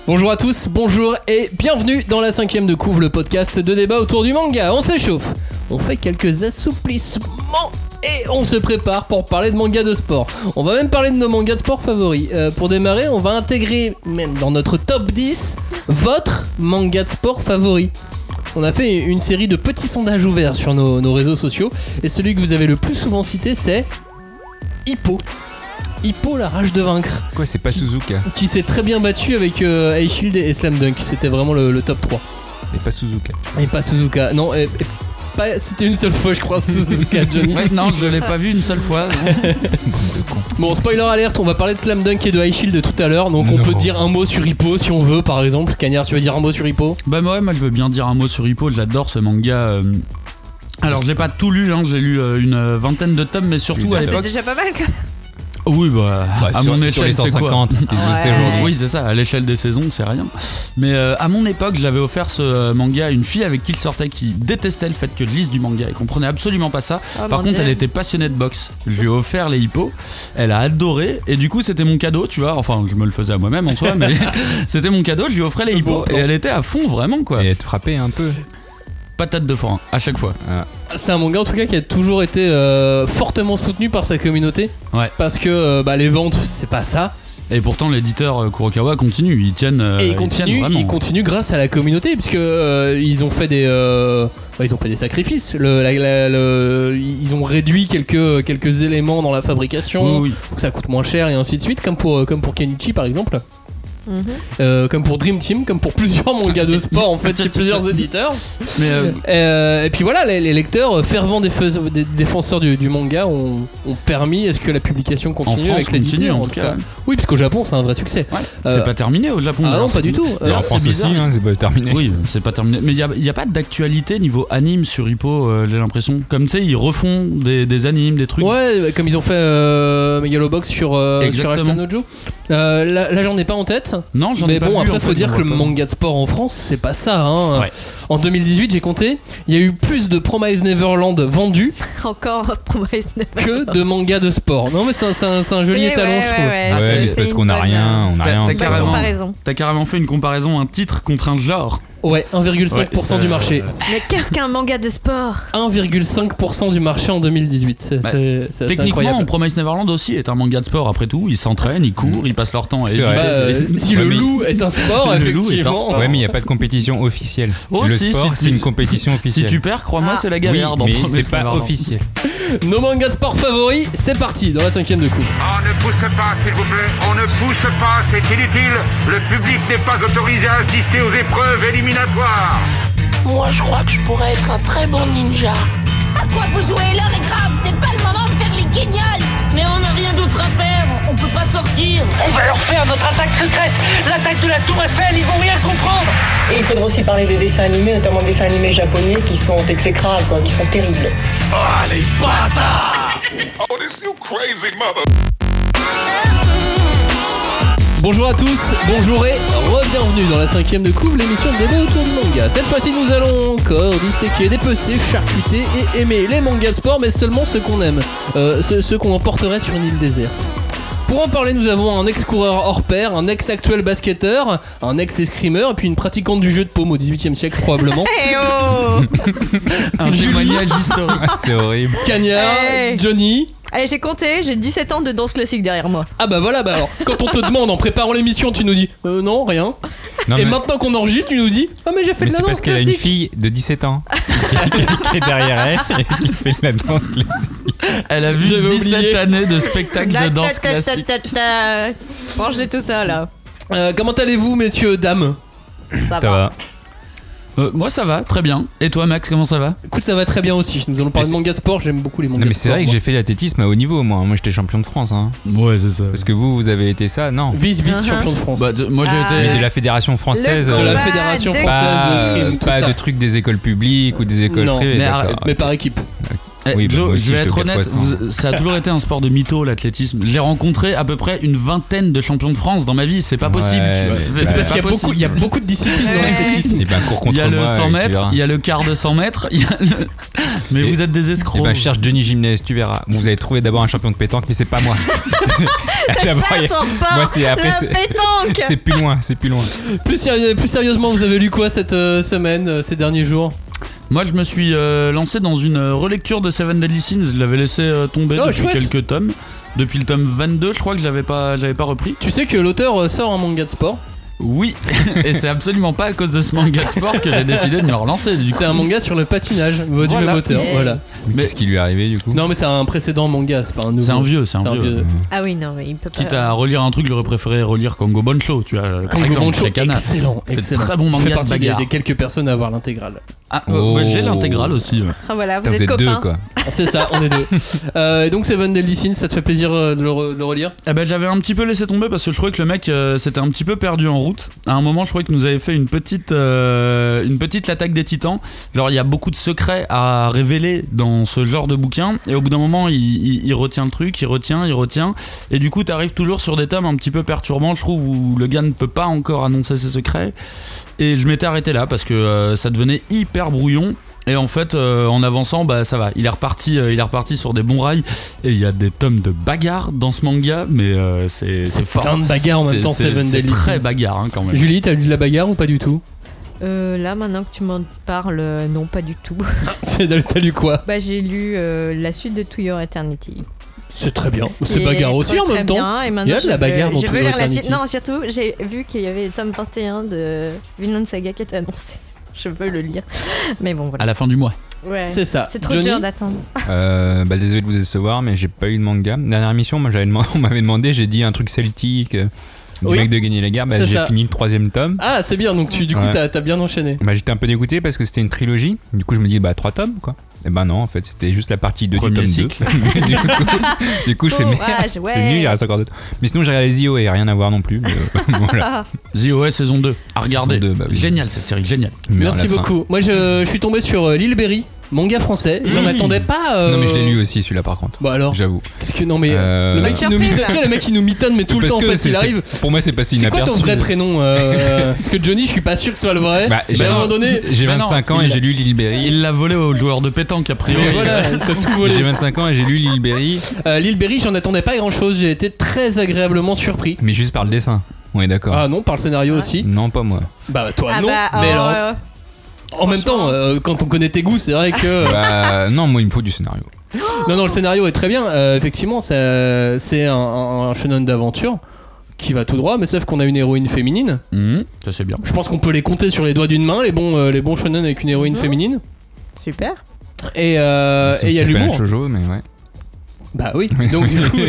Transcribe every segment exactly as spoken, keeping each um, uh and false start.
Bonjour à tous, bonjour et bienvenue dans la cinquième de couve, le podcast de débat autour du manga. On s'échauffe, on fait quelques assouplissements et on se prépare pour parler de manga de sport. On va même parler de nos mangas de sport favoris. Euh, pour démarrer, on va intégrer, même dans notre top dix, votre manga de sport favori. On a fait une série de petits sondages ouverts sur nos, nos réseaux sociaux et celui que vous avez le plus souvent cité, c'est Hippo. Hippo, la rage de vaincre. Quoi, c'est pas qui, Suzuka qui s'est très bien battu avec euh, Ice Shield et Slam Dunk. C'était vraiment le, le top trois. Et pas Suzuka. Et pas Suzuka. Non, et, et pas, c'était une seule fois, je crois, Suzuka, Johnny. Ouais, non, je l'ai pas vu une seule fois. Bon, spoiler alerte, on va parler de Slam Dunk et de Ice Shield tout à l'heure. Donc, on non. peut dire un mot sur Hippo si on veut, par exemple. Cagnard, tu veux dire un mot sur Hippo ? Bah, ouais, moi, je veux bien dire un mot sur Hippo. J'adore ce manga. Euh... Alors, je l'ai pas tout lu, hein, j'ai lu euh, une vingtaine de tomes, mais surtout Oui, à l'époque. C'est déjà pas mal quand même. Oui, bah, bah à sur, mon sur échelle, les cent cinquante c'est quoi qui se Ouais. faisaient aujourd'hui. Oui, c'est ça, à l'échelle des saisons, c'est rien. Mais euh, à mon époque, j'avais offert ce euh, manga à une fille avec qui il sortait, qui détestait le fait que je lise du manga. Elle comprenait absolument pas ça. Oh, Par mon contre, Dieu. elle était passionnée de boxe. Je lui ai offert les hippos. Elle a adoré. Et du coup, c'était mon cadeau, tu vois. Enfin, je me le faisais à moi-même en soi, mais c'était mon cadeau. Je lui offrais les C'est hippos. bon plan. Et elle était à fond, vraiment, quoi. Et être frappé un peu. Patate de forain, à chaque fois. Ah. C'est un manga en tout cas qui a toujours été euh, fortement soutenu par sa communauté. Ouais. Parce que euh, bah, les ventes, c'est pas ça. Et pourtant, l'éditeur euh, Kurokawa continue. Ils tiennent. euh, Et ils ils tiennent continuent, vraiment. ils continuent grâce à la communauté, puisque euh, ils ont fait des, euh, bah, ils ont fait des sacrifices. Le, la- la- le- ils ont réduit quelques quelques éléments dans la fabrication, Oui, oui. pour que ça coûte moins cher et ainsi de suite, comme pour comme pour Kenichi par exemple, Mhm. euh, comme pour Dream Team, comme pour plusieurs mangas de sport en fait chez plusieurs éditeurs. Mais euh, Euh, et puis voilà, les, les lecteurs fervents défeus- des défenseurs du, du manga ont, ont permis à ce que la publication en continue France, avec continue l'éditeur. en En tout tout cas. cas, oui, parce qu'au Japon c'est un vrai succès. Ouais. Euh, C'est pas terminé au Japon. Ah alors, non, c'est pas du cool. tout. Et Euh, en c'est France aussi, bizarre. hein, c'est pas terminé. Oui, c'est pas terminé. Mais il n'y a, a pas d'actualité niveau anime sur Hippo, euh, j'ai l'impression. Comme tu sais, ils refont des, des animes, des trucs. Ouais, comme ils ont fait euh, Megalobox sur, euh, sur Exactement. Ashton Nojo. Euh, là, là, j'en ai pas en tête. Non, j'en Mais ai pas bon, vu, après, en faut fait, dire j'en que le vois pas. manga de sport en France, c'est pas ça. Hein. Ouais. En deux mille dix-huit, j'ai compté, il y a eu plus de Promise Neverland vendus Encore Promise Neverland. que de mangas de sport. Non, mais c'est un, c'est un- c'est un joli C'est- étalon, ouais, je ouais, trouve. ouais, Ouais, c'est- mais c'est c'est parce une qu'on a bonne, rien, on a T'as- rien en t'as dessous. bonne carrément- comparaison. T'as carrément fait une comparaison, un titre contre un genre. Ouais, un virgule cinq pour cent Ouais, du c'est- marché. Mais qu'est-ce qu'un manga de sport? un virgule cinq pour cent du marché en deux mille dix-huit. C'est Bah, c'est- c'est assez Techniquement, incroyable. Promise Neverland aussi est un manga de sport après tout. Ils s'entraînent, ils courent, ils passent leur temps à C'est éviter. vrai. Bah, euh, les- si Ouais, le mais- loup est un sport, Le loup est un effectivement. sport. Ouais, mais il n'y a pas de compétition officielle. Oh, le si, sport, si c'est tu- une compétition Si officielle. tu perds, crois-moi, Ah. c'est la oui, galère dans mais Promise c'est pas Neverland. officiel. Nos mangas de sport favoris, c'est parti dans la cinquième de coupe. On ne pousse pas, s'il vous plaît. On ne pousse pas, c'est inutile. Le public n'est pas autorisé à assister aux épreuves éliminatoires. Moi, je crois que je pourrais être un très bon ninja. À quoi vous jouez? L'heure est grave, c'est pas le moment de faire les guignols. Mais on n'a rien d'autre à faire, on peut pas sortir. On va leur faire notre attaque secrète, l'attaque de la Tour Eiffel, ils vont rien comprendre. Et il faudra aussi parler des dessins animés, notamment des dessins animés japonais qui sont exécrables, quoi, qui sont terribles. Oh, les bâtards! Oh, this you crazy mother. Bonjour à tous, bonjour et re-bienvenue dans la cinquième de couve, l'émission de débat autour du manga. Cette fois-ci, nous allons encore disséquer, dépecer, charcuter et aimer les mangas de sport, mais seulement ceux qu'on aime, euh, ceux, ceux qu'on emporterait sur une île déserte. Pour en parler, nous avons un ex-coureur hors pair, un ex-actuel basketteur, un ex-escrimeur et puis une pratiquante du jeu de paume au dix-huitième siècle probablement. Eh oh. Un Julie. témoignage historique. Ah, c'est horrible. Cagnard, Hey. Johnny. Allez, j'ai compté, j'ai dix-sept ans de danse classique derrière moi. Ah bah voilà, bah alors, quand on te demande en préparant l'émission, tu nous dis euh, non, rien. Non, et mais, maintenant qu'on enregistre, tu nous dis ah mais j'ai fait mais de la c'est danse parce qu'elle a une classique. fille de dix-sept ans qui, qui est derrière elle et qui fait de la danse classique. Elle a vu J'avais dix-sept oublié. années de spectacle de danse classique. Rangez tout ça là. Euh, comment allez-vous, messieurs, dames? Ça, Ça va. Euh, moi ça va, très bien. Et toi Max, comment ça va? Écoute, ça va très bien aussi. Nous allons parler Mais de manga de sport. J'aime beaucoup les mangas Non, mais de c'est sport. vrai que moi. j'ai fait l'athlétisme à haut niveau, moi. Moi, j'étais champion de France. Hein. Ouais, c'est ça. Parce que vous, vous avez été ça, non. Vice vice Uh-huh. champion de France. Bah, de- moi j'ai Ah. Mais été. de la fédération française. Le de euh, la combat fédération de- française pas d'escrime, tout pas ça. de trucs des écoles publiques ou des écoles Non, privées. mais d'accord. arrête, Mais par équipe. Eh, Oui, bah, Joe, moi aussi, je vais je te être fais honnête, poisson. vous- ça a toujours été un sport de mytho, l'athlétisme. J'ai rencontré à peu près une vingtaine de champions de France dans ma vie, c'est pas possible. Ouais, tu vois. mais C'est- c'est c'est Parce pas qu'il y a beaucoup, possible. il y a beaucoup de disciplines dans Ouais. l'athlétisme. Et ben, cours contre Il y a le moi, cent et tu mètres, verras. il y a le quart de cent mètres, il y a le- mais Et- vous êtes des Eh escrocs. ben, cherche Johnny Gymnase, tu verras. Bon, vous avez trouvé d'abord un champion de pétanque, mais c'est pas moi. C'est D'abord, il y ça a- son sport. Moi, c'est après, la c'est- pétanque. c'est plus loin, c'est plus loin. Plus, sérieux- plus sérieusement, vous avez lu quoi cette euh, semaine, euh, ces derniers jours? Moi, je me suis euh, lancé dans une euh, relecture de Seven Deadly Sins. Je l'avais laissé euh, tomber Oh, depuis chouette. quelques tomes. Depuis le tome vingt-deux, je crois que je l'avais pas, j'avais pas repris. Tu sais que l'auteur euh, sort un manga de sport. Oui, et c'est absolument pas à cause de ce manga de sport que j'ai décidé de me relancer. Du coup, C'est un manga sur le patinage euh, du Voilà. même auteur. Yeah. Voilà. Mais, Mais- qu'est-ce qui lui est arrivé du coup? Non, mais c'est un précédent manga, c'est pas un nouveau. c'est un vieux, c'est un vieux. Ah oui, non, mais il peut pas. Quitte à relire un truc, j'aurais préféré relire Kongo Bancho, tu vois. par Kongo exemple, Bancho, chez Kana. excellent, C'est excellent. très bon Je manga fais de partie des, bagarre. des quelques personnes à avoir l'intégrale. Ah, Oh. ouais, j'ai l'intégrale aussi. ouais. Ah voilà, vous Putain, êtes vous êtes copains. deux quoi. C'est ça, on est deux. Euh, et donc Seven Deadly Sins, ça te fait plaisir euh, de le, re- de le relire? Eh ben, j'avais un petit peu laissé tomber parce que je trouvais que le mec euh, s'était un petit peu perdu en route. À un moment, je trouvais que nous avait fait une petite, euh, une petite l'attaque des titans. Genre, il y a beaucoup de secrets à révéler dans ce genre de bouquin. Et au bout d'un moment, il, il- il retient le truc, il retient, il retient. Et du coup, t'arrives toujours sur des tomes un petit peu perturbants, je trouve, où le gars ne peut pas encore annoncer ses secrets. Et je m'étais arrêté là parce que euh, ça devenait hyper brouillon. Et en fait, euh, en avançant, bah ça va. Il est reparti, euh, il est reparti sur des bons rails. Et il y a des tomes de bagarre dans ce manga, mais euh, c'est c'est fort. Plein de bagarres en même C'est- temps, c'est- Seven C'est Deadly très Sins. bagarre hein, quand même. Julie, t'as lu de la bagarre ou pas du tout? Euh, là, maintenant que tu m'en parles, euh, non, pas du tout. T'as lu quoi? Bah, j'ai lu euh, la suite de To Your Eternity. C'est très bien. Ce qui C'est bagarre est aussi très, en très même temps. bien, et Il maintenant, y a de je la veux- bagarre dans Je To veux Your lire la Eternity. suite. Non, surtout, j'ai vu qu'il y avait le tome vingt et un de Vinland Saga qui était annoncé. Je veux le lire. Mais bon, À voilà. la fin du mois. Ouais. C'est ça. C'est trop Johnny dur d'attendre. Euh, bah désolé de vous décevoir, mais j'ai pas eu de manga. Dernière émission, moi j'avais demandé, on m'avait demandé, j'ai dit un truc celtique, euh, du Oui. mec de gagner la guerre. Bah C'est j'ai ça. fini le troisième tome. Ah, c'est bien, donc tu, du coup Ouais. t'as t'as bien enchaîné. Bah j'étais un peu dégoûté parce que c'était une trilogie. Du coup je me dis bah trois tomes quoi. Et bah non en fait c'était juste la partie deux du Premier tome cycle. deux. du, coup, du coup je fais merde. Courage, ouais. C'est nul, il reste encore deux. Mais sinon j'ai regardé Z O et rien à voir non plus. Mais, euh, voilà. Ah, The O S saison deux. À regarder. Saison deux, bah oui. Génial cette série, génial. Mais à Merci la fin- beaucoup. Moi je, je suis tombé sur euh, L'Île Berry, manga français. J'en Oui. attendais pas. euh, Non mais je l'ai lu aussi celui-là par contre. Bah alors J'avoue. Qu'est-ce que. Non mais. Euh, Le mec qui nous Surprise. mitonne, tu sais, le mec qui nous mitonne, mais tout le Parce temps en que fait, c'est- il c'est- arrive. Pour moi c'est passé C'est quoi inaperçu. ton vrai prénom euh, Parce que Johnny, je suis pas sûr que ce soit le vrai. Bah, Mais j'ai à un moment donné. j'ai Mais non, vingt-cinq ans il et a- j'ai lu L'Île Berry. Il l'a volé au joueur de pétanque a Mais priori. voilà, t'as tout volé. J'ai vingt-cinq ans et j'ai lu L'Île Berry. Euh, L'Île Berry, j'en attendais pas grand chose. J'ai été très agréablement surpris. Mais juste par le dessin. On est d'accord. Ah non, par le scénario aussi. Non, pas moi. Bah toi ah non. bah, mais oh, alors, euh, en même temps, euh, quand on connaît tes goûts, c'est vrai que. Bah, non, moi il me faut du scénario. Non, non, le scénario est très bien. Euh, effectivement, ça- c'est un, un, un shonen d'aventure qui va tout droit, mais sauf qu'on a une héroïne féminine. Mmh, ça c'est bien. Je pense qu'on peut les compter sur les doigts d'une main, les bons, euh, les bons shonen avec une héroïne Mhm. féminine. super. Et euh, Ça et il y a s'appelle un l'humour. shoujo, mais ouais. Bah oui. Donc du coup,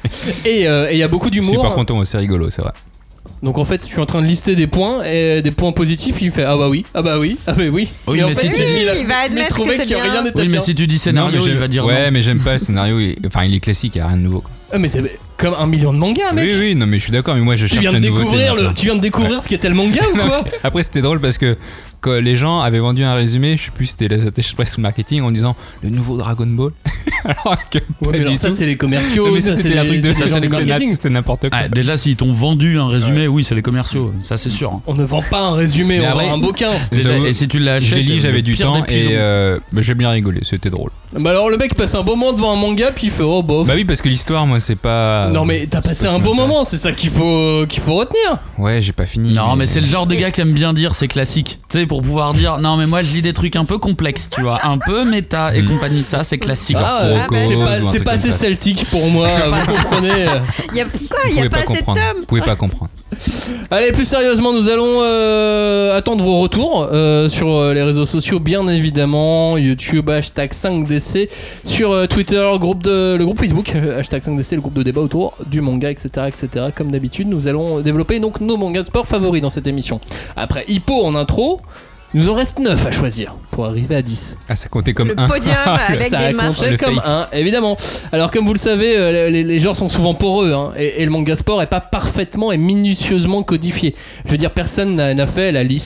et euh, et il y a beaucoup C'est d'humour. par contre, c'est rigolo, c'est vrai. Donc en fait, je suis en train de lister des points et des points positifs. Il fait ah bah oui, ah bah oui, ah bah oui. Oui, Et en mais fait, si tu- il, a- il va il admettre trouvait que c'est que bien. rien n'était Oui, mais bien. si tu dis scénario, Non, mais il j'aime- va dire Ouais, non. mais j'aime pas le scénario. il- Enfin, il est classique, il y a rien de nouveau. quoi. Ah mais c'est comme un million de mangas, mec. Oui, oui, non, mais je suis d'accord, mais moi je Tu cherche viens de la nouveauté. découvrir le, maintenant. tu viens de découvrir ce qu'était le manga ou quoi? Après, c'était drôle parce que quand les gens avaient vendu un résumé, je sais plus, c'était les attachés de presse ou le marketing en disant le nouveau Dragon Ball. Alors que pas Ouais, mais alors du ça tout. c'est les commerciaux. Non, mais ça, c'est c'était un les- truc de c'est ça, les gens du c'était marketing. c'était n'importe quoi. Ah, déjà, s'ils t'ont vendu un résumé, oui, c'est les commerciaux, ça c'est sûr. On ne vend pas un résumé, Mais on après- vend un bouquin. Déjà, J'avoue, et si tu l'as je acheté, l'ai lu, j'avais du temps et euh, bah, j'ai bien rigolé, c'était drôle. Bah alors le mec passe un beau moment devant un manga puis il fait oh bof. Bah oui, parce que l'histoire, moi, c'est pas. Non mais t'as c'est passé pas ce un qui beau m'intéresse. moment, c'est ça qu'il faut qu'il faut retenir. Ouais, j'ai pas fini. Non, mais c'est le genre de gars qui aime bien dire c'est classique. Tu sais, pour pouvoir dire non, mais moi je lis des trucs un peu complexes, tu vois, un peu méta et Mm. compagnie, ça c'est classique. Ah, Kuroko, ouais, bah, c'est ou un pas, c'est truc pas comme assez ça. celtique pour moi, vous comprenez. Il y a quoi Vous Il y a pouvez pas, pas assez de comprendre. Vous tomes. pouvez pas comprendre. Allez, plus sérieusement, nous allons euh, attendre vos retours euh, sur euh, les réseaux sociaux, bien évidemment, YouTube, hashtag cinq D C, sur euh, Twitter, groupe de, le groupe Facebook, euh, hashtag cinq D C, le groupe de débat autour du manga, et cetera, et cetera. Comme d'habitude, nous allons développer donc nos mangas de sport favoris dans cette émission. Après Hippo en intro, il nous en reste neuf à choisir pour arriver à dix. Ah, ça comptait comme Le un. podium avec Ça des a marches. compté Le comme fake. un, évidemment. Alors comme vous le savez, euh, les, les genres sont souvent poreux, hein, et, et le manga sport est pas parfaitement et minutieusement codifié. Je veux dire, personne n'a n'a fait la liste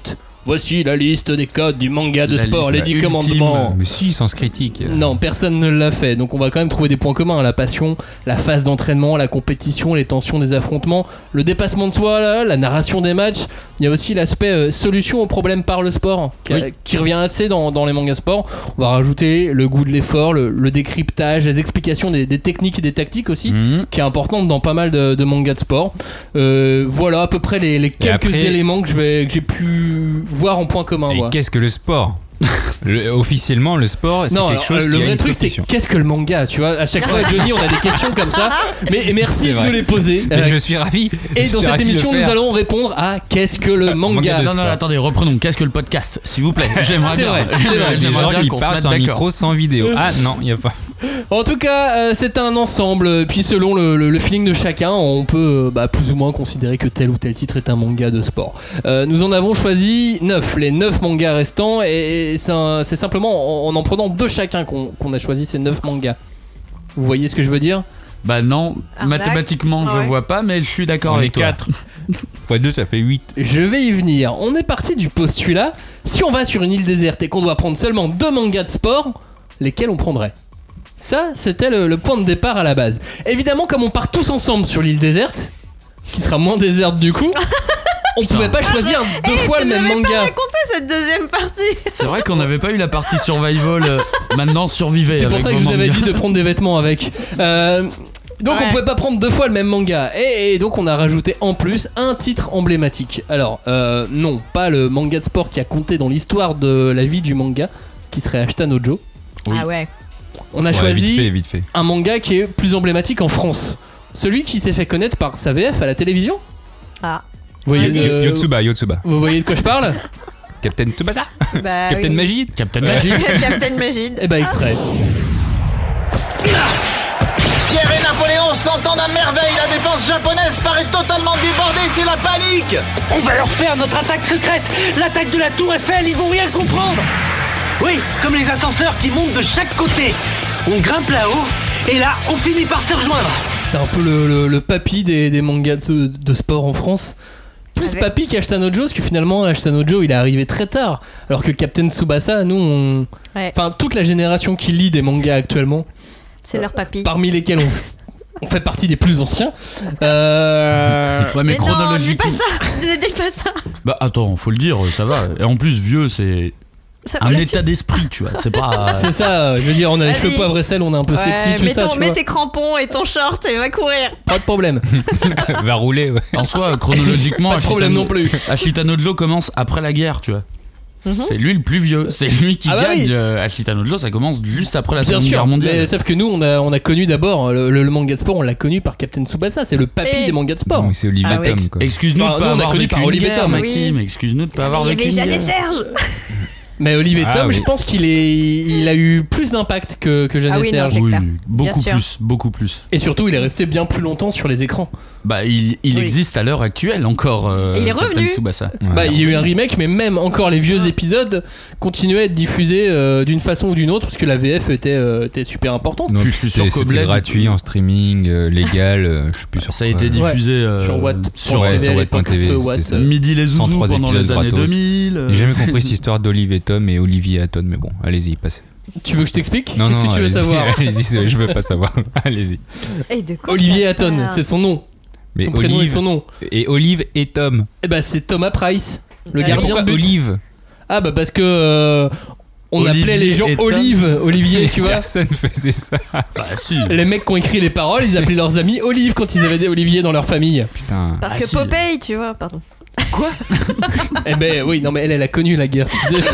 Voici la liste des codes du manga de La sport, les liste dix ultime. commandements. Mais si, Sens Critique. Non, personne ne l'a fait, donc on va quand même trouver des points communs. La passion, la phase d'entraînement, la compétition, les tensions des affrontements, le dépassement de soi, là, la narration des matchs. Il y a aussi l'aspect euh, solution aux problèmes par le sport, qui, Oui. qui revient assez dans, dans les mangas sport. On va rajouter le goût de l'effort, le, le décryptage, les explications des, des techniques et des tactiques aussi, Mmh. qui est importante dans pas mal de, de mangas de sport. Euh, voilà à peu près les, les quelques après- éléments que, je vais, que j'ai pu voir en point commun. Et moi. qu'est-ce que le sport Le- Officiellement, le sport, c'est Non, quelque alors, chose le qui a vrai une truc c'est compétition. qu'est-ce que le manga, tu vois. À chaque fois Johnny on a des questions comme ça, mais et merci C'est de vrai. nous les poser. Mais Euh, je suis ravi. et Je dans suis cette ravi de émission le nous faire. allons répondre à qu'est-ce que le Manga manga. de Non, non, sport. attendez, reprenons. Qu'est-ce que le podcast, s'il vous plaît? J'aimerais C'est bien. vrai, c'est vrai. Les J'aimerais gens bien qui qu'on se parlent mette sur un d'accord. micro sans vidéo. Ah non, il n'y a pas. En tout cas, euh, c'est un ensemble. Puis selon le, le- le feeling de chacun, on peut euh, bah, plus ou moins considérer que tel ou tel titre est un manga de sport. Euh, nous en avons choisi neuf, les neuf mangas restants, et, et c'est, un- c'est simplement en, en en prenant deux chacun qu'on, qu'on a choisi ces neuf mangas. Vous voyez ce que je veux dire? Bah non, Arnaque. mathématiquement je Ouais. vois pas, mais je suis d'accord On avec est toi. quatre. fois deux, ça fait huit. Je vais y venir. On est parti du postulat, si on va sur une île déserte et qu'on doit prendre seulement deux mangas de sport, lesquels on prendrait? Ça, c'était le, le point de départ à la base. Évidemment, comme on part tous ensemble sur l'île déserte, qui sera moins déserte du coup, on pouvait pas choisir deux Eh, fois tu le même devais manga. pas raconter cette deuxième partie. C'est vrai qu'on n'avait pas eu la partie survival. euh, Maintenant, survivez. C'est pour avec ça que vos je vous avais mangas. dit de prendre des vêtements avec. Euh, donc Ouais. on pouvait pas prendre deux fois le même manga. Et, et donc on a rajouté en plus un titre emblématique. Alors euh, non, pas le manga de sport qui a compté dans l'histoire de la vie du manga, qui serait Ashita no Joe. Oui. Ah ouais. On a Ouais, choisi vite fait, vite fait. un manga qui est plus emblématique en France. Celui qui s'est fait connaître par sa V F à la télévision. Ah. Vous voyez, Indice. de, Yotsuba, Yotsuba. vous voyez de quoi je parle? Captain Tsubasa. Bah, Captain oui. Magid. Captain Magic. Captain Magid. Eh ben extrait. Pierre et Napoléon s'entendent à merveille. La défense japonaise paraît totalement débordée. C'est la panique. On va leur faire notre attaque secrète, l'attaque de la tour Eiffel, ils vont rien comprendre. Oui, comme les ascenseurs qui montent de chaque côté. On grimpe là-haut, et là, on finit par se rejoindre. C'est un peu le, le, le papy des, des mangas de, de sport en France. Plus Avec- papy qu'Ashita no Joe, parce que finalement Ashita no Joe il est arrivé très tard. Alors que Captain Tsubasa, nous on. Ouais. Enfin, toute la génération qui lit des mangas actuellement, C'est leur papy. parmi lesquels on, on fait partie des plus anciens. Euh. Ouais, mais, Mais non, dis chronologiquement. pas ça. Ne dis pas ça. Bah attends, faut le dire, ça va. Et en plus, vieux, c'est C'est un relatif. état d'esprit, tu vois. C'est pas. C'est ça, je veux dire, on a les Vas-y. cheveux poivre et sel, on est un peu Ouais, sexy, tout mets, ça, ton- tu mets vois. tes crampons et ton short et va courir. Pas de problème, Va rouler, ouais. En soi, chronologiquement, pas de problème Ashita no- non plus. Ashita no Joe commence après la guerre, tu vois. C'est lui le plus vieux, c'est lui qui Ah bah gagne. oui. euh, Ashita no Joe, ça commence juste après la Bien Seconde sûr, Guerre mondiale. mais sauf que nous on a, on a connu d'abord le, le- le manga de sport, on l'a connu par Captain Tsubasa, c'est le papy Et- des mangas de sport. Non, c'est Olivier Ah oui. Tom, Ex- quoi. Excuse-nous Enfin, de nous, pas on a avoir connu vécu par une Olivier guerre, Tom. Maxime. Excuse-nous de pas avoir Il y vécu avait une Jeanne et guerre. Serge. Mais Olivier Ah, Tom, oui. je pense qu'il est, il a eu plus d'impact que, que Jeanne Ah et oui, non, Serge. c'est Oui, clair. beaucoup Bien sûr. plus, beaucoup plus. Et surtout, il est resté bien plus longtemps sur les écrans. Bah, il, il Oui. existe à l'heure actuelle encore. euh, Et il est Captain revenu. Tsubasa. Ouais. Bah, il y a eu un remake, mais même encore les vieux épisodes continuaient à être diffusés euh, d'une façon ou d'une autre, parce que la V F était, euh, était super importante. Non, Je puis suis c'était sûr qu'au c'était bled, gratuit en streaming, euh, légal, euh, je sais plus sur Ça a quoi. été diffusé euh, Sur Watt. sur Ouais, T V sur à Watt point l'époque, T V, feu c'était Watt, ça. euh, Midi les cent Zouzous trois pendant les épisodes années gratos. deux mille. euh, J'ai jamais c'est- compris cette histoire d'Olivier Tom et Olivier Hatton, mais bon, allez-y, passez. Tu veux que je t'explique? Non, Qu'est-ce non, que tu veux allez-y, savoir? Allez-y, c'est- je veux pas savoir. Allez-y. Et de quoi Olivier ça Hatton, parle c'est son nom. Mais Son prénom et Olive son nom. et Olive et Tom. Et bah, c'est Thomas Price, le Bah, gardien Pourquoi de but. Olive? Ah, bah, parce que. euh, on Olivier appelait les gens et Tom. Olive, Olivier, tu vois. Personne faisait ça. Bah, si. Les mecs qui ont écrit les paroles, ils appelaient leurs amis Olive quand ils avaient des Olivier dans leur famille. Putain. Parce Ah, que si. Popeye, tu vois, pardon. Eh ben oui, non mais elle, elle a connu la guerre, tu sais.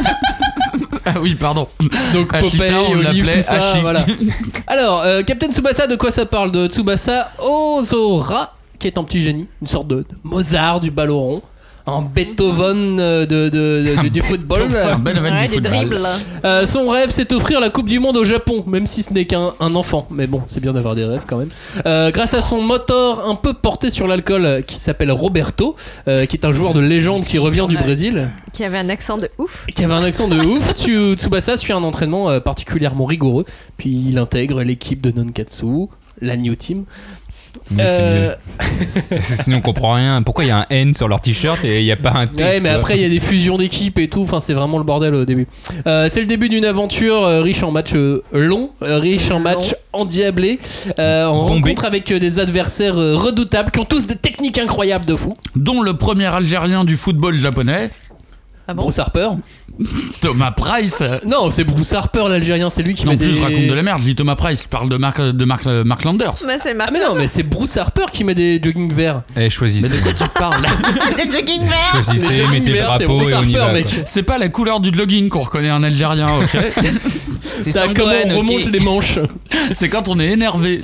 Ah oui, pardon. Donc Ashita, Popeye, on Olive, l'appelait tout ça, Hachi. voilà. Alors, euh, Captain Tsubasa, de quoi ça parle? De Tsubasa Ozora, qui est un petit génie, une sorte de, de Mozart du ballon rond, un Beethoven euh, de, de- de- du- du football. Un bel événement Ouais, du du football. dribble. Euh, son rêve, c'est offrir la Coupe du Monde au Japon, même si ce n'est qu'un un enfant. Mais bon, c'est bien d'avoir des rêves quand même. Euh, grâce à son moteur un peu porté sur l'alcool, euh, qui s'appelle Roberto, euh, qui est un joueur de légende qui revient du Brésil, Qui avait un accent de ouf. qui avait un accent de ouf. Tsu- Tsubasa suit un entraînement euh, particulièrement rigoureux, puis il intègre l'équipe de Nonkatsu, la New Team. Mais Euh, c'est mieux. Sinon on comprend rien. Pourquoi il y a un N sur leur t-shirt et il n'y a pas un T? Ouais, mais tu vois. après il y a des fusions d'équipes et tout. Enfin, c'est vraiment le bordel au début. Euh, c'est le début d'une aventure euh, riche en matchs euh, longs, euh, riche en matchs endiablés. Euh, on Bombé. rencontre avec euh, des adversaires euh, redoutables qui ont tous des techniques incroyables de fou. Dont le premier Algérien du football japonais, Ah bon Bruce Harper. Thomas Price. Non, c'est Bruce Harper l'Algérien, c'est lui qui Non, met en plus, des. je raconte de la merde. Je dis Thomas Price, je parle de Mark, de Mark, Mark Landers. Mais c'est Ah Marc. mais non, mais c'est Bruce Harper qui met des jogging verts. Eh, Mais choisissez. de quoi tu parles là? Des jogging verts. Choisissez, Les mettez le verts, c'est drapeau Bruce et on y Harper, va. mec. quoi. C'est pas la couleur du jogging qu'on reconnaît un Algérien, ok? C'est Ça, comment on remonte les manches. C'est quand on est énervé.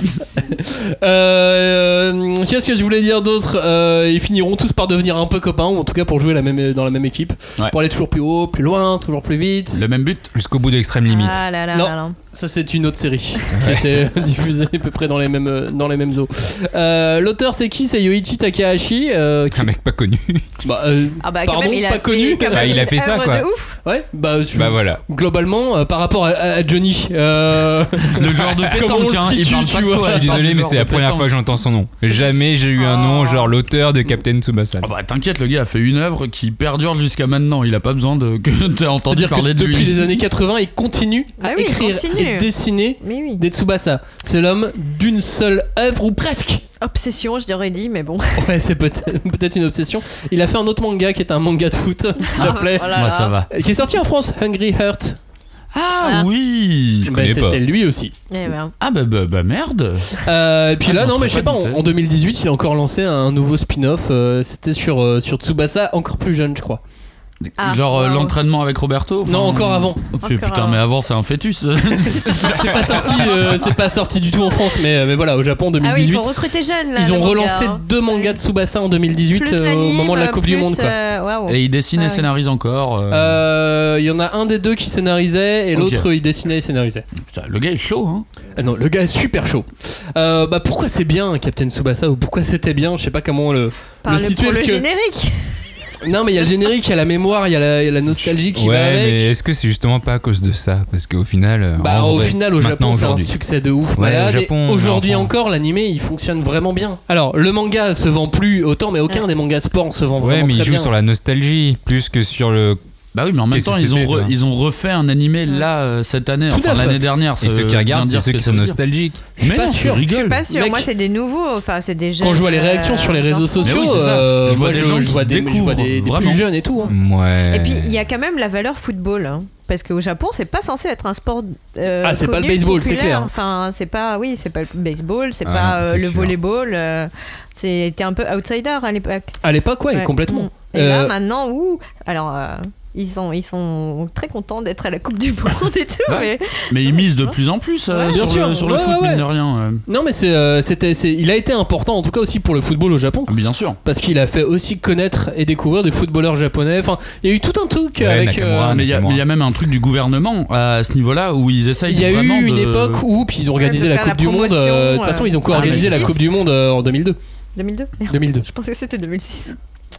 Euh, Qu'est-ce que je voulais dire d'autre? Euh, Ils finiront tous par devenir un peu copains, ou en tout cas pour jouer la même, dans la même équipe. Ouais. Pour aller toujours plus haut, plus loin, toujours plus vite. Le même but. Jusqu'au bout de l'extrême limite. Ah là là Non. là là. Ça, c'est une autre série qui était diffusée à peu près dans les mêmes, dans les mêmes eaux. Euh, L'auteur, c'est qui? C'est Yoichi Takahashi. Euh, qui- Un mec pas connu. bah, euh, Ah bah quand Pardon, même, il a pas fait connu. quand même Bah, il a une fait ça, œuvre quoi. de ouf. ouais, bah, je- Bah voilà. globalement, euh, par rapport à, à Johnny. Euh, Le joueur de Comment on pétanque, le hein, il situe, parle tu pas de vois. toi. Je suis il parle désolé, du mais joueur c'est la de première pétanque. fois que j'entends son nom. Jamais j'ai eu un nom, genre l'auteur de Captain Tsubasa. Ah bah t'inquiète, le gars a fait une œuvre qui perdure jusqu'à maintenant. Il a pas besoin de que t'aies entendu C'est-à-dire que parler de lui. depuis les années quatre-vingts, il continue à Ah oui, il écrire continue. et dessiner Mais oui. des Tsubasa. C'est l'homme d'une seule œuvre, ou presque. Obsession, je dirais dit, mais bon. Ouais, c'est peut-être peut-être une obsession. Il a fait un autre manga qui est un manga de foot qui s'appelait. Oh là Moi là. ça va. Qui est sorti en France, Hungry Heart. Ah Ah. oui. Je Bah, connais pas. c'était lui aussi. Eh ben. Ah bah, bah, bah merde. Euh, et puis Ah, là, je m'en non, mais je serais sais pas, pas en, douté. en deux mille dix-huit, il a encore lancé un nouveau spin-off. euh, C'était sur, euh, sur Tsubasa, encore plus jeune, je crois. Ah, Genre euh, wow. l'entraînement avec Roberto. Non, encore avant. Ok, Encore putain, avant. mais avant c'est un fœtus. C'est pas sorti, euh, c'est pas sorti du tout en France, mais, mais voilà, au Japon en Ah oui, il deux mille dix-huit. faut recruter jeune là. Ils ont le manga, relancé hein. deux mangas de Tsubasa en deux mille dix-huit Plus euh, au l'anime, moment de la Coupe du plus, Monde, quoi. euh, waouh. Et il dessine Ah et ouais. scénarise encore. euh. Euh, Il y en a un des deux qui scénarisait et Ok. l'autre il dessinait et scénarisait. Putain, le gars est chaud, hein. Ah non, le gars est super chaud. Euh, bah pourquoi c'est bien Captain Tsubasa, ou pourquoi c'était bien, je sais pas comment le, Parle le situer pour le parce que générique. non mais il y a le générique, il y a la mémoire, il y a la, il y a la nostalgie qui Ouais, va avec. mais est-ce que c'est justement pas à cause de ça? Parce qu'au final. euh, Bah en au vrai, final au maintenant, Japon c'est un aujourd'hui. succès de ouf Ouais, malade, au et Japon, aujourd'hui enfin. encore l'animé il fonctionne vraiment bien. Alors le manga se vend plus autant, mais aucun Ouais. des mangas sport se vend Ouais, vraiment mais ils très jouent bien. sur la nostalgie plus que sur le. Bah oui, mais en même Qu'est-ce temps, que ils c'est ont, fait, re- toi ils ont refait un animé là euh, cette année, Tout à enfin fait. l'année dernière. ça Et ceux veut qui regardent, bien c'est dire ceux ce qui que sont ça veut dire. nostalgiques. Je suis Mais pas non, sûr. tu Je suis rigoles. pas sûre. Mec, Moi, c'est des nouveaux. Enfin, c'est des jeunes. Quand je vois les réactions euh, sur les réseaux enfants. sociaux, Mais oui, c'est ça. euh, Je vois moi des je, gens je qui vois des, je vois découvrent, des, des plus vraiment. jeunes et tout. hein. Ouais. Et puis, il y a quand même la valeur football. hein. Parce qu'au Japon, c'est pas censé être un sport. euh, Ah, c'est pas connu, le baseball, c'est populaire. clair. Enfin, c'est pas. Oui, c'est pas le baseball, c'est Ah, pas non, euh, c'est le sûr. volleyball. euh, C'était un peu outsider à l'époque. À l'époque, ouais, Ouais. complètement. Mm. Et là, Euh, maintenant, ouh. Alors. euh, Ils sont, ils sont très contents d'être à la Coupe du Monde et tout. Ouais. Mais... Mais ils misent de plus en plus euh, Ouais. sur, Bien sûr. le, sur le Ouais, foot, ouais, mine de ouais. rien. euh. Non mais c'est, euh, c'était, c'est, il a été important en tout cas aussi pour le football au Japon. Ah, bien sûr. Parce qu'il a fait aussi connaître et découvrir des footballeurs japonais. Enfin, il y a eu tout un truc Ouais, avec. Nakamura, euh, Mais il y, a- Nakamura. mais il y a même un truc du gouvernement à ce niveau-là où ils essayent il y a eu vraiment une de... époque où, puis ils ont organisé Ouais, de la faire Coupe la du Monde. promotion, euh, De toute façon, euh, ils ont co-organisé ah, la deux mille six. Coupe du Monde euh, en deux mille deux. deux mille deux Merde. deux mille deux. Je pensais que c'était deux mille six.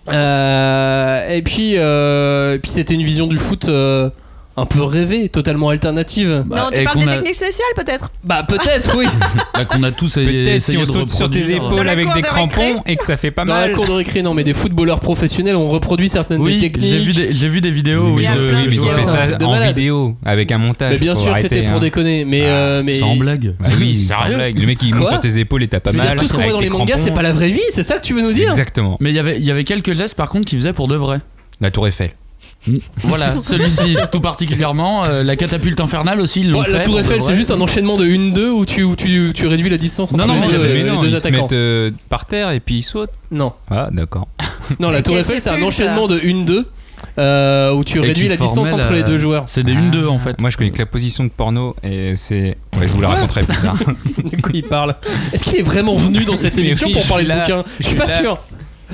Euh, et puis, euh, et puis c'était une vision du foot euh, un peu rêvée, totalement alternative. Bah, non, tu et parles qu'on des a- techniques spéciales peut-être. Bah peut-être, oui. Bah, qu'on a tous Peut-être essayé si on de saute sur tes reproduire. Dans épaules la avec cour des de crampons et que ça fait pas Dans mal. la cour de récré, non, mais des footballeurs professionnels ont reproduit certaines Oui, des techniques. j'ai vu des, j'ai vu des vidéos. Oui, oui, Il y a de- plein oui, mais ils ont de fait vidéos. ça De en malade. vidéo avec un montage. Mais bien faut sûr que arrêter, c'était pour hein. déconner. Mais, Ah, euh, mais Sans blague. Bah oui, sans Sérieux blague. Le mec il monte Quoi sur tes épaules et t'as pas C'est-à-dire mal. tout ce qu'on voit avec dans les tes mangas, crampons. c'est pas la vraie vie, c'est ça que tu veux nous dire? Exactement. Mais il y avait- il y avait quelques gestes par contre qu'ils faisaient pour de vrai. La Tour Eiffel. Voilà, celui-ci tout particulièrement. euh, la catapulte infernale aussi, ils l'ont Bon, fait. la Tour pour de Eiffel, vrai. c'est juste un enchaînement de une deux où tu, où tu, tu réduis la distance Non, entre non, les mais deux, il y avait- euh, mais non, les deux ils se attaquants. mettent euh, par terre et puis ils sautent. Non, Ah, d'accord. non, la Et Tour quelle Eiffel, c'est un catapulte enchaînement de une deux euh, où tu Et réduis qui la distance formait entre la- les deux joueurs. C'est des Ah. une deux en fait. Moi je connais que la position de porno et c'est. Ouais, je vous la raconterai plus tard. Du coup, il parle. Est-ce qu'il est vraiment venu dans cette Mais émission oui, pour je parler suis de là. bouquins? Je Je suis suis pas là. sûr.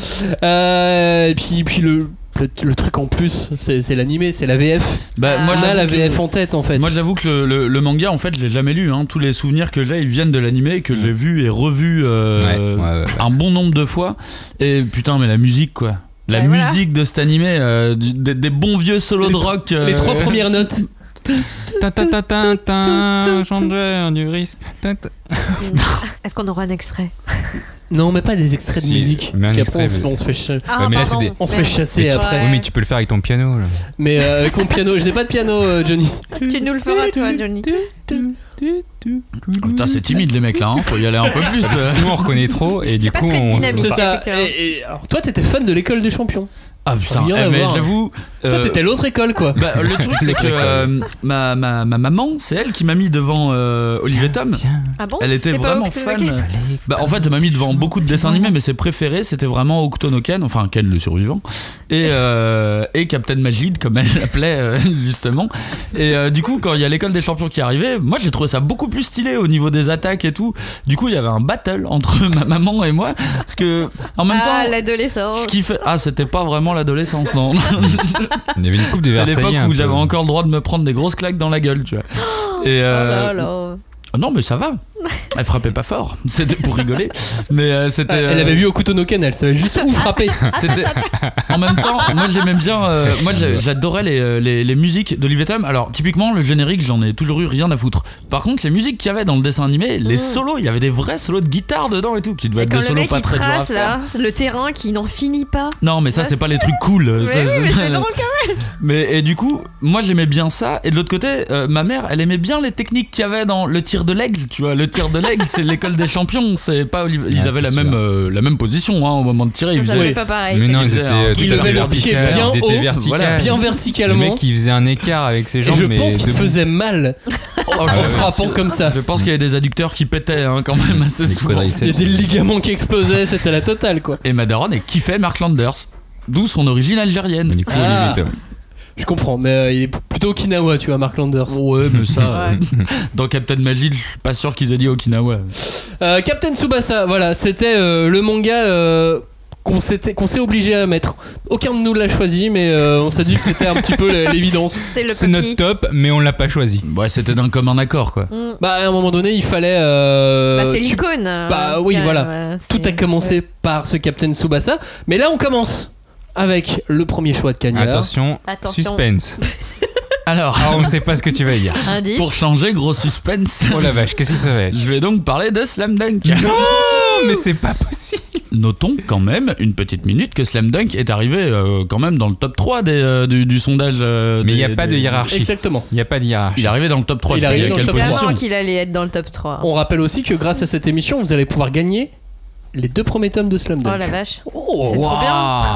Euh, et puis, puis le, le, le truc en plus, c'est, c'est l'animé, c'est la V F. Bah, Ah. moi, On a j'avoue la que- V F en tête en fait. Moi j'avoue que le, le- le manga en fait je l'ai jamais lu hein. Tous les souvenirs que j'ai ils viennent de l'animé et que j'ai vu et revu euh, Ouais, ouais, ouais, ouais. un bon nombre de fois. Et putain mais la musique quoi. La Ouais, voilà. musique de cet animé, euh, du- des, des bons vieux solos Les de tro- rock. euh, Les trois premières notes. Ta ta ta ta ta, changeur du risque. Ta, ta. Est-ce qu'on aura un extrait? Non, mais pas des extraits Si, de musique. mais un Parce qu'après, on, extrait, se- on se fait ch- Ah, Ouais, mais là, pardon. c'est des- on se fait Merde. chasser Mais tu- après. Ouais. Oui, mais tu peux le faire avec ton piano. Là. Mais euh, avec mon piano, je n'ai pas de piano, euh, Johnny. Tu nous le feras, toi, Johnny. Oh, putain, c'est timide les mecs là, hein. Faut y aller un peu plus. Parce que euh. sinon, on reconnaît trop et du pas coup, très on. dynamique. C'est ça. effectivement. Et, et- alors, toi, t'étais fan de l'école des champions. Ah putain, Rien eh, à mais voir. j'avoue. Toi, euh, t'étais l'autre école, quoi. Bah, le truc c'est que euh, ma, ma, ma maman, c'est elle qui m'a mis devant euh, Olivier Tom. Ah bon Elle était C'était pas vraiment Octonoke fan. Bah en fait elle m'a mis devant beaucoup de dessins animés, mais ses préférés c'était vraiment Octonoken, enfin Ken le survivant, et, euh, et Captain Majid comme elle l'appelait euh, justement. Et euh, du coup quand il y a l'école des champions qui arrivait, moi j'ai trouvé ça beaucoup plus stylé au niveau des attaques et tout. Du coup il y avait un battle entre ma maman et moi, parce que en même Ah, temps l'adolescence. je kiffais. Ah c'était pas vraiment l'adolescence non. Il y avait une coupe de C'était à Versailles. l'époque un où peu. j'avais encore le droit de me prendre des grosses claques dans la gueule, tu vois. Et Oh euh, là là. ah non mais ça va. Elle frappait pas fort, c'était pour rigoler. Mais euh, c'était. Elle euh, avait vu Okutonoken, elle savait juste où frapper. C'était. En même temps, moi j'aimais bien. euh, moi j'ai- j'adorais les, euh, les, les musiques d'Olivier Tom. Alors typiquement le générique, j'en ai toujours eu rien à foutre. Par contre, les musiques qu'il y avait dans le dessin animé, les Mm. solos, il y avait des vrais solos de guitare dedans et tout, qui devaient Et être quand des le solos mec pas il très durs à trace faire. là, le terrain qui n'en finit pas. Non, mais ça Ouais. c'est pas les trucs cool. Oui, ça, oui, c'est- mais c'est drôle quand même. Mais et du coup, moi j'aimais bien ça. Et de l'autre côté, euh, ma mère, elle aimait bien les techniques qu'il y avait dans le tir de l'aigle. Tu vois, le tir de l'aigle, c'est l'école des champions. C'est pas Olivier. Ils Ah, avaient c'est la sûr. même euh, la même position hein, au moment de tirer. Ils Ça, ça faisaient. fait pas pareil. Mais non, Ils ils faisaient étaient un- tout Ils à levaient fait leur pied vertical. bien Ils étaient haut, verticales. voilà. Bien Le verticalement. mec, il faisait un écart avec ses Et jambes. je mais pense qu'il se debout. faisait mal en, en ouais, frappant ouais. comme ça. Je pense qu'il y avait des adducteurs qui pétaient hein, quand même assez Des souvent. Il y a des ligaments qui explosaient, c'était la totale, quoi. Et ma daronne, elle kiffait Mark Landers. D'où son origine algérienne. Du coup, Ah. Olivier Tom. Je comprends, mais euh, il est plutôt Okinawa, tu vois, Mark Landers. Ouais, mais ça. euh, Ouais. Dans Captain Majid, je suis pas sûr qu'ils aient dit Okinawa. Euh, Captain Tsubasa, voilà, c'était euh, le manga euh, qu'on s'était- qu'on s'est obligé à mettre. Aucun de nous l'a choisi, mais euh, on s'est dit que c'était un petit peu l'évidence. C'était le C'est petit. notre top, mais on l'a pas choisi. Ouais, c'était d'un commun accord quoi. Mm. Bah, à un moment donné, il fallait. euh, Bah, c'est tu- l'icône. euh, Bah oui, ouais, voilà. ouais, Tout c'est- a commencé ouais. par ce Captain Tsubasa, mais là on commence avec le premier choix de Cagnard. Attention, Attention. suspense. Alors, Ah, on sait pas ce que tu vas dire. Indice. pour changer, gros suspense. Oh la vache, qu'est-ce que ça va être? Je vais donc parler de Slam Dunk. Non, mais c'est pas possible. Notons quand même une petite minute que Slam Dunk est arrivé euh, quand même dans le top trois des, euh, du, du sondage. euh, Mais il des- n'y a pas de des- hiérarchie. Exactement. Il n'y a pas de hiérarchie. Il est arrivé dans le top trois. Il est arrivé y a dans le quelle top position Évidemment qu'il allait être dans le top trois. On rappelle aussi que grâce à cette émission, vous allez pouvoir gagner les deux premiers tomes de Slam Dunk. Oh la vache. Oh, C'est trop bien.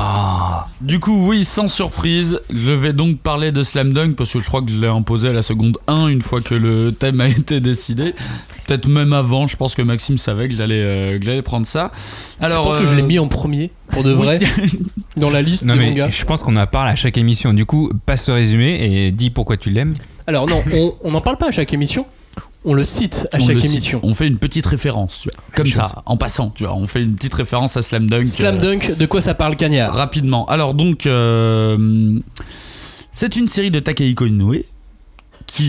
Ah. Du coup, oui, sans surprise, je vais donc parler de Slam Dunk parce que je crois que je l'ai imposé à la seconde un une fois que le thème a été décidé. Peut-être même avant, je pense que Maxime savait que j'allais euh, que j'allais prendre ça. Alors, je pense que euh, je l'ai mis en premier, pour de vrai, dans la liste Non des mais mangas. je pense qu'on en parle à chaque émission. Du coup, passe le résumé et dis pourquoi tu l'aimes. Alors non, on on n'en parle pas à chaque émission, on le cite à on chaque le cite, émission. on fait une petite référence, tu vois, comme chose. ça, en passant, tu vois, on fait une petite référence à Slam Dunk. Slam euh, Dunk, de quoi ça parle Cagnard? Rapidement. Alors donc, euh, c'est une série de Takehiko Inoue qui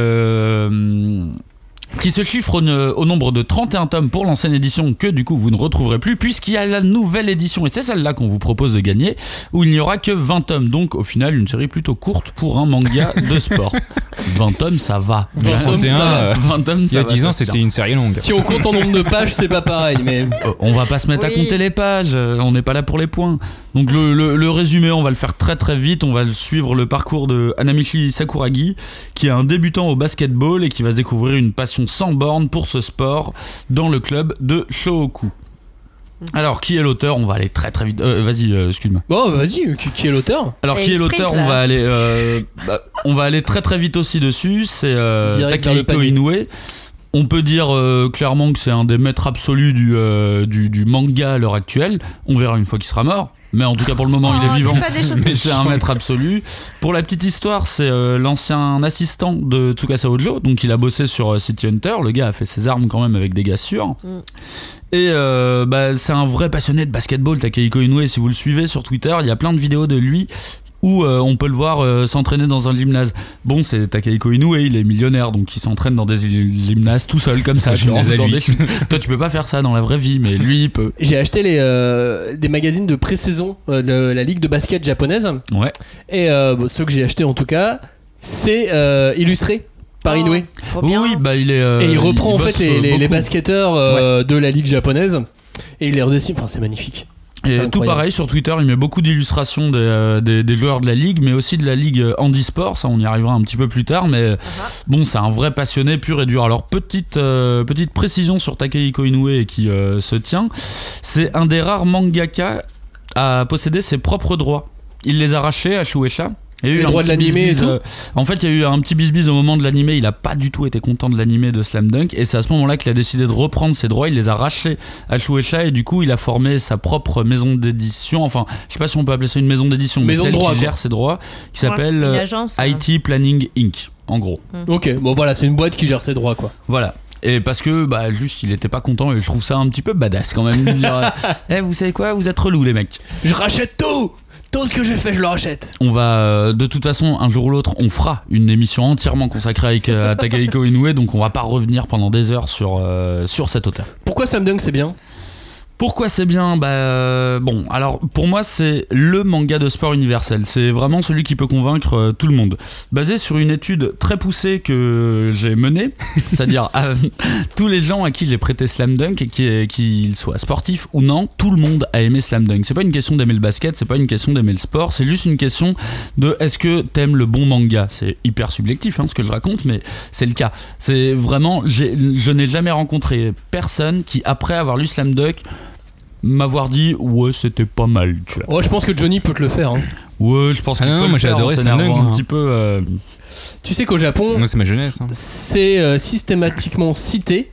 euh, qui se chiffre au, au nombre de trente et un tomes pour l'ancienne édition que du coup vous ne retrouverez plus puisqu'il y a la nouvelle édition et c'est celle-là qu'on vous propose de gagner où il n'y aura que vingt tomes, donc au final une série plutôt courte pour un manga de sport. vingt tomes ça va. vingt tomes, C'est ça un, va. euh, vingt tomes Il y ça a va, dix ans, ça se c'était tient. une série longue. Si on compte en nombre de pages, c'est pas pareil, mais Euh, on va pas se mettre à Oui. compter les pages, euh, on n'est pas là pour les points. Donc le, le- le résumé, on va le faire très très vite, on va suivre le parcours de Hanamichi Sakuragi, qui est un débutant au basketball et qui va se découvrir une passion sans borne pour ce sport dans le club de Shohoku. Alors, qui est l'auteur? On va aller très très vite. Euh, vas-y, euh, excuse-moi. bon, vas-y, qui, qui est l'auteur? Alors, Et qui est sprint, l'auteur? là. On va aller, euh, bah, on va aller très très vite aussi dessus. C'est euh, Direct vers le Takehiko panier. Inoue. On peut dire euh, clairement que c'est un des maîtres absolus du, euh, du, du manga à l'heure actuelle. On verra une fois qu'il sera mort. Mais en tout cas pour le moment Oh, il est dis vivant. pas des choses Mais comme c'est ça. un maître absolu. Pour la petite histoire, c'est euh, l'ancien assistant de Tsukasa Ojo. Donc il a bossé sur euh, City Hunter. Le gars a fait ses armes quand même avec des gars sûrs. Mm. Et euh, bah, c'est un vrai passionné de basketball, Takehiko Inoue. Si vous le suivez sur Twitter, il y a plein de vidéos de lui où euh, on peut le voir euh, s'entraîner dans un gymnase. Bon, c'est Takehiko Inoue, il est millionnaire, donc il s'entraîne dans des gymnases tout seul comme ça. Un tu vois, en gymnase à faisant lui. des chutes. Toi, tu peux pas faire ça dans la vraie vie, mais lui, il peut. J'ai acheté les, euh, des magazines de pré-saison euh, de la ligue de basket japonaise. Ouais. Et euh, bon, ceux que j'ai achetés en tout cas, c'est euh, illustré par Oh, Inoue. trop Oui, bien. oui, bah il est. euh, Et il reprend en bosse, fait les, euh, les, les beaucoup. basketteurs euh, de la ligue japonaise. Et il les redessine, enfin c'est magnifique. Et tout pareil sur Twitter, il met beaucoup d'illustrations des, euh, des, des joueurs de la ligue, mais aussi de la ligue handisport. Ça, on y arrivera un petit peu plus tard, mais uh-huh. bon, c'est un vrai passionné pur et dur. Alors petite euh, petite précision sur Takehiko Inoue qui euh, se tient, c'est un des rares mangaka à posséder ses propres droits. Il les a rachetés à Shueisha. Il y a eu les droits de l'animé et tout. Euh, en fait, il y a eu un petit bisbise au moment de l'animé. Il a pas du tout été content de l'animé de Slam Dunk. Et c'est à ce moment-là qu'il a décidé de reprendre ses droits. Il les a rachetés à Shueisha. Et du coup, il a formé sa propre maison d'édition. Enfin, je sais pas si on peut appeler ça une maison d'édition. Maison mais de celle droit, qui quoi. gère ses droits. Qui s'appelle ouais, euh, I T Planning Incorporated. En gros. Mmh. Ok, bon voilà, c'est une boîte qui gère ses droits, quoi. Voilà. Et parce que bah juste il était pas content et je trouve ça un petit peu badass quand même de dire eh, vous savez quoi, vous êtes relous les mecs. Je rachète tout. Tout ce que j'ai fait, je le rachète. On va, de toute façon, un jour ou l'autre, on fera une émission entièrement consacrée à Takehiko Inoue, donc on va pas revenir pendant des heures sur, euh, sur cet auteur. Pourquoi Slam Dunk c'est bien ? Pourquoi c'est bien ? Bah euh, bon, alors pour moi c'est le manga de sport universel. C'est vraiment celui qui peut convaincre euh, tout le monde. Basé sur une étude très poussée que j'ai menée, c'est-à-dire euh, tous les gens à qui j'ai prêté Slam Dunk, qu'ils qu'ils soient sportifs ou non, tout le monde a aimé Slam Dunk. C'est pas une question d'aimer le basket, c'est pas une question d'aimer le sport, c'est juste une question de est-ce que t'aimes le bon manga ? C'est hyper subjectif hein, ce que je raconte, mais c'est le cas. C'est vraiment, j'ai, je n'ai jamais rencontré personne qui après avoir lu Slam Dunk m'avoir dit ouais c'était pas mal tu vois. Ouais je pense que Johnny peut te le faire hein. Ouais je pense que ah non, moi j'ai adoré Slam Dunk un hein. petit peu euh... Tu sais qu'au Japon moi c'est ma jeunesse hein. C'est euh, systématiquement cité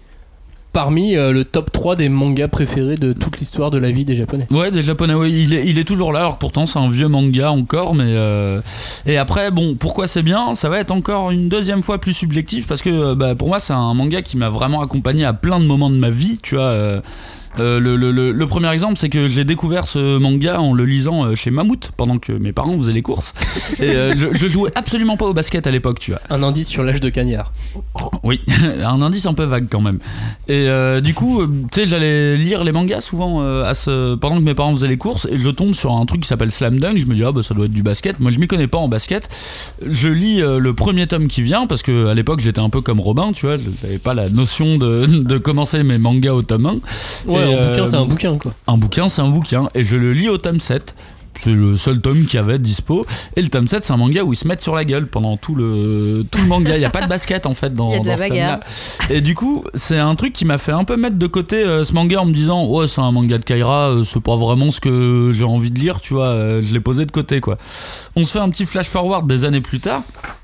parmi euh, le top trois des mangas préférés de toute l'histoire de la vie des Japonais. Ouais des Japonais ouais, il, est, il est toujours là alors pourtant c'est un vieux manga encore mais euh... et après bon pourquoi c'est bien ça va être encore une deuxième fois plus subjectif parce que bah, pour moi c'est un manga qui m'a vraiment accompagné à plein de moments de ma vie tu vois euh... Euh, le, le, le, le premier exemple c'est que j'ai découvert ce manga en le lisant euh, chez Mammouth pendant que mes parents faisaient les courses et euh, je, je jouais absolument pas au basket à l'époque tu vois. Un indice sur l'âge de Cagnard. Oui, un indice un peu vague quand même. Et euh, du coup, tu sais, j'allais lire les mangas souvent euh, à ce... pendant que mes parents faisaient les courses et je tombe sur un truc qui s'appelle Slam Dunk. Je me dis, ah bah ça doit être du basket. Moi, je m'y connais pas en basket. Je lis euh, le premier tome qui vient parce qu'à l'époque, j'étais un peu comme Robin, tu vois. J'avais pas la notion de, de commencer mes mangas au tome un. Ouais, et, un euh, bouquin, c'est un bouquin quoi. Un bouquin, c'est un bouquin. Et je le lis au tome sept. C'est le seul tome qui avait dispo. Et le tome sept, c'est un manga où ils se mettent sur la gueule pendant tout le, tout le manga. Il n'y a pas de basket en fait dans, Il y a de dans la ce bagarre. tome-là. Et du coup, c'est un truc qui m'a fait un peu mettre de côté euh, ce manga en me disant ouais, c'est un manga de Kaira, euh, c'est pas vraiment ce que j'ai envie de lire, tu vois. Euh, je l'ai posé de côté quoi. On se fait un petit flash forward des années plus tard.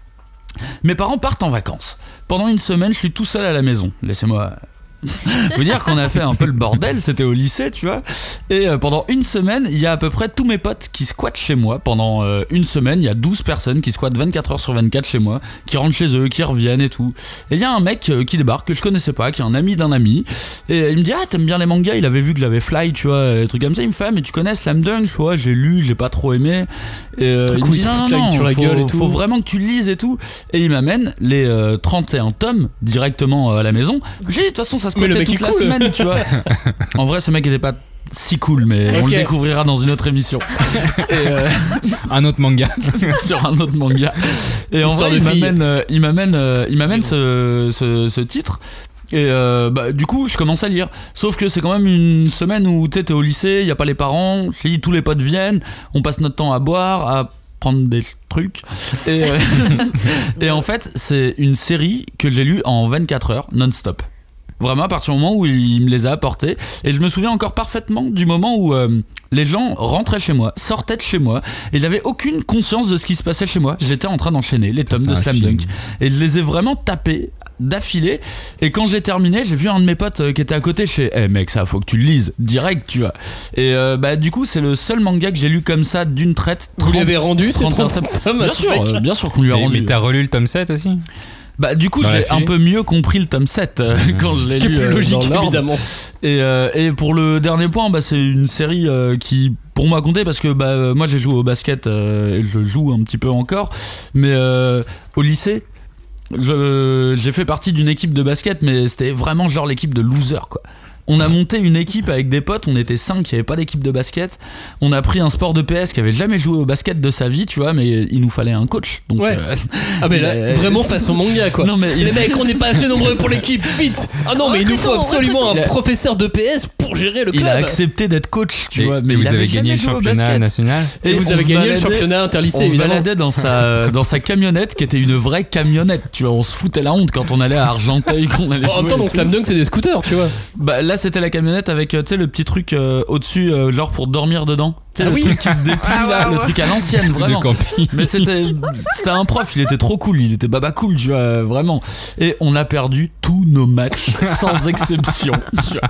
Mes parents partent en vacances. Pendant une semaine, je suis tout seul à la maison. Laissez-moi. Je veux dire qu'on a fait un peu le bordel, c'était au lycée, tu vois. Et euh, pendant une semaine, il y a à peu près tous mes potes qui squattent chez moi. Pendant euh, une semaine, il y a douze personnes qui squattent vingt-quatre heures sur vingt-quatre chez moi, qui rentrent chez eux, qui reviennent et tout. Et il y a un mec euh, qui débarque, que je connaissais pas, qui est un ami d'un ami. Et euh, il me dit, ah, t'aimes bien les mangas? Il avait vu que j'avais Fly, tu vois, des trucs comme ça. Il me fait, ah, mais tu connais Slam Dunk? Tu vois, j'ai lu, j'ai pas trop aimé. Et euh, il me dit, non, non, non, sur la faut, gueule et tout. faut vraiment que tu le lises et tout. Et il m'amène les euh, trente et un tomes directement euh, à la maison. Je dis, de toute façon, ça se squattait toute la cool. semaine, tu vois. En vrai, ce mec était pas si cool, mais okay. On le découvrira dans une autre émission. Et euh, un autre manga. Sur un autre manga. Et en vrai, il m'amène, euh, il m'amène, euh, il m'amène ce, ce, ce titre. Et euh, bah, du coup, je commence à lire. Sauf que c'est quand même une semaine où t'es au lycée, il y a pas les parents, tous les potes viennent, on passe notre temps à boire, à prendre des trucs. Et, euh, et en fait, c'est une série que j'ai lue en vingt-quatre heures, non-stop. Vraiment à partir du moment où il me les a apportés. Et je me souviens encore parfaitement du moment où euh, les gens rentraient chez moi, sortaient de chez moi, et j'avais aucune conscience de ce qui se passait chez moi. J'étais en train d'enchaîner les tomes c'est de Slam film. Dunk. Et je les ai vraiment tapés d'affilée. Et quand j'ai terminé, j'ai vu un de mes potes euh, qui était à côté. Je fais, eh hey, mec, ça faut que tu le lises direct, tu vois. Et euh, bah du coup, c'est le seul manga que j'ai lu comme ça d'une traite. Vous lui avez rendu ces trente tomes? Bien sûr, euh, bien sûr qu'on lui a mais, rendu. Mais t'as relu le tome sept aussi? Bah du coup dans j'ai un peu mieux compris le tome sept euh, mmh. quand je l'ai lu plus euh, logique dans l'ordre. Évidemment. Et, euh, et pour le dernier point, bah, c'est une série euh, qui pour moi comptait parce que bah, moi j'ai joué au basket euh, et je joue un petit peu encore. Mais euh, au lycée je, j'ai fait partie d'une équipe de basket, mais c'était vraiment genre l'équipe de losers quoi. On a monté une équipe avec des potes, on était cinq, il n'y avait pas d'équipe de basket. On a pris un sport de P S qui avait jamais joué au basket de sa vie, tu vois, mais il nous fallait un coach. Donc, ouais. euh, ah, mais là, euh, vraiment façon manga quoi. Non, mais les il... mecs, on n'est pas assez nombreux pour l'équipe, vite. Ah non, mais il nous faut absolument un professeur de P S pour pour gérer le club. Il a accepté d'être coach, tu et, vois. Mais et vous il avez avait gagné le championnat national. Et, et vous avez gagné le championnat interlycée, on évidemment. On se baladait dans sa, dans sa camionnette qui était une vraie camionnette, tu vois. On se foutait la honte quand on allait à Argenteuil, qu'on allait En même temps, dans Slam Dunk, c'est des scooters, tu vois. Bah là, c'était la camionnette avec, tu sais, le petit truc euh, au-dessus, euh, genre pour dormir dedans. Tu sais, ah le oui. truc qui se déplie ah, là, ouais, le ouais. truc à l'ancienne, vraiment. Mais c'était, c'était un prof, il était trop cool, il était baba cool, tu vois, vraiment. Et on a perdu tous nos matchs, sans exception. Tu vois.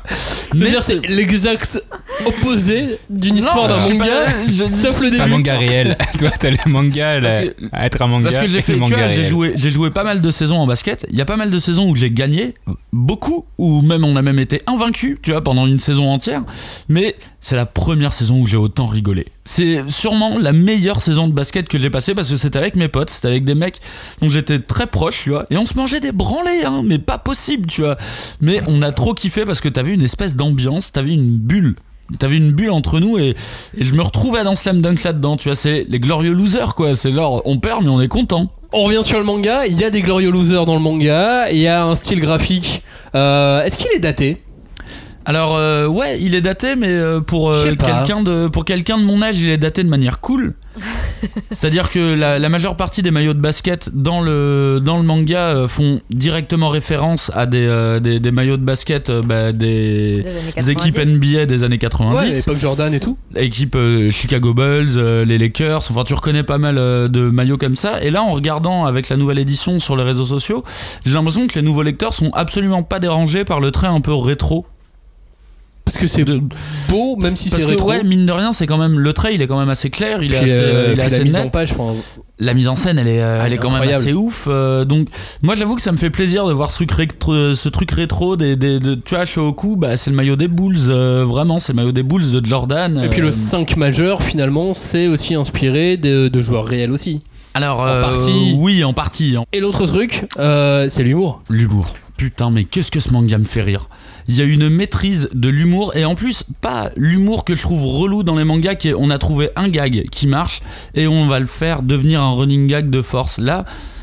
Mais dire, c'est l'exact opposé d'une histoire Non, d'un je suis manga, pas- je- sauf le C'est début. un manga réel. Toi, t'as le manga là, Parce que- à être un manga. Parce que j'ai et fait, le tu manga vois, j'ai réel. joué, j'ai joué pas mal de saisons en basket. Il y a pas mal de saisons où j'ai gagné, beaucoup, où même on a même été invaincu, tu vois, pendant une saison entière. Mais c'est la première saison où j'ai autant rigolé. C'est sûrement la meilleure saison de basket que j'ai passée parce que c'était avec mes potes, c'était avec des mecs dont j'étais très proche, tu vois. Et on se mangeait des branlés, hein, mais pas possible, tu vois. Mais on a trop kiffé parce que t'avais une espèce d'ambiance, t'avais une bulle. T'avais une bulle entre nous et, et je me retrouvais dans Slam Dunk là-dedans, tu vois, c'est les glorieux losers quoi, c'est genre on perd mais on est content. On revient sur le manga, il y a des glorieux losers dans le manga, il y a un style graphique. Euh, est-ce qu'il est daté ? Alors euh, ouais, il est daté mais euh, pour, euh, Je sais pas. quelqu'un de, pour quelqu'un de mon âge, il est daté de manière cool. C'est-à-dire que la, la majeure partie des maillots de basket dans le, dans le manga euh, font directement référence à des, euh, des, des maillots de basket euh, bah, des, des équipes N B A des années quatre-vingt-dix. Ouais, l'époque Jordan et tout. Équipe euh, Chicago Bulls, euh, les Lakers, enfin tu reconnais pas mal euh, de maillots comme ça. Et là en regardant avec la nouvelle édition sur les réseaux sociaux, j'ai l'impression que les nouveaux lecteurs sont absolument pas dérangés par le trait un peu rétro. Parce que c'est de... beau, même si Parce c'est que rétro. ouais, mine de rien, c'est quand même le trait, il est quand même assez clair, il est Puis, assez, euh, il est puis assez la mise net. en page, enfin, La mise en scène, elle est, euh, Ah, elle est quand même incroyable. assez ouf. euh, donc, moi, j'avoue que ça me fait plaisir de voir ce truc rétro, ce truc rétro des, des, de, tu vois, Shohoku, bah, c'est le maillot des Bulls, euh, vraiment, c'est le maillot des Bulls de Jordan. Et puis le euh, cinq majeur, finalement, c'est aussi inspiré de, de joueurs réels aussi. Alors, en euh, partie. oui, en partie. hein. Et l'autre truc, euh, c'est l'humour. L'humour. Putain, mais qu'est-ce que ce manga me fait rire. Il y a une maîtrise de l'humour, et en plus, pas l'humour que je trouve relou dans les mangas, qui est, on a trouvé un gag qui marche, et on va le faire devenir un running gag de force. Là,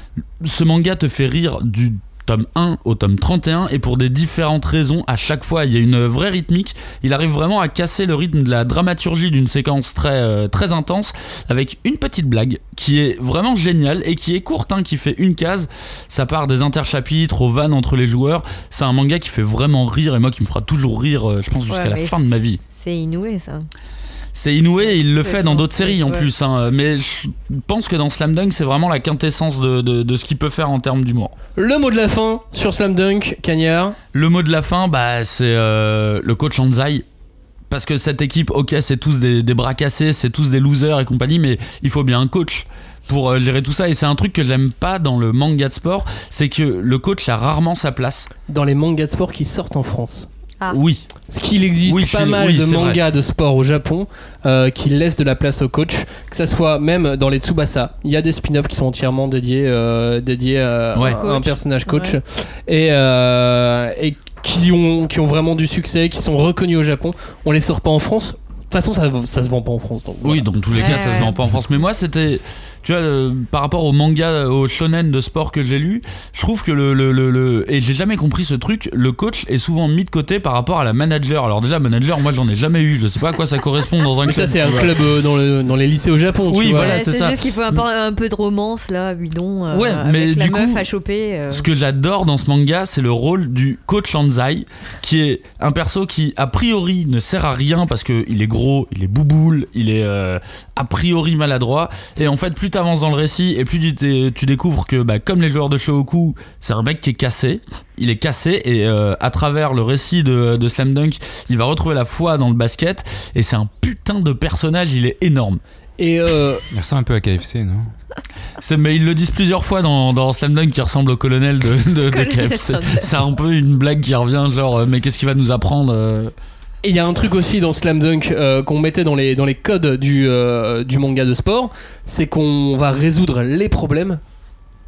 ce manga te fait rire du tome un au tome trente et un, et pour des différentes raisons. À chaque fois, il y a une vraie rythmique. Il arrive vraiment à casser le rythme de la dramaturgie d'une séquence très, euh, très intense, avec une petite blague qui est vraiment géniale et qui est courte, hein, qui fait une case. Ça part des interchapitres aux vannes entre les joueurs. C'est un manga qui fait vraiment rire, et moi qui me fera toujours rire, euh, je pense, jusqu'à Ouais, la mais fin de ma vie. C'est Inoue, ça. C'est Inoue, et il le C'est fait dans son d'autres style, séries en ouais. plus, hein. Mais je pense que dans Slam Dunk, c'est vraiment la quintessence de, de, de ce qu'il peut faire en termes d'humour. Le mot de la fin sur Slam Dunk, Cagnard. Le mot de la fin, bah, c'est euh, le coach Anzai. Parce que cette équipe, ok, c'est tous des, des bras cassés, c'est tous des losers et compagnie, mais il faut bien un coach pour euh, gérer tout ça. Et c'est un truc que j'aime pas dans le manga de sport, c'est que le coach a rarement sa place. Dans les mangas de sport qui sortent en France. Ah. Oui. Parce qu'il existe Oui, pas je suis- mal oui, de c'est mangas de sport au Japon euh, qui laissent de la place au coach, que ça soit même dans les Tsubasa. Il y a des spin-offs qui sont entièrement dédiés, euh, dédiés à, Ouais. à un Coach. personnage coach Ouais. et, euh, et qui, ont, qui ont vraiment du succès, qui sont reconnus au Japon. On les sort pas en France. De toute façon, ça, ça se vend pas en France. Donc, Oui, voilà. dans tous les Ouais, cas, ça se ouais. vend pas en France. Mais moi, c'était. Tu vois, euh, par rapport au manga, au shonen de sport que j'ai lu, je trouve que le, le, le, le- et j'ai jamais compris ce truc, le coach est souvent mis de côté par rapport à la manager. Alors déjà, manager, moi j'en ai jamais eu, je sais pas à quoi ça correspond dans un Mais club. ça, c'est tu un vois. club euh, dans, le, dans les lycées au Japon. Oui, tu vois. voilà, Ouais, c'est c'est ça. juste qu'il faut un, peu- un peu de romance, là, bidon. euh, Ouais, avec mais la du meuf coup, à choper. euh. Ce que j'adore dans ce manga, c'est le rôle du coach Anzai, qui est un perso qui, a priori, ne sert à rien parce qu'il est gros, il est bouboule, il est euh, a priori maladroit. Et en fait, plus t'avances dans le récit et plus tu, t'es- tu découvres que, bah, comme les joueurs de Shohoku, c'est un mec qui est cassé. Il est cassé et euh, à travers le récit de, de Slam Dunk, il va retrouver la foi dans le basket. Et c'est un putain de personnage, il est énorme. Et euh, Il ressemble un peu à K F C, non? C'est, mais ils le disent plusieurs fois dans, dans Slam Dunk qui ressemble au colonel de, de, de Colonel K F C. Sanders. C'est un peu une blague qui revient, genre, euh, mais qu'est-ce qu'il va nous apprendre euh Et il y a un truc aussi dans Slam Dunk euh, qu'on mettait dans les, dans les codes du, euh, du manga de sport, c'est qu'on va résoudre les problèmes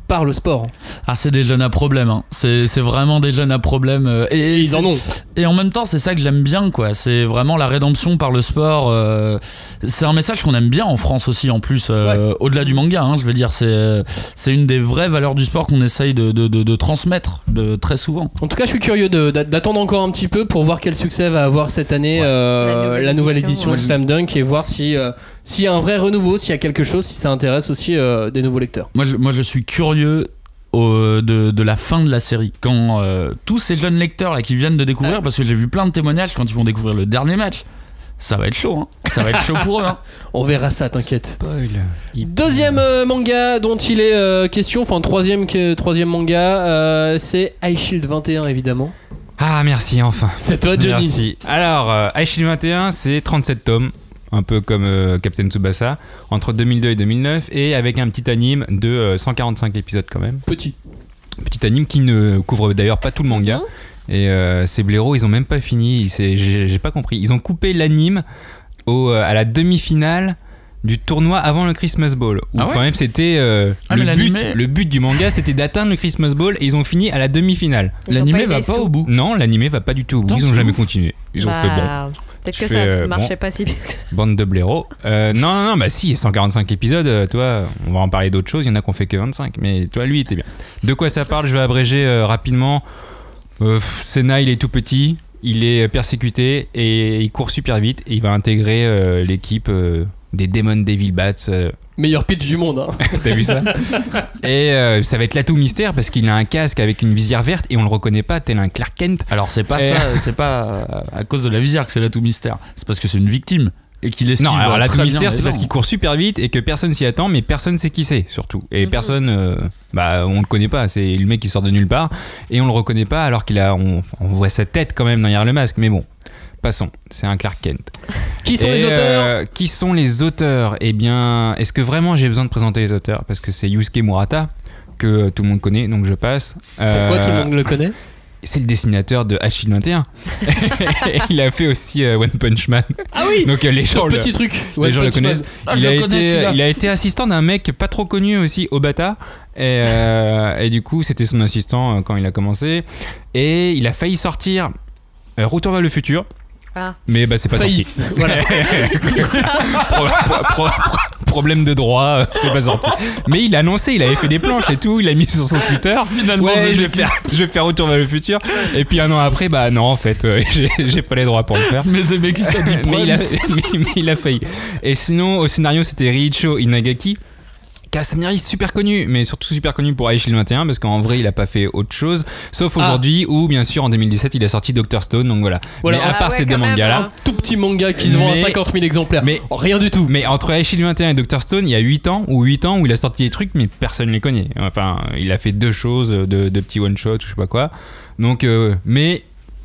par le sport. Ah, c'est des jeunes à problème, hein. c'est, c'est vraiment des jeunes à problème. euh, Et, Et ils en ont. Et en même temps, c'est ça que j'aime bien, quoi. C'est vraiment la rédemption par le sport. euh, C'est un message qu'on aime bien en France aussi, en plus, euh, Ouais. au-delà du manga. Hein, je veux dire, c'est, c'est une des vraies valeurs du sport qu'on essaye de, de, de, de transmettre de, très souvent. En tout cas, je suis curieux de- d'attendre encore un petit peu pour voir quel succès va avoir cette année euh, La nouvelle la nouvelle édition, édition de ouais. Slam Dunk et voir si euh, s'il y a un vrai renouveau, s'il y a quelque chose, si ça intéresse aussi euh, des nouveaux lecteurs. Moi, je, moi, je suis curieux au- de, de la fin de la série. Quand euh, tous ces jeunes lecteurs là, qui viennent de découvrir, Ah. parce que j'ai vu plein de témoignages quand ils vont découvrir le dernier match, ça va être chaud. Hein. Ça va être chaud pour eux. Hein. On verra ça, t'inquiète. Spoil. Il- Deuxième euh, manga dont il est euh, question, enfin troisième, que- troisième manga, euh, c'est High Shield vingt et un évidemment. Ah, merci, enfin. C'est toi, Johnny. Merci. Alors, euh, High Shield vingt et un, c'est trente-sept tomes, un peu comme euh, Captain Tsubasa, entre deux mille deux et deux mille neuf, et avec un petit anime de euh, cent quarante-cinq épisodes quand même. Petit. Petit anime qui ne couvre d'ailleurs pas tout le manga. Et euh, ces blaireaux, ils ont même pas fini. C'est- J'ai j'ai pas compris. Ils ont coupé l'anime au, euh, à la demi-finale du tournoi avant le Christmas Ball. Où Ah ouais quand même c'était euh, Ah, mais le, but, l'animé- le but du manga, c'était d'atteindre le Christmas Ball et ils ont fini à la demi-finale. Ils ont L'animé pas eu va les pas sous. au bout. Non, l'animé va pas du tout au bout. Putain, Ils ont c'est jamais ouf. continué. Ils ont Bah, fait bon. Peut-être Je que fais, ça euh, marchait bon. pas si bien. Bande de blaireaux. Euh, non, non, non, bah si, cent quarante-cinq épisodes, euh, toi, on va en parler d'autres choses, il y en a qu'on fait que vingt-cinq, mais toi, lui, il était bien. De quoi ça parle? Je vais abréger euh, rapidement. Euh, Senna, il est tout petit, il est persécuté et il court super vite et il va intégrer euh, l'équipe euh, des Demon Devil Bats. euh, Meilleur pitch du monde. Hein. T'as vu ça? Et euh, ça va être l'atout mystère parce qu'il a un casque avec une visière verte et on le reconnaît pas tel un Clark Kent. Alors, c'est pas Et- ça, c'est pas à cause de la visière que c'est là tout mystère. C'est parce que c'est une victime et qu'il esquive. Non, alors très l'atout bien mystère, les c'est parce gens. qu'il court super vite et que personne s'y attend, mais personne sait qui c'est surtout. Et Mhm. personne, euh, bah, on le connaît pas. C'est le mec qui sort de nulle part et on le reconnaît pas alors qu'il a, on, on voit sa tête quand même derrière le masque. Mais bon, passons. C'est un Clark Kent. Qui sont Et, les auteurs euh, Qui sont les auteurs? Eh bien, est-ce que vraiment j'ai besoin de présenter les auteurs? Parce que c'est Yusuke Murata que tout le monde connaît, donc je passe. Pourquoi Euh, tout le monde le connaît? C'est le dessinateur de High Shield vingt et un. Il a fait aussi euh, One Punch Man. Ah oui. Donc euh, les gens, Sur le, petit truc. les One gens le Punch Man. connaissent. Ah, il, je a le connais, été, celui-là. il a été assistant d'un mec pas trop connu aussi, Obata. Et, euh, et du coup, c'était son assistant euh, quand il a commencé. Et il a failli sortir euh, Retour vers le futur. Ah. Mais bah, c'est pas Failli. sorti. Voilà. Pro- pro- pro- problème de droit, euh, c'est pas sorti. Mais il a annoncé, il avait fait des planches et tout, il a mis sur son Twitter. Finalement, ouais, c'est je vais, des faire, je vais faire Retour vers le futur. Et puis un an après, bah non, en fait, euh, j'ai, j'ai pas les droits pour le faire. Mais c'est mec qui s'est dit mais, il a, Prums. mais, mais il a failli. Et sinon, au scénario, c'était Riicho Inagaki, qui est un scénariste super connu, mais surtout super connu pour High Shield vingt et un, parce qu'en vrai, il a pas fait autre chose, sauf Ah. aujourd'hui, où bien sûr, en deux mille dix-sept, il a sorti Doctor Stone, donc voilà. Voilà. Mais à Ah part ouais, ces deux quand même, mangas-là, hein. Tout petit manga qui se vend à Mais- cinquante mille exemplaires. mais- Oh, rien du tout. mais entre High Shield vingt et un et Doctor Stone, il y a huit ans, ou huit ans où il a sorti des trucs, mais personne ne les connaît. Enfin, il a fait deux choses, de, de petits one-shots, ou je sais pas quoi. Donc, euh, mais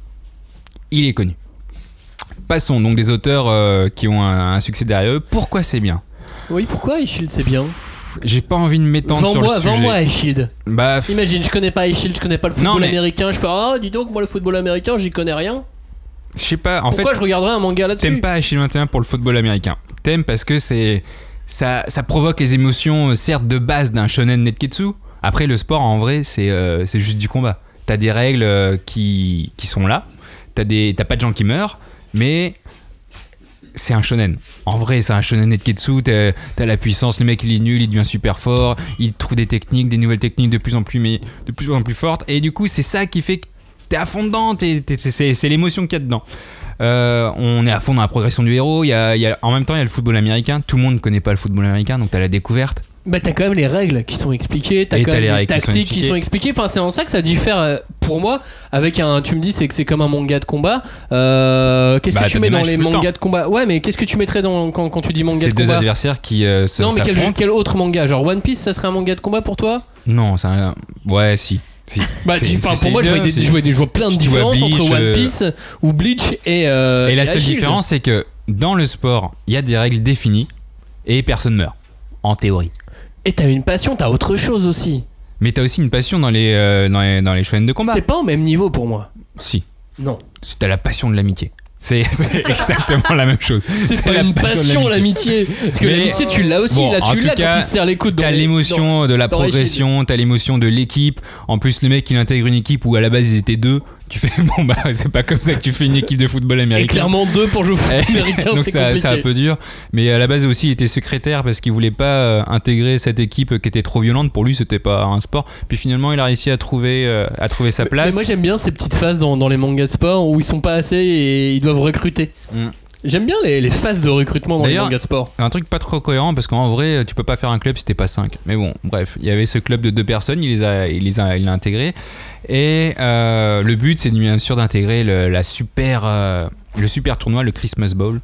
il est connu. Passons donc des auteurs euh, qui ont un, un succès derrière eux. Pourquoi c'est bien? Oui, pourquoi High Shield c'est bien? J'ai pas envie de m'étendre sur le Vends-moi, sujet. vends-moi High Shield. Bah, f- Imagine, je connais pas High Shield, je connais pas le football Non, mais- américain. Je fais ah, dis donc, moi le football américain, j'y connais rien. je sais pas. En Pourquoi fait, je regarderais un manga là-dessus? t'aimes pas High Shield vingt et un pour le football américain. T'aimes parce que c'est ça, ça provoque les émotions, euh, certes de base d'un shonen netketsu. Après, le sport en vrai, c'est euh, c'est juste du combat. T'as des règles euh, qui, qui sont là. T'as des t'as pas de gens qui meurent, mais c'est un shonen. En vrai, c'est un shonen netketsu. T'as, t'as la puissance, le mec il est nul, il devient super fort, il trouve des techniques, des nouvelles techniques de plus en plus, mais de plus en plus fortes. Et du coup, c'est ça qui fait que t'es à fond dedans. T'es, t'es- c'est, c'est l'émotion qu'il y a dedans. Euh, on est à fond dans la progression du héros. Il y a, il y a, en même temps, il y a le football américain. Tout le monde ne connaît pas le football américain, donc t'as la découverte. Bah t'as quand même les règles qui sont expliquées, t'as Et quand t'as même les les règles qui sont tactiques qui sont expliquées. expliquées. Enfin c'est en ça que ça diffère euh, pour moi avec un. Tu me dis c'est que c'est comme un manga de combat. Euh, qu'est-ce Bah, que tu t'as mets des dans matchs les tout le mangas temps. de combat? Ouais mais qu'est-ce que tu mettrais dans quand, quand tu dis manga C'est de deux combat? adversaires qui euh, se Non mais quel, s'affrontent. quel autre manga? Genre One Piece ça serait un manga de combat pour toi? Non, c'est un... Ouais, si. si. Bah C'est- tu- enfin, c'est pour moi je vois, bien, des, c'est- je vois des- je vois plein de Tu vois différences entre Bleach, One euh, Piece ou Bleach et euh, Et la High seule Shield. différence, c'est que dans le sport, il y a des règles définies et personne meurt. En théorie. Et t'as une passion, t'as autre chose aussi. Mais t'as aussi une passion dans les, euh, dans les, dans les shonen de combat. C'est pas au même niveau pour moi. Si. Non. T'as la passion de l'amitié. C'est, c'est exactement la même chose. C'est, c'est pas une passion, l'amitié. Parce que mais l'amitié, tu l'as aussi. Bon, là, tu l'as cas, quand il se serre les coudes. Dans t'as les, l'émotion dans, de la progression, t'as l'émotion de l'équipe. En plus, le mec, il intègre une équipe où à la base ils étaient deux. Tu fais bon bah c'est pas comme ça que tu fais une équipe de football américain. Et clairement deux pour jouer au foot américain. Donc c'est ça, compliqué. c'est un peu dur. Mais à la base aussi il était secrétaire parce qu'il voulait pas euh, intégrer cette équipe qui était trop violente. Pour lui c'était pas un sport. Puis finalement il a réussi à trouver euh, à trouver sa place. Mais moi j'aime bien ces petites phases dans, dans les mangas de sport où ils sont pas assez et ils doivent recruter. Mm. J'aime bien les, les phases de recrutement dans D'ailleurs, les mangas de sport. Un truc pas trop cohérent parce qu'en vrai, tu peux pas faire un club si t'es pas cinq. Mais bon, bref, il y avait ce club de deux personnes, il les a, il les a, il l'a intégré. Et euh, le but, c'est bien sûr d'intégrer le, la super, euh, le super tournoi, le Christmas Bowl.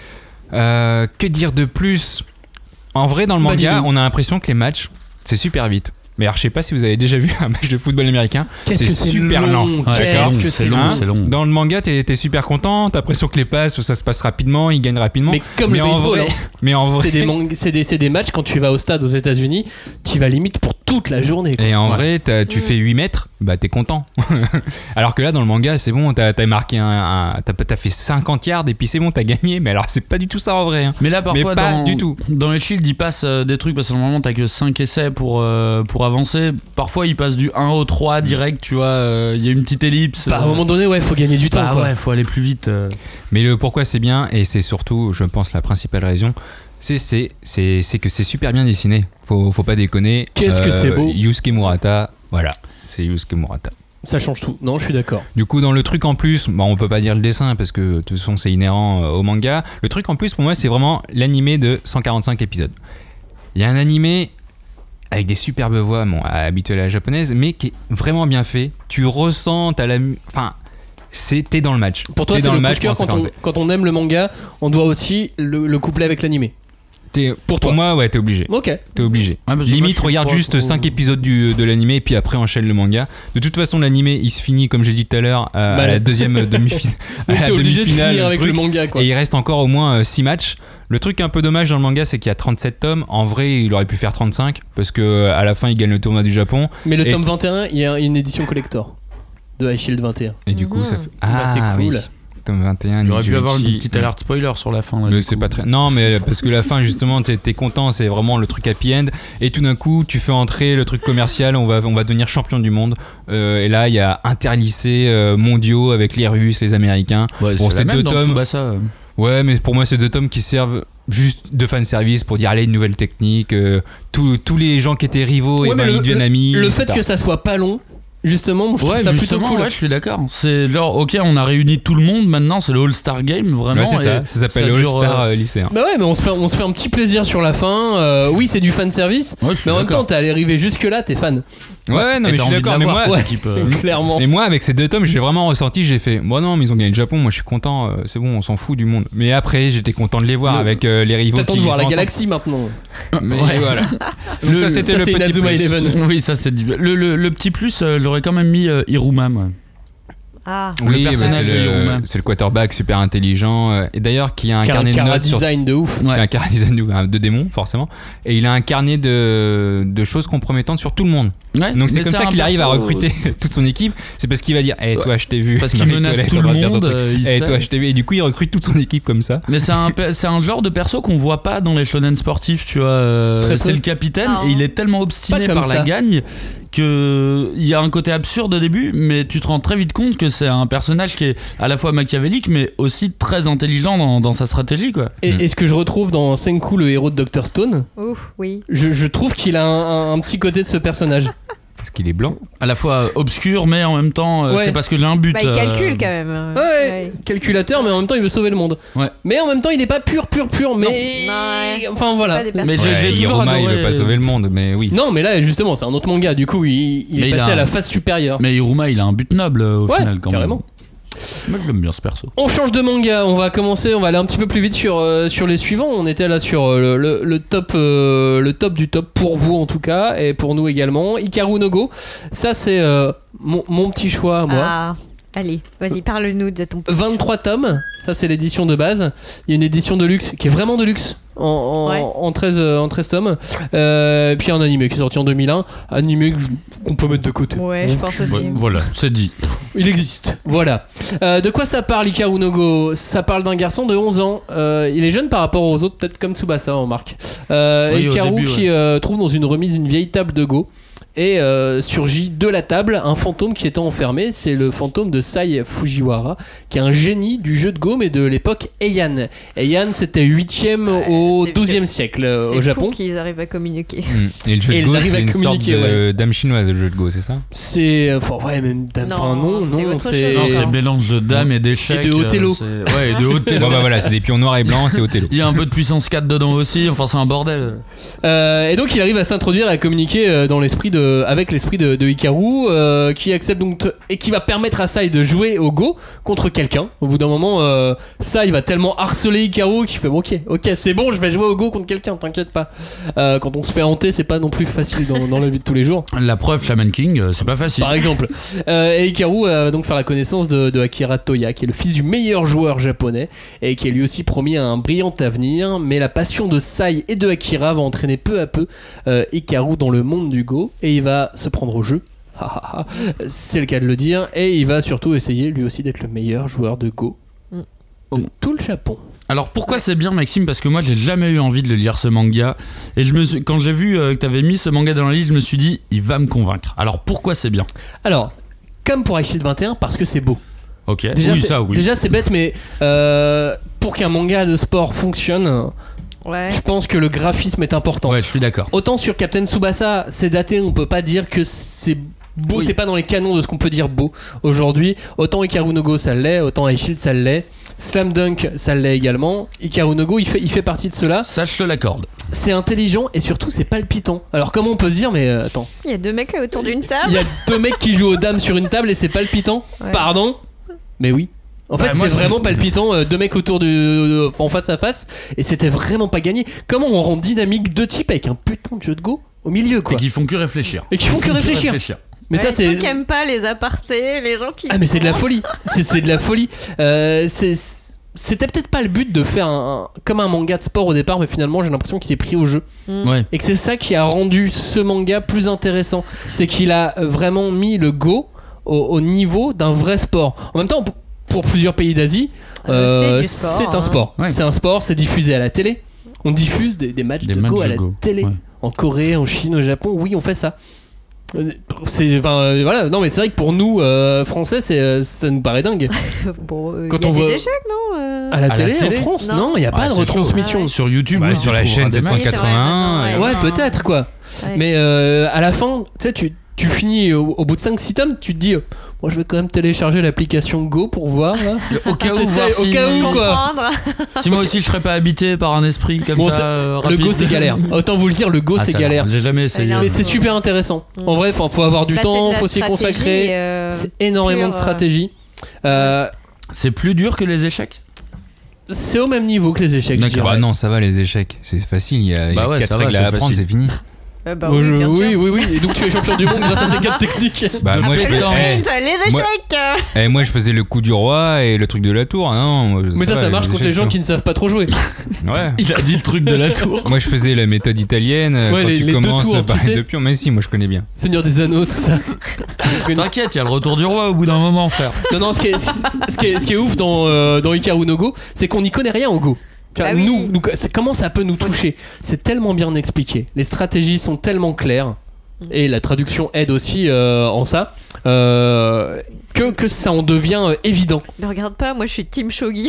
Euh, que dire de plus ? En vrai, dans le manga, on a l'impression que les matchs, c'est super vite. Mais alors, je sais pas si vous avez déjà vu un match de football américain. Qu'est-ce c'est que c'est super long. lent. Ouais, Qu'est-ce que c'est long, hein c'est long. Dans le manga, t'es, t'es super content. T'as l'impression que les passes, ça se passe rapidement, ils gagnent rapidement. Mais comme mais le en baseball, vrai, hein. mais en vrai, c'est des, man- c'est, des, c'est des matchs quand tu vas au stade aux États-Unis, tu vas limite pour toute la journée. Quoi. Et en ouais. vrai, t'as, tu fais huit mètres, bah t'es content. Alors que là, dans le manga, c'est bon, t'as, t'as marqué un, un t'as, t'as fait cinquante yards et puis c'est bon, t'as gagné. Mais alors, c'est pas du tout ça en vrai. Hein. Mais là, parfois, mais pas dans, du tout. Dans les shields, ils passent euh, des trucs parce que normalement, t'as que cinq essais pour, euh, pour avancer. Parfois, ils passent du un au trois direct, tu vois. Il euh, y a une petite ellipse. Bah, à un moment donné, ouais, faut gagner du temps. Bah quoi. ouais, faut aller plus vite. Euh. Mais le pourquoi c'est bien, et c'est surtout, je pense, la principale raison. C'est, c'est, c'est, c'est que c'est super bien dessiné. Faut, faut pas déconner. Qu'est-ce euh, que c'est beau. Yusuke Murata, voilà, c'est Yusuke Murata. Ça change tout. Non, je suis d'accord. Du coup, dans le truc en plus, bon, on peut pas dire le dessin parce que de toute façon c'est inhérent au manga. Le truc en plus pour moi, c'est vraiment l'animé de cent quarante-cinq épisodes. Il y a un animé avec des superbes voix, bon, habituelles à la japonaise, mais qui est vraiment bien fait. Tu ressens, t'as la, enfin. C'est, t'es dans le match. Pour toi, t'es c'est dans le, le coup match de cœur quand on, quand on aime le manga, on doit aussi le, le coupler avec l'animé. T'es, pour, pour moi, ouais, t'es obligé. Ok. T'es obligé. Ah, Limite, moi, regarde juste cinq épisodes du, de l'animé et puis après enchaîne le manga. De toute façon, l'animé il se finit, comme j'ai dit tout à l'heure, euh, bah, à la deuxième demi-finale. T'es obligé de finir avec le manga, quoi. Et il reste encore au moins six matchs. Le truc un peu dommage dans le manga, c'est qu'il y a trente-sept tomes. En vrai, il aurait pu faire trente-cinq parce qu'à la fin, il gagne le tournoi du Japon. Mais le et tome vingt et un, il y a une édition collector de High Shield vingt et un. Et du coup, mmh. ça fait. Ah, bah, c'est cool. Oui. Tome vingt et un, il aurait pu avoir une petite alerte spoiler sur la fin. Là, mais c'est pas très. Non, mais parce que la fin, justement, t'es, t'es content, c'est vraiment le truc happy end. Et tout d'un coup, tu fais entrer le truc commercial, on va, on va devenir champion du monde. Euh, et là, il y a interlycées euh, mondiaux avec les Russes, les Américains. Ouais, bon, c'est, c'est deux tomes. Tsubasa. Ouais, mais pour moi, c'est deux tomes qui servent juste de fanservice pour dire allez, une nouvelle technique. Euh, tous, tous les gens qui étaient rivaux, ouais, et ben, le, ils deviennent le, amis. Le fait que ça soit pas long. Justement, moi, je trouve ouais, ça plutôt cool. Ouais, je suis d'accord. C'est genre, ok, on a réuni tout le monde. Maintenant, c'est le All-Star Game, vraiment. Ouais, c'est ça. Ça s'appelle le All-Star euh... lycéen. Bah ouais, mais on se fait, on se fait un petit plaisir sur la fin. Euh, oui, c'est du fan service, ouais, mais en même temps, t'es arrivé jusque là, t'es fan. Ouais, ouais non, mais je suis d'accord. Mais moi, ouais, équipe, euh... clairement. Mais moi, avec ces deux tomes, j'ai vraiment ressenti. J'ai fait, bon non, mais ils ont gagné le Japon. Moi, je suis content. Euh, c'est bon, on s'en fout du monde. Mais après, j'étais content de les voir le... avec euh, les rivaux. T'attends qui de voir la ensemble. galaxie maintenant. Mais ouais. Voilà. Donc ça, c'était ça, le c'est petit Inazuma Eleven. Oui, ça c'est le, le, le petit plus. Euh, j'aurais quand même mis euh, Hiruma, moi. Ah. Oui, bah c'est, le, c'est le quarterback super intelligent et d'ailleurs qui a un qui carnet a un de notes design sur... de ouf. Ouais. Un carnet design de, de démons forcément et il a un carnet de, de choses compromettantes sur tout le monde. Ouais, donc c'est comme c'est ça qu'il arrive à recruter toute son équipe. C'est parce qu'il va dire hey, toi je t'ai vu parce qu'il menace tout le monde euh, hey, toi je t'ai vu et du coup il recrute toute son équipe comme ça. Mais c'est un, c'est un genre de perso qu'on voit pas dans les shonen sportifs, tu vois. Euh, c'est le capitaine ah, et il est tellement obstiné par ça. La gagne qu'il y a un côté absurde au début, mais tu te rends très vite compte que c'est un personnage qui est à la fois machiavélique mais aussi très intelligent dans, dans sa stratégie, quoi. Et, mmh. et ce que je retrouve dans Senku, le héros de docteur Stone, Ouf, oui. je, je trouve qu'il a un, un, un petit côté de ce personnage. Parce qu'il est blanc. À la fois obscur, mais en même temps, ouais. c'est parce qu'il a un but. Bah, il calcule euh... quand même. Ouais, ouais, calculateur, mais en même temps, il veut sauver le monde. Ouais. Mais en même temps, il n'est pas pur, pur, pur. Mais. Non. Enfin, voilà. Mais ouais, Hiruma, il veut pas sauver le monde, mais oui. Non, mais là, justement, c'est un autre manga. Du coup, il, il est passé il a... à la phase supérieure. Mais Hiruma, il a un but noble au ouais, final, quand carrément. même. Moi j'aime bien ce perso. On change de manga, on va commencer, on va aller un petit peu plus vite sur, euh, sur les suivants. On était là sur euh, le, le, le, top, euh, le top du top pour vous en tout cas, et pour nous également. Hikaru no Go, ça c'est euh, mon, mon petit choix moi. Ah, allez, vas-y, parle-nous de ton petit vingt-trois choix. Tomes, ça c'est l'édition de base. Il y a une édition de luxe qui est vraiment de luxe. En, en, ouais. en, treize, en treize tomes. Euh, puis un animé qui est sorti en deux mille un. Animé qu'on peut mettre de côté. Ouais, je pense aussi. Ouais, voilà, c'est dit. Il existe, voilà. Euh, de quoi ça parle, Hikaru no Go ? Ça parle d'un garçon de onze ans. Euh, il est jeune par rapport aux autres, peut-être comme Tsubasa, on remarque. Euh, Oui, au Hikaru début, qui ouais. euh, trouve dans une remise une vieille table de Go. Et euh, surgit de la table un fantôme qui était enfermé. C'est le fantôme de Sai Fujiwara, qui est un génie du jeu de Go, mais de l'époque Heian. Heian, c'était huitième Ouais, au c'est- douzième siècle euh, C'est au fou Japon. qu'ils arrivent à communiquer. Mm. Et le jeu Et de ils Go, arrivent à c'est une sorte communiquer, de dame chinoise, le jeu de Go, c'est ça ? C'est. Enfin, ouais, même. dame- Non, Enfin, non, c'est non, autre c'est. chose. Non, c'est mélange de dames et d'échecs. Et de Othello. euh, c'est- Ouais, et de Othello. Bon, bah voilà, c'est des pions noirs et blancs, c'est Othello. Il y a un peu de puissance quatre dedans aussi. Enfin, c'est un bordel. Euh, et donc il arrive à s'introduire et à communiquer euh, dans l'esprit de, avec l'esprit de, de Hikaru, euh, qui accepte donc t- et qui va permettre à Sai de jouer au Go contre quelqu'un. Au bout d'un moment, euh, Sai va tellement harceler Hikaru qu'il fait bon, ok, ok, c'est bon, je vais jouer au Go contre quelqu'un, t'inquiète pas. Euh, quand on se fait hanter, c'est pas non plus facile dans, dans la vie de tous les jours. La preuve, Shaman King, euh, c'est pas facile. Par exemple. Euh, et Hikaru va donc faire la connaissance de, de Akira Toya, qui est le fils du meilleur joueur japonais et qui est lui aussi promis un brillant avenir. Mais la passion de Sai et de Akira va entraîner peu à peu euh, Hikaru dans le monde du Go et il va se prendre au jeu. C'est le cas de le dire. Et il va surtout essayer lui aussi d'être le meilleur joueur de Go de tout le Japon. Alors pourquoi c'est bien, Maxime? Parce que moi j'ai jamais eu envie de le lire, ce manga, et je me suis, quand j'ai vu euh, que t'avais mis ce manga dans la liste, je me suis dit il va me convaincre. Alors pourquoi c'est bien? Alors, comme pour Aishid vingt et un, parce que c'est beau. Ok, Déjà, oui c'est, ça oui. déjà c'est bête, mais euh, pour qu'un manga de sport fonctionne, Ouais. je pense que le graphisme est important. Ouais, je suis d'accord. Autant sur Captain Tsubasa, c'est daté, on peut pas dire que c'est beau, Oui. c'est pas dans les canons de ce qu'on peut dire beau aujourd'hui. Autant Hikaru no Go ça l'est, autant Aishid ça l'est. Slam Dunk ça l'est également. Hikaru no Go il fait, il fait partie de cela. Ça je te l'accorde. C'est intelligent et surtout c'est palpitant. Alors comment on peut se dire, mais euh, attends, Il y a deux mecs autour d'une table. il y a deux mecs qui jouent aux dames sur une table et c'est palpitant. Ouais. Pardon? Mais oui. En fait, Bah, moi, c'est je- vraiment palpitant, euh, deux mecs autour de, de- en face à face, et c'était vraiment pas gagné. Comment on rend dynamique deux types avec un putain de jeu de Go au milieu, quoi? Et qui font que réfléchir. Et qui font que réfléchir. Mais Ouais, ça, c'est. Toi qui aimes pas les apartés, les gens qui. Ah, mais c'est de la pensent. folie. C'est, c'est de la folie. Euh, c'est. C'était peut-être pas le but de faire un, comme un manga de sport au départ, mais finalement j'ai l'impression qu'il s'est pris au jeu. Mm. Ouais. Et que c'est ça qui a rendu ce manga plus intéressant. C'est qu'il a vraiment mis le Go au, au niveau d'un vrai sport. En même temps, pour- pour plusieurs pays d'Asie, Euh, euh, c'est du sport, c'est un hein. sport. Ouais. C'est un sport, c'est diffusé à la télé. On diffuse des, des matchs Des de matchs Go de à la Go, télé. ouais. En Corée, en Chine, au Japon, oui, on fait ça. Euh, C'est, enfin, euh, voilà. Non, mais c'est vrai que pour nous, euh, Français, c'est, euh, ça nous paraît dingue. Bon, euh, Quand y a on des voit- échecs, non euh À la, À la télé, télé en France, Non. non, il n'y a pas Ah, de c'est retransmission. chaud. Sur YouTube, Bah, oui, sur tu la trouveras chaîne des sept cent matchs. quatre-vingts. Oui, c'est vrai, Ouais, maintenant, peut-être quoi. Ouais. Mais euh, à la fin, tu sais, tu, tu finis au, au bout de cinq six tomes, tu te dis, euh, moi je vais quand même télécharger l'application Go pour voir. Là. Au cas où, C'est voir ça, au si, cas où, quoi. Comprendre. si moi aussi je serais pas habité par un esprit comme Bon, ça. ça- euh, Le rapide. Go c'est galère. Autant vous le dire, le Go Ah, c'est ça, galère. J'ai jamais essayé. Ah, Mais non. c'est super intéressant. Mm. En vrai, faut, faut avoir du Là, c'est temps, de la faut s'y stratégie, consacrer. euh, C'est énormément de pure, euh, stratégie. Euh, C'est plus dur que les échecs. c'est au même niveau que les échecs. je D'accord. dirais. Bah non, ça va les échecs, c'est facile, il y a, il y a Bah ouais, quatre ça va, règles c'est à apprendre, facile. c'est fini. Euh, bah Moi, oui, je- bien sûr. oui, oui, oui. Et donc tu es champion du monde grâce à ces quatre techniques. Bah moi je, Après le fais- sprint, les échecs. eh, eh, moi je faisais le coup du roi et le truc de la tour, hein, non moi, Mais ça, va, ça marche contre les échecs, gens ça. qui ne savent pas trop jouer. Ouais. Il a dit le truc de la tour. Moi je faisais la méthode italienne, euh, Ouais, quand les- tu les deux commences tours, par tu les sais. deux pions, mais si, moi je connais bien. Seigneur des Anneaux, tout ça. T'inquiète, il y a le retour du roi au bout d'un moment, frère. Non, non, ce qui est, ce qui est- ce qui est- ce qui est ouf dans, euh, dans Hikaru no Go, c'est qu'on n'y connaît rien au Go. Tu vois, Bah oui. nous, nous, c'est, comment ça peut nous toucher? C'est tellement bien expliqué. Les stratégies sont tellement claires. Et la traduction aide aussi euh, en ça. euh, que, que ça en devient euh, évident. Mais regarde pas, moi je suis team shogi.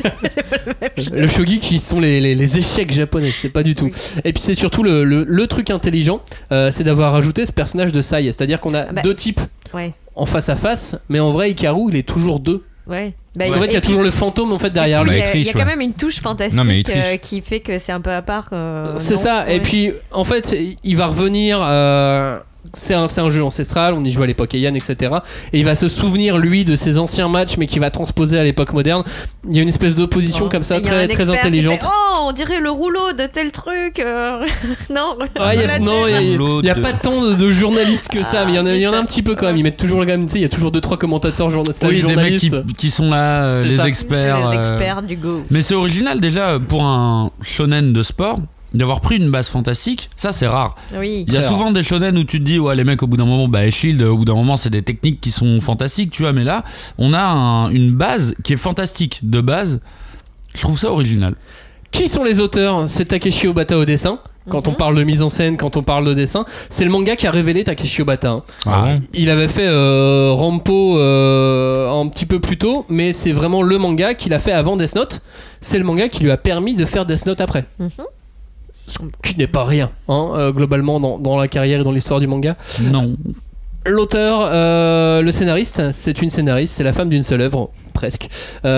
Le shogi qui sont les, les, les échecs japonais, c'est pas du tout. Et puis c'est surtout le, le, le truc intelligent, euh, c'est d'avoir rajouté ce personnage de Sai. C'est-à-dire qu'on a Ah bah, deux types Ouais, en face à face, mais en vrai Hikaru il est toujours deux. ouais. Bah, Parce qu'en fait il y a et puis- toujours le fantôme en fait derrière Il lui. y a, Bah, il il y a triche, quand ouais. même une touche fantastique Non, mais il triche. euh, qui fait que c'est un peu à part. euh, C'est non ça, et Ouais. puis en fait il va revenir, euh, c'est un, c'est un jeu ancestral, on y joue à l'époque Heian, et cetera. Et il va se souvenir lui de ses anciens matchs mais qui va transposer à l'époque moderne. Il y a une espèce d'opposition Oh. comme ça Et il y a très, un très expert qui intelligente. fait, oh, on dirait le rouleau de tel truc. euh, non, Ah, y a, la non, il tête. y a, Rouleau y a de- pas tant de, de journalistes que ça, Ah, mais il y en a, il y en a un putain. petit peu quand même. Ils mettent toujours le même, tu sais, il y a toujours deux trois commentateurs journalistes. Oui, des mecs qui, journalistes. qui sont là, euh, C'est les ça. experts. Les euh, experts du Go. Mais c'est original déjà pour un shonen de sport. d'avoir pris une base fantastique, ça c'est rare. Oui. Il y a Très souvent rare. des shonen où tu te dis ouais les mecs au bout d'un moment bah Shield au bout d'un moment c'est des techniques qui sont fantastiques tu vois, mais là on a un, une base qui est fantastique de base. Je trouve ça original. Qui sont les auteurs? C'est Takeshi Obata au dessin. Quand Mhm. on parle de mise en scène, quand on parle de dessin, c'est le manga qui a révélé Takeshi Obata. hein. Ah bon Il avait fait euh, Rampo euh, un petit peu plus tôt, mais c'est vraiment le manga qu'il a fait avant Death Note. C'est le manga qui lui a permis de faire Death Note après. Mhm. Ce qui n'est pas rien, hein, euh, globalement, dans, dans la carrière et dans l'histoire du manga. Non. L'auteur, euh, le scénariste, c'est une scénariste, c'est la femme d'une seule œuvre, presque.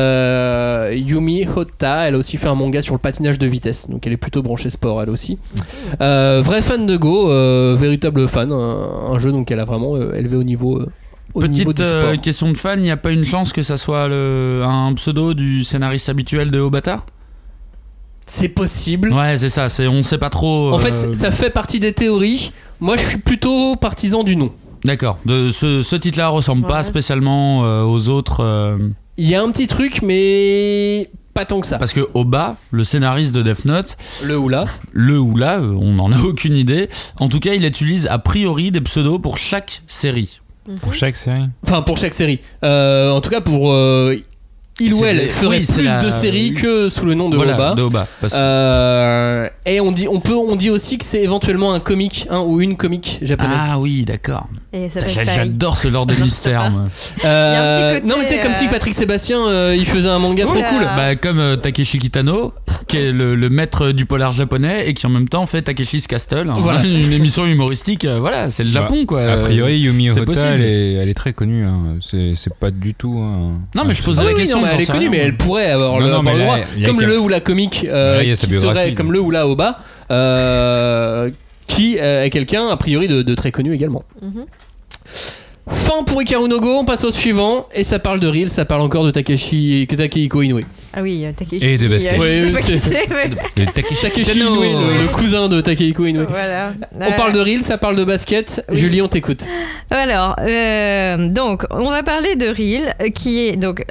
Euh, Yumi Hotta, elle a aussi fait un manga sur le patinage de vitesse, donc elle est plutôt branchée sport, elle aussi. Euh, vraie fan de Go, euh, véritable fan, un, un jeu donc elle a vraiment euh, élevé au niveau, euh, au niveau Petite du sport. euh, question de fan, il n'y a pas une chance que ça soit le, un pseudo du scénariste habituel de Obata? C'est possible. Ouais, c'est ça, c'est, on sait pas trop. En euh, fait, ça fait partie des théories. Moi, je suis plutôt partisan du nom. D'accord, de, ce, ce titre-là ressemble Ouais. pas spécialement euh, aux autres. euh, Il y a un petit truc, mais pas tant que ça. Parce que Oba, le scénariste de Death Note, Le ou là. le ou là, euh, on n'en a aucune idée. En tout cas, il utilise a priori des pseudos pour chaque série. Pour chaque série. Enfin, pour chaque série. Euh, en tout cas, pour. Euh, il ou C'est elle les- ferait oui, c'est plus la- de séries que sous le nom de voilà, Oba. de Oba. Parce- Euh, et on dit, on peut, on dit aussi que c'est éventuellement un comique, hein, ou une comique japonaise. Ah oui, d'accord. Et ça s'appelle J'a- Sai. J'adore ce genre de mystère. moi. Euh, Il y a un petit côté, non mais tu sais, comme euh, si Patrick Sébastien, euh, il faisait un manga trop Oula. cool. Bah, comme euh, Takeshi Kitano, qui est le, le maître du polar japonais et qui en même temps fait Takeshi's Castle, hein, Voilà. une émission humoristique. euh, voilà, c'est le Japon quoi. A priori, Yumi c'est Hotta, possible. elle est, elle est très connue. hein. C'est, c'est pas du tout. hein, Non, mais je un pose Ah la oui, oui, question. non, mais elle j'en est sais connue, rien. mais elle pourrait avoir Non, le, non, avoir mais le là, droit. il y a Comme qu'un- le ou la comique, euh, Là, il y a sa qui serait biographie, comme donc. le ou la Oba, euh, qui euh, est quelqu'un a priori de, de très connu également. Mhm. Fin pour Hikaru no Go, on passe au suivant, et ça parle de Reel, ça parle encore de Takeshi, Takehiko Inoue. Ah oui, euh, Takeshi. Et de basket. euh, je Oui, sais pas c'est- qui c'est, mais- Et Takeshi Takeshi Kitano. Inoue, le, le cousin de Takehiko Inoue. Voilà. On parle de Reel, ça parle de basket. Oui. Julie, on t'écoute. Alors, euh, donc, on va parler de Reel, euh, qui est donc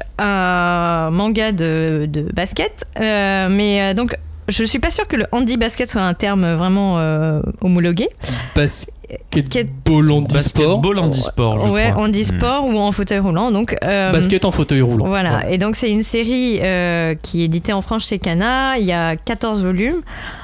un manga de, de basket. Euh, mais euh, donc, je suis pas sûre que le handi basket soit un terme vraiment euh, homologué. Basketball handisport. Basketball handisport, je Ouais, crois. handisport ou en fauteuil roulant. Donc, euh, Basket en fauteuil roulant. Voilà, Ouais. et donc c'est une série euh, qui est éditée en France chez Kana. Il y a quatorze volumes.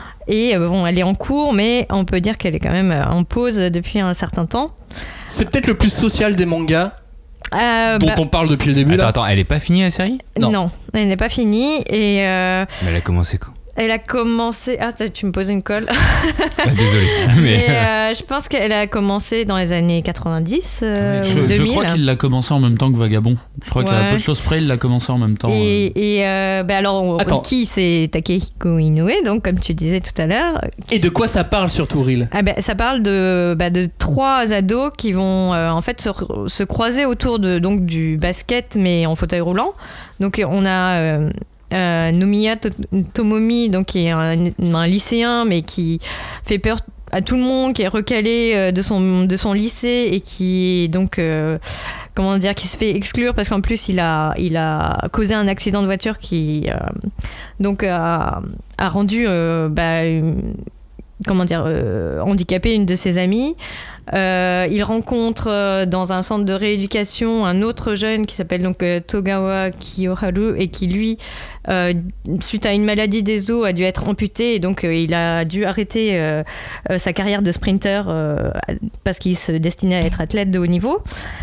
Et euh, bon, elle est en cours, mais on peut dire qu'elle est quand même euh, en pause depuis un certain temps. C'est peut-être le plus social des mangas Euh, dont bah, on parle depuis le début. Attends, là. attends, elle est pas finie la série? non. non. Elle n'est pas finie. Et euh, Mais elle a commencé quand? elle a commencé. Ah, ça, tu me poses une colle. Ah, désolé. Mais Mais, euh, je pense qu'elle a commencé dans les années quatre-vingt-dix euh, Je, ou je deux mille. crois qu'il l'a commencé en même temps que Vagabond. Je crois qu'à Ouais. peu de choses près, il l'a commencé en même temps. Et, et euh, bah alors, on- Attends. qui c'est Takehiko Inoue, donc comme tu disais tout à l'heure. Et de quoi ça parle surtout, Reel? Ah ben, ça parle de, bah, de trois ados qui vont euh, en fait se, se croiser autour de, donc, du basket mais en fauteuil roulant. Donc on a euh, euh, Nomiya To- Tomomi, donc, qui est un, un lycéen mais qui fait peur à tout le monde, qui est recalé euh, de, son, de son lycée et qui est donc... euh, comment dire, qui se fait exclure parce qu'en plus il a, il a causé un accident de voiture qui euh, donc a, a rendu euh, bah, une- comment dire euh, handicapé une de ses amies. Euh, il rencontre euh, dans un centre de rééducation un autre jeune qui s'appelle donc euh, Togawa Kiyoharu et qui lui euh, suite à une maladie des os a dû être amputé et donc euh, il a dû arrêter euh, euh, sa carrière de sprinter euh, parce qu'il se destinait à être athlète de haut niveau.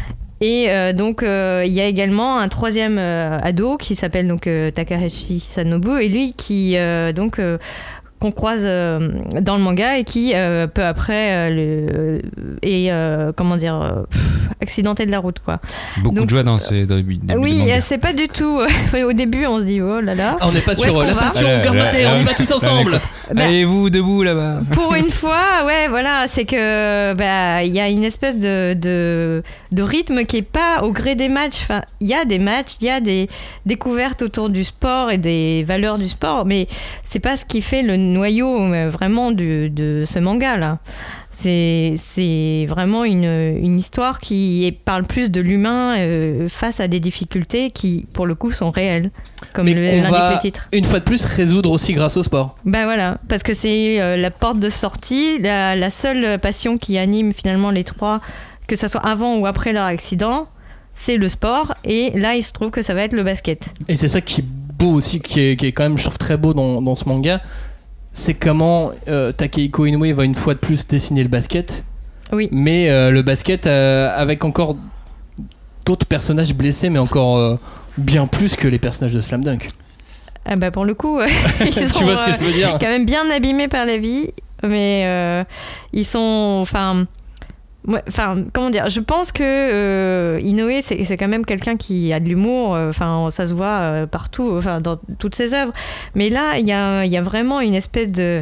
Et euh, donc euh, il y a également un troisième euh, ado qui s'appelle donc euh, Takahashi Sanobu et lui qui euh, donc euh, qu'on croise euh, dans le manga et qui euh, peu après euh, le, est euh, comment dire euh, pff, accidenté de la route quoi. beaucoup donc, de joie dans ces dans les débuts de Oui, manga. c'est pas du tout. Au début, on se dit oh là là. Ah, on n'est pas Où est-ce sur euh, qu'on la va passion Ah, là, Garmater, là, on y là. va tous Là, ensemble. Bah, Allez-vous debout là-bas? Pour une fois, ouais, voilà, c'est que bah il y a une espèce de, de de rythme qui est pas au gré des matchs. Enfin, il y a des matchs, il y a des découvertes autour du sport et des valeurs du sport, mais c'est pas ce qui fait le noyau euh, vraiment du, de ce manga là. c'est, c'est vraiment une, une histoire qui est, parle plus de l'humain euh, face à des difficultés qui, pour le coup, sont réelles, comme Mais le, on l'indique va, le titre. une fois de plus, résoudre aussi grâce au sport. Ben voilà, parce que c'est euh, la porte de sortie, la, la seule passion qui anime finalement les trois, que ce soit avant ou après leur accident, c'est le sport. Et là, il se trouve que ça va être le basket. Et c'est ça qui est beau aussi, qui est, qui est quand même, je trouve, très beau dans, dans ce manga. C'est comment euh, Takehiko Inoue va une fois de plus dessiner le basket. Oui. Mais euh, le basket euh, avec encore d'autres personnages blessés, mais encore euh, bien plus que les personnages de Slam Dunk. Ah bah pour le coup, ils tu sont vois ce que je veux dire euh, quand même bien abîmés par la vie, mais euh, ils sont, enfin, ouais, enfin, comment dire, je pense que euh, Inoue c'est, c'est quand même quelqu'un qui a de l'humour, enfin, euh, ça se voit euh, partout, enfin, dans toutes ses œuvres. Mais là, il y a, il y a vraiment une espèce de,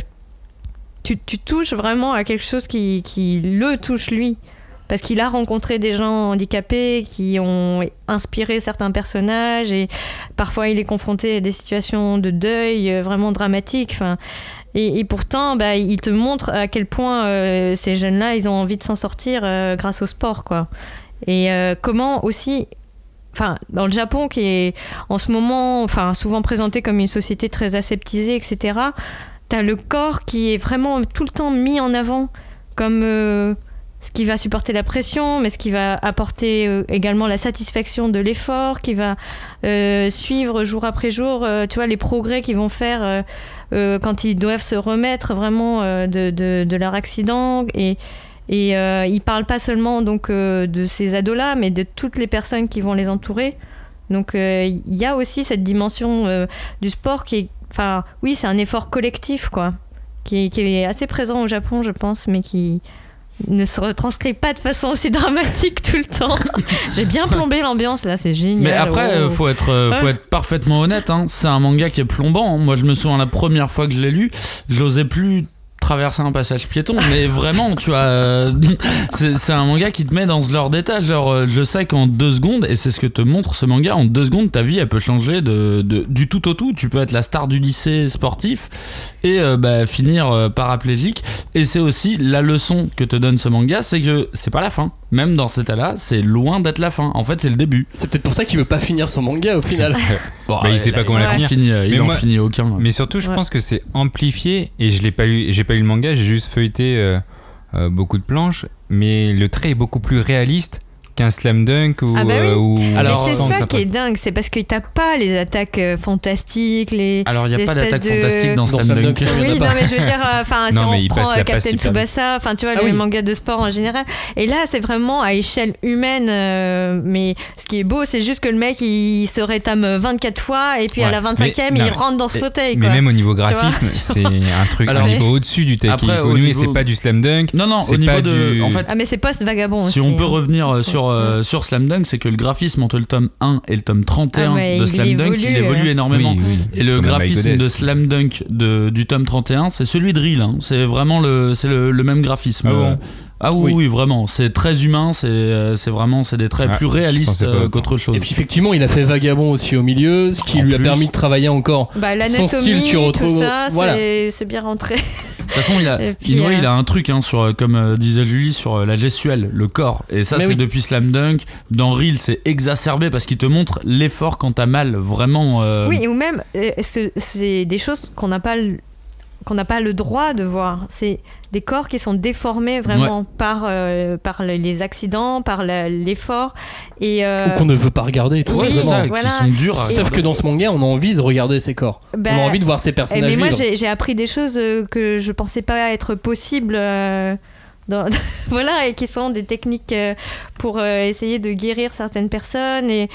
tu, tu touches vraiment à quelque chose qui, qui le touche lui. Parce qu'il a rencontré des gens handicapés qui ont inspiré certains personnages et parfois il est confronté à des situations de deuil vraiment dramatiques. Enfin, et, et pourtant, bah, il te montre à quel point euh, ces jeunes-là, ils ont envie de s'en sortir euh, grâce au sport, quoi. Et euh, comment aussi... Enfin, dans le Japon, qui est en ce moment enfin, souvent présenté comme une société très aseptisée, et cetera, t'as le corps qui est vraiment tout le temps mis en avant comme... Euh, ce qui va supporter la pression, mais ce qui va apporter euh, également la satisfaction de l'effort, qui va euh, suivre jour après jour, euh, tu vois, les progrès qu'ils vont faire euh, euh, quand ils doivent se remettre vraiment euh, de, de, de leur accident. Et, et euh, ils parlent pas seulement donc, euh, de ces ados-là, mais de toutes les personnes qui vont les entourer. Donc il euh, y a aussi cette dimension euh, du sport qui est... Enfin, oui, c'est un effort collectif, quoi, qui, qui est assez présent au Japon, je pense, mais qui... ne se retranscrit pas de façon aussi dramatique tout le temps. J'ai bien plombé l'ambiance là, c'est génial. Mais après, oh. faut être, euh, faut être parfaitement honnête. Hein. C'est un manga qui est plombant. Hein. Moi, je me souviens la première fois que je l'ai lu, j'osais plus traverser un passage piéton, mais vraiment, tu vois, euh, c'est, c'est un manga qui te met dans leur détail. Genre, euh, je sais qu'en deux secondes, et c'est ce que te montre ce manga, en deux secondes, ta vie, elle peut changer de, de, du tout au tout. Tu peux être la star du lycée sportif et euh, bah, finir euh, paraplégique. Et c'est aussi la leçon que te donne ce manga, c'est que c'est pas la fin. Même dans cet état-là, c'est loin d'être la fin. En fait, c'est le début. C'est peut-être pour ça qu'il veut pas finir son manga au final. Bon, bah, il sait pas comment la finir. Finit, il mais en moi, finit aucun. Mais surtout, je ouais. pense que c'est amplifié et je l'ai pas lu. J'ai pas lu le manga, j'ai juste feuilleté euh, euh, beaucoup de planches, mais le trait est beaucoup plus réaliste qu'un Slam Dunk ou. Ah bah oui. euh, ou Alors, mais c'est sans, ça ça qui est dingue, c'est parce que t'as pas les attaques euh, fantastiques, les. Alors il y a pas l'espèce d'attaque de... fantastique dans, dans Slam Slam Dunk. Dunk. Oui, non mais je veux dire, enfin, si Non, mais on il prend passe euh, la passe Captain super Tsubasa, enfin tu vois, Ah les oui. mangas de sport en général. Et là, c'est vraiment à échelle humaine. Euh, mais ce qui est beau, c'est juste que le mec, il se rétame vingt-quatre fois et puis Ouais. à la vingt-cinquième, Mais- il non, mais- rentre dans ce fauteuil. Mais quoi. même au niveau vois graphisme, c'est un truc, Alors, un niveau au-dessus du Takehiko après, au Inoue, niveau- c'est pas du Slam Dunk. Non, non, c'est au niveau pas de. du... En fait, Ah mais c'est post-vagabond si aussi. on peut hein. revenir euh, sur, euh, sur Slam Dunk, c'est que le graphisme entre le tome un et le tome trente et un Ah ouais, de il Slam Dunk, évolue, il évolue euh. énormément. Oui, oui. Et C'est le comme un graphisme Mike de Goddess. Slam Dunk de, du tome trente et un, c'est celui de Reel. Hein. C'est vraiment le, c'est le, le même graphisme. Ah bon Euh, Ah oui, Oui. oui, vraiment. C'est très humain. C'est, euh, c'est vraiment, c'est des traits Ah, plus je réalistes pensais pas euh, autant. qu'autre chose. Et puis effectivement, il a fait Vagabond aussi au milieu, ce qui En lui a plus. permis de travailler encore Bah, son l'anatomie, style sur autre. tout ça, Voilà. c'est, c'est bien rentré. De toute façon, il a, Et puis, Inoue, euh, il a un truc, hein, sur, comme euh, disait Julie, sur euh, la gestuelle, le corps. Et ça, Mais c'est oui. depuis Slam Dunk. Dans Reel, c'est exacerbé parce qu'il te montre l'effort quand t'as mal. Vraiment. euh, Oui, ou même, euh, c'est, c'est des choses qu'on n'a pas, le- qu'on n'a pas le droit de voir. C'est des corps qui sont déformés vraiment par, euh, par le- les accidents, par la- l'effort. Et, euh, Ou qu'on ne veut pas regarder, tout Ouais, Oui, c'est simplement. ça, voilà. qui sont durs à Sauf regarder. que dans ce manga, on a envie de regarder ces corps. bah, on a envie de voir ces eh, personnages mais moi, vivre. j'ai, j'ai appris des choses euh, que je pensais pas être possibles. euh, dans- voilà, et qui sont des techniques euh, pour euh, essayer de guérir certaines personnes. Et,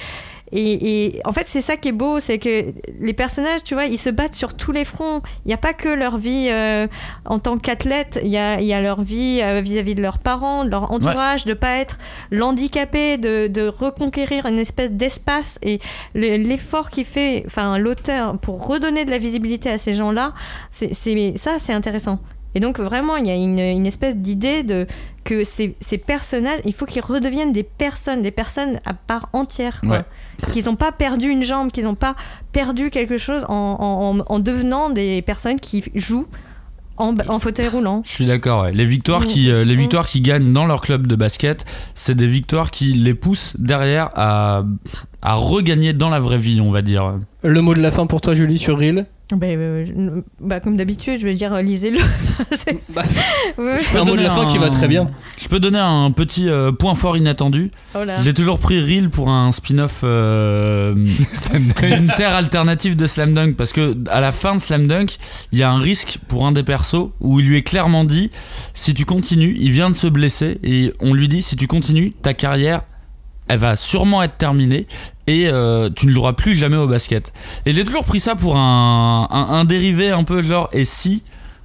et, et en fait, c'est ça qui est beau, c'est que les personnages, tu vois, ils se battent sur tous les fronts. Il n'y a pas que leur vie euh, en tant qu'athlète, il y a, il y a leur vie euh, vis-à-vis de leurs parents, de leur entourage, de ne pas être l'handicapé, de, de reconquérir une espèce d'espace. Et le- l'effort qu'il fait, enfin, l'auteur, pour redonner de la visibilité à ces gens-là, c'est, c'est, ça, c'est intéressant. Et donc, vraiment, il y a une, une espèce d'idée de, que ces, ces personnages, il faut qu'ils redeviennent des personnes, des personnes à part entière, quoi. Ouais. Qu'ils n'ont pas perdu une jambe, qu'ils n'ont pas perdu quelque chose en, en, en devenant des personnes qui jouent En, en fauteuil roulant. Je suis d'accord, ouais. Les victoires, mmh. qui, euh, les victoires mmh. qui gagnent dans leur club de basket, c'est des victoires qui les poussent derrière à, à regagner dans la vraie vie, on va dire. Le mot de la fin pour toi, Julie, sur Reel. Bah, euh, bah, comme d'habitude, je vais dire euh, lisez-le. c'est bah, ouais. c'est un mot de la fin un... qui va très bien. Je peux donner un petit euh, point fort inattendu. Oh là. J'ai toujours pris Reel pour un spin-off euh, d'une terre alternative de Slam Dunk, parce que à la fin de Slam Dunk, il y a un risque pour un des persos où il lui est clairement dit si tu continues, il vient de se blesser et on lui dit si tu continues, ta carrière elle va sûrement être terminée et euh, tu ne joueras plus jamais au basket. Et j'ai toujours pris ça pour un, un, un dérivé un peu genre et si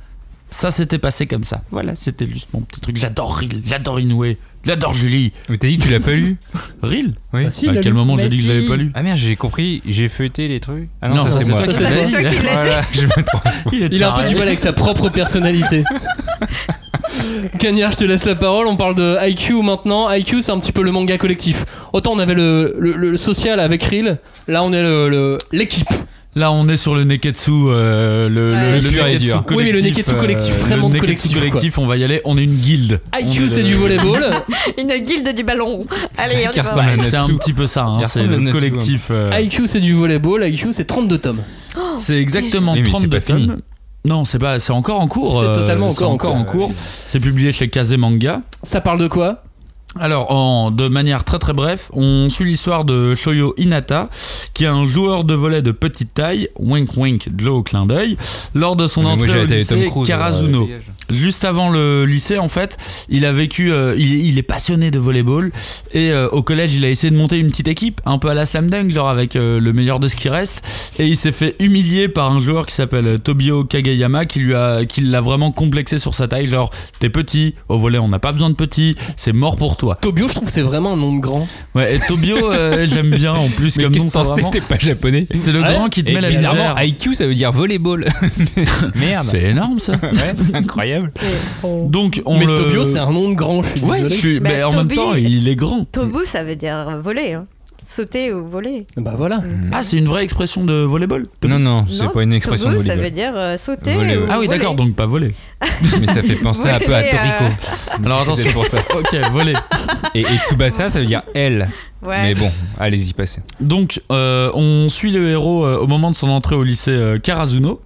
ça s'était passé comme ça. Voilà, c'était juste mon petit truc. J'adore Reel, j'adore Inoue, j'adore Julie. Mais t'as dit que tu l'as pas lu? Reel? Oui. Ah, si, à quel lu. moment bah j'ai dit si. que je l'avais pas lu? Ah merde, j'ai compris, j'ai feuilleté les trucs. Ah non, non ça, ça c'est, c'est moi. toi qui Ça, l'as c'est dit. toi qui l'as Voilà, je me trompe. Il, Il a un peu du mal avec sa propre personnalité. Cagnard, je te laisse la parole. On parle de I Q maintenant. I Q, c'est un petit peu le manga collectif. Autant on avait le, le, le social avec Reel, là on est le, le, l'équipe. Là, on est sur le Neketsu, euh, le, ouais, le, le pur et Neketsu dur. collectif. Oui, mais le Neketsu collectif, euh, vraiment le de Neketsu collectif, collectif, on va y aller. On est une guilde. I On Q, est c'est le- du volleyball. Une guilde du ballon. Allez, on y Qui va. ressemble à Ouais, c'est un Natsu. petit peu ça, hein, Il c'est ressemble à le Natsu, collectif. euh, I Q, c'est du volleyball. I Q, c'est trente-deux tomes. c'est exactement Oui, mais c'est trente-deux pas fini. tomes. Non, c'est pas, c'est encore en cours. C'est euh, totalement c'est encore en encore cours. en cours. C'est publié chez Kaze Manga. Ça parle de quoi? Alors, en, de manière très très bref, on suit l'histoire de Shoyo Hinata, qui est un joueur de volley de petite taille, wink wink, Joe au clin d'œil, lors de son Mais moi, entrée j'ai au été avec Tom lycée Cruise, Karazuno. euh, Juste avant le lycée, en fait, il a vécu, euh, il, il est passionné de volleyball et euh, au collège, il a essayé de monter une petite équipe, un peu à la slam dunk, genre avec euh, le meilleur de ce qui reste, et il s'est fait humilier par un joueur qui s'appelle Tobio Kageyama, qui lui a, qui l'a vraiment complexé sur sa taille, genre t'es petit, au volley on n'a pas besoin de petit, c'est mort pour toi. Tobio, je trouve que c'est vraiment un nom de grand. Ouais, et Tobio, euh, j'aime bien en plus Mais comme nom, qu'est-ce c'est que t'en sais vraiment. que t'es pas japonais? C'est le Ouais. grand qui te Et met la bizarrement, misère. I Q ça veut dire volleyball. Merde. C'est énorme ça. Ouais, c'est incroyable. Donc on Mais le. Tobio, c'est un nom de grand, je suis Ouais, désolé. je suis- Bah, mais en Toby- même temps, il est grand. Tobu, ça veut dire voler. Hein. Sauter ou voler. Bah voilà. Ah, c'est une vraie expression de volleyball. Non, non, c'est Non, pas une expression de Tobu, ça volleyball. veut dire euh, sauter Voler, ou ouais. Ah oui, voler. d'accord, donc pas voler. Mais ça fait penser un peu à Voler, Toriko. euh, Alors attention C'est pour ça. Ok, voler. Et, et Tsubasa ça veut dire elle. Ouais. Mais bon, allez-y, passez. Donc euh, on suit le héros euh, au moment de son entrée au lycée euh, Karazuno.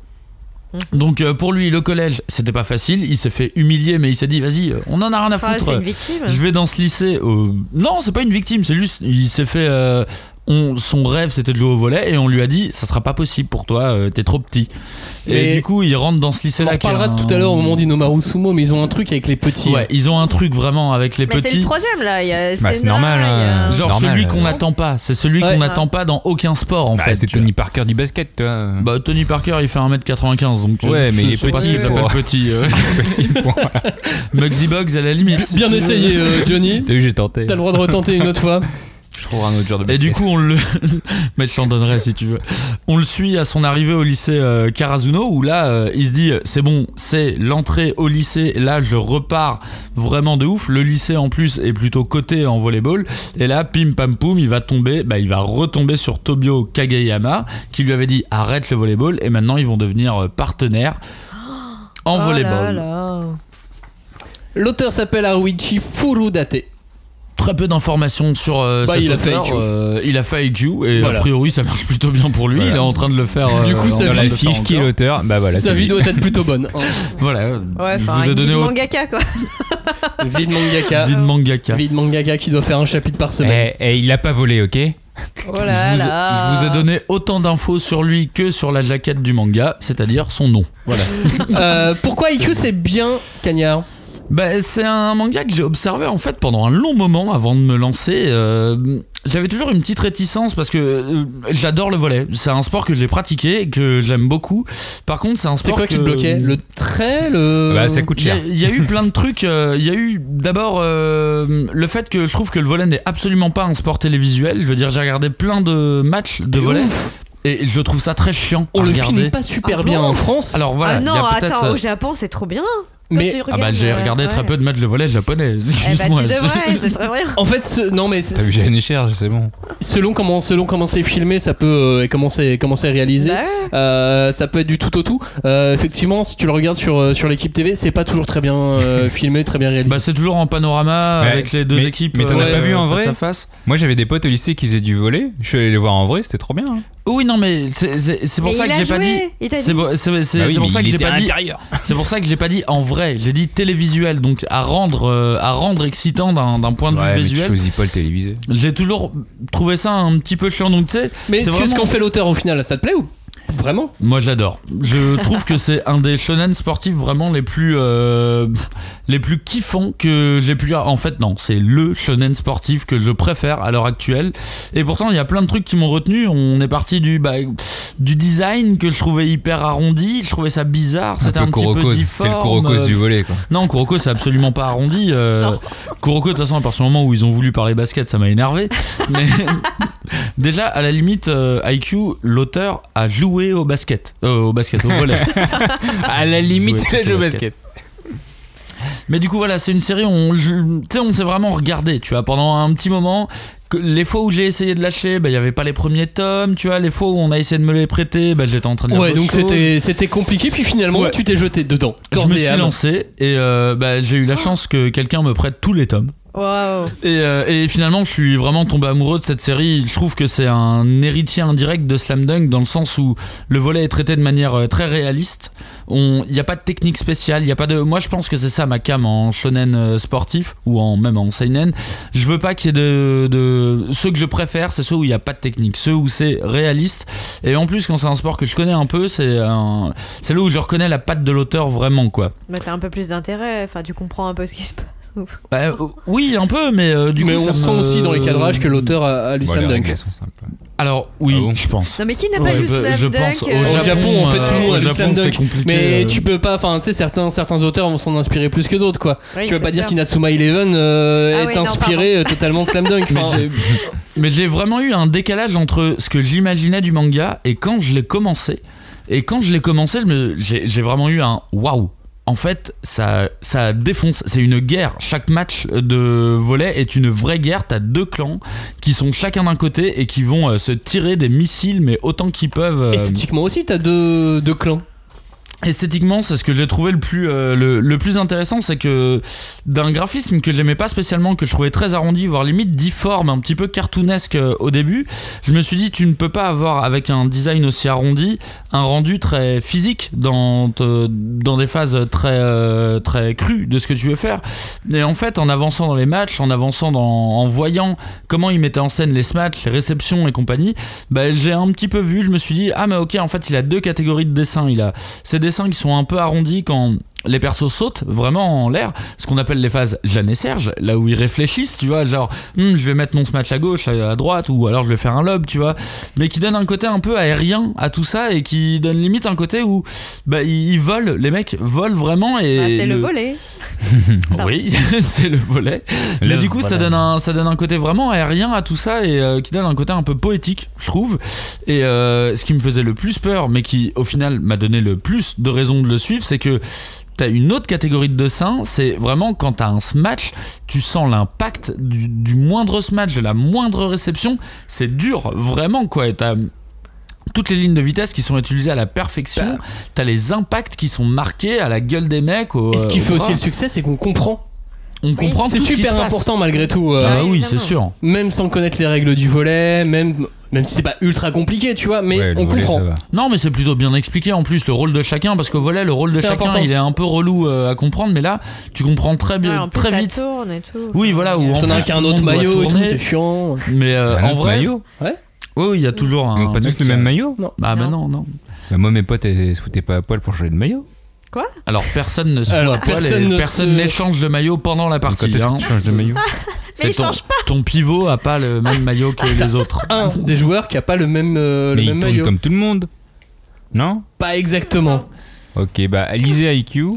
Donc euh, pour lui, le collège, c'était pas facile. Il s'est fait humilier, mais il s'est dit, vas-y, euh, on en a rien à Ah, foutre. c'est une victime. Je vais dans ce lycée. euh, Non, c'est pas une victime, c'est juste, il s'est fait. euh, on- son rêve, c'était de jouer au volley, et on lui a dit, ça sera pas possible pour toi, euh, t'es trop petit. Et Mais du coup, il rentre dans ce On en lycée-là. qui est reparlera un- tout à l'heure au moment d'Inomaru Sumo, mais ils ont un truc avec les petits. Ouais, ils ont un truc vraiment avec les Mais c'est le petits. troisième là. Il y a Bah, c'est Senna, normal, il y a- hein. Genre normal, celui qu'on euh. n'attend pas. C'est celui Ouais. qu'on Ah. n'attend pas dans aucun sport en Bah, fait. c'est tu Tony Parker du basket, toi. vois. Bah, Tony Parker, il fait un mètre quatre-vingt-quinze. Donc, euh, Ouais, mais je il est sais pas petit si je l'appelle pour- petit. euh. Petit point. Muggsy Bugs à la limite. Bien essayé, euh, Johnny. T'as vu, j'ai tenté. T'as le droit de retenter une autre fois. Je trouverai un autre genre de Et basket. du coup, on le. Mais je t'en donnerai si tu veux. On le suit à son arrivée au lycée euh, Karazuno, où là, euh, il se dit c'est bon, c'est l'entrée au lycée. Là, je repars vraiment de ouf. Le lycée, en plus, est plutôt coté en volleyball. Et là, pim pam poum, il va tomber, bah, il va retomber sur Tobio Kageyama, qui lui avait dit arrête le volleyball. Et maintenant, ils vont devenir euh, partenaires en Oh volleyball. là là. L'auteur s'appelle Haruichi Furudate. Très peu d'informations sur euh, Bah, cet il a fait auteur. I Q. Euh, il a fait I Q et Voilà. a priori ça marche plutôt bien pour lui. Voilà. Il est en train de le faire. euh, Du coup, en sa train Dans de la le faire fiche qui est encore. l'auteur, bah voilà. Sa c'est vie lui. doit être plutôt bonne. Hein. Voilà. Ouais, je enfin, vous ai une donné vie de au... mangaka quoi. Vie de mangaka. vie de mangaka. Vie de mangaka qui doit faire un chapitre par semaine. Eh, eh, il a pas volé, ok? Oh là je, vous, là. je vous ai donné autant d'infos sur lui que sur la jaquette du manga, c'est-à-dire son nom. Voilà. Euh, pourquoi I Q c'est bien, Cagnard? Bah, c'est un manga que j'ai observé en fait pendant un long moment avant de me lancer. Euh, j'avais toujours une petite réticence parce que euh, j'adore le volley. C'est un sport que j'ai pratiqué, que j'aime beaucoup. Par contre, c'est un C'est sport quoi que... qui te bloquait? Le trait, le. Bah, ça coûte Il y, a, cher. il y a eu plein de trucs. euh, Il y a eu d'abord euh, le fait que je trouve que le volley n'est absolument pas un sport télévisuel. Je veux dire, j'ai regardé plein de matchs de Mais volley ouf. et je trouve ça très chiant On à le regarder. finit pas super Ah bien bon en France. Alors voilà, Ah il y non, a peut-être. attends, au Japon c'est trop bien. Mais ah bah j'ai regardé ouais. très peu de matchs de volley japonais. Excuse-moi. Eh bah, tu devrais, c'est très bien. En fait, ce, non mais t'as vu Jeanne Cher, c'est bon. Selon comment selon comment c'est filmé, ça peut euh, comment c'est comment c'est réalisé, bah ouais. euh, ça peut être du tout au tout. Euh, effectivement, si tu le regardes sur sur l'équipe T V, c'est pas toujours très bien euh, filmé, très bien réalisé. Bah c'est toujours en panorama ouais. avec les deux mais, équipes. Mais t'en euh, as pas vu en vrai face à face. Moi j'avais des potes au lycée qui faisaient du volley. Je suis allé les voir en vrai, c'était trop bien. Hein. Oui non mais c'est, c'est, c'est pour mais ça que j'ai joué. pas dit. C'est, dit. c'est, c'est, bah oui, c'est pour ça que j'ai pas dit. C'est pour ça que je l'ai pas dit en vrai. J'ai dit télévisuel, donc à rendre euh, à rendre excitant d'un, d'un point de ouais, vue visuel. Mais tu choisis pas le télévisé. J'ai toujours trouvé ça un petit peu chiant, donc tu sais. Mais c'est est-ce vraiment... que ce qu'en fait l'auteur au final, ça te plaît ou vraiment? Moi j'adore. Je trouve que c'est un des shonen sportifs vraiment les plus euh, les plus kiffants que j'ai pu lire. En fait non, c'est le shonen sportif que je préfère à l'heure actuelle. Et pourtant il y a plein de trucs qui m'ont retenu. On est parti du bah, du design que je trouvais hyper arrondi. Je trouvais ça bizarre. C'était un, un petit peu difforme. C'est le Kuroko du volley quoi. Non, Kuroko c'est absolument pas arrondi. Euh, Kuroko de toute façon à partir du moment où ils ont voulu parler basket, ça m'a énervé. Mais déjà à la limite euh, I Q, l'auteur a joué au basket, euh, au basket, au volley. À la limite, il joue au basket. Mais du coup, voilà, c'est une série où on, tu sais, on s'est vraiment regardé, tu vois, pendant un petit moment. Que les fois où j'ai essayé de lâcher, bah, il y avait pas les premiers tomes, tu vois. Les fois où on a essayé de me les prêter, bah, j'étais en train de lire ouais, donc chose. c'était, c'était compliqué, puis finalement, ouais. tu t'es jeté dedans. Je me suis lancé et euh, bah, j'ai eu la chance que quelqu'un me prête tous les tomes. Wow. Et, euh, et finalement je suis vraiment tombé amoureux de cette série. Je trouve que c'est un héritier indirect de Slam Dunk dans le sens où le volley est traité de manière euh, très réaliste. Il n'y a pas de technique spéciale, y a pas de... Moi je pense que c'est ça ma cam en shonen euh, sportif ou en, même en seinen. Je veux pas qu'il y ait de, de... Ceux que je préfère c'est ceux où il n'y a pas de technique, ceux où c'est réaliste. Et en plus quand c'est un sport que je connais un peu, c'est, un... c'est là où je reconnais la patte de l'auteur vraiment quoi. Bah t'as un peu plus d'intérêt, enfin tu comprends un peu ce qui se passe. Bah, euh, oui un peu mais euh, du mais coup on ça sent me... aussi dans les cadrages que l'auteur a, a lu bon, Slam Dunk. Alors oui, ah bon je pense. Non mais qui n'a pas ouais, lu Slam je Dunk pense, au, euh, au Japon, en fait, tout le monde a lu Japon, Slam Dunk. Mais euh... tu peux pas, enfin, tu sais, certains, certains auteurs vont s'en inspirer plus que d'autres, quoi. Oui, tu vas pas sûr. dire qu'Inatsuma Eleven euh, ah est ouais, inspiré non, totalement de Slam Dunk. mais, j'ai, mais j'ai vraiment eu un décalage entre ce que j'imaginais du manga et quand je l'ai commencé. Et quand je l'ai commencé, je me, j'ai, j'ai vraiment eu un waouh. En fait, ça, ça défonce. C'est une guerre. Chaque match de volley est une vraie guerre. T'as deux clans qui sont chacun d'un côté et qui vont euh, se tirer des missiles, mais autant qu'ils peuvent. Euh... Esthétiquement aussi, t'as deux, deux clans. Esthétiquement, c'est ce que j'ai trouvé le plus, euh, le, le plus intéressant, c'est que d'un graphisme que j'aimais pas spécialement, que je trouvais très arrondi, voire limite difforme, un petit peu cartoonesque euh, au début, je me suis dit tu ne peux pas avoir avec un design aussi arrondi un rendu très physique dans, te, dans des phases très, euh, très crues de ce que tu veux faire. Et en fait, en avançant dans les matchs, en avançant dans, en voyant comment ils mettaient en scène les smatchs, les réceptions et compagnie, bah, j'ai un petit peu vu, je me suis dit ah mais ok, en fait il a deux catégories de dessins, il a ces dessins qui sont un peu arrondis quand les persos sautent vraiment en l'air, ce qu'on appelle les phases Jeanne et Serge, là où ils réfléchissent, tu vois, genre hm, je vais mettre mon smash à gauche, à droite, ou alors je vais faire un lob, tu vois, mais qui donne un côté un peu aérien à tout ça et qui donne limite un côté où bah ils volent, les mecs volent vraiment et bah, c'est le, le volley. Oui, c'est le volley. Le mais du coup, ça donne un ça donne un côté vraiment aérien à tout ça et euh, qui donne un côté un peu poétique, je trouve. Et euh, ce qui me faisait le plus peur, mais qui au final m'a donné le plus de raisons de le suivre, c'est que t'as une autre catégorie de dessin, c'est vraiment quand t'as un smash, tu sens l'impact du, du moindre smash, de la moindre réception, c'est dur, vraiment quoi. Et t'as toutes les lignes de vitesse qui sont utilisées à la perfection, bah. T'as les impacts qui sont marqués à la gueule des mecs. Au, et ce qui fait au aussi le succès, c'est qu'on comprend. On oui. comprend c'est tout super ce qui se important passe. Malgré tout. Euh, ah bah oui, c'est sûr. Même sans connaître les règles du volley, même même si c'est pas ultra compliqué, tu vois, mais ouais, on volley, comprend. Non, mais c'est plutôt bien expliqué en plus le rôle de chacun, parce qu'au volley, le rôle de c'est chacun, important. il est un peu relou euh, à comprendre, mais là, tu comprends très bien, ouais, en plus, très ça vite. Tourne et tout. Oui, voilà. Où t'en as plus, qu'un autre maillot et tout, c'est chiant. Mais euh, un en autre vrai, maillot. Ouais. Oui, oui, il y a toujours un. Pas tous le même maillot. Non. Bah, bah non, non. Bah, moi, mes potes, elles se foutaient pas à poil pour changer de maillot. Quoi ? Alors personne ne se fout Alors, à poil personne et ne personne se... n'échange de maillot pendant la partie. Quand est-ce hein. que tu changes de maillot ? Mais il ton, change pas. Ton pivot a pas le même maillot que les autres. Un des joueurs qui a pas le même euh, mais le il même tourne maillot. comme tout le monde. Non ? Pas exactement. Ok, bah lisez I Q.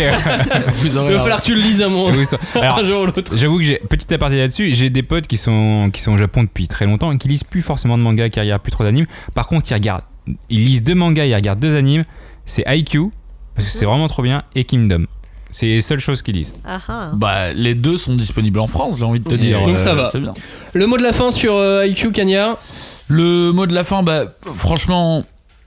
Vous aurez Il va falloir que tu le lises à mon Alors, un jour ou l'autre. J'avoue que j'ai petite aparté là-dessus. J'ai des potes qui sont qui sont au Japon depuis très longtemps et qui lisent plus forcément de manga, qui regardent plus trop d'animes. Par contre, ils regardent, ils lisent deux mangas, ils regardent deux animes. C'est I Q parce que c'est vraiment trop bien et Kingdom. C'est les seules choses qu'ils disent. Ah ah. Bah, les deux sont disponibles en France, j'ai envie de te Et dire. donc ça euh, va. C'est bien. Le mot de la fin sur euh, I Q, Cagnard. Le mot de la fin, bah, franchement,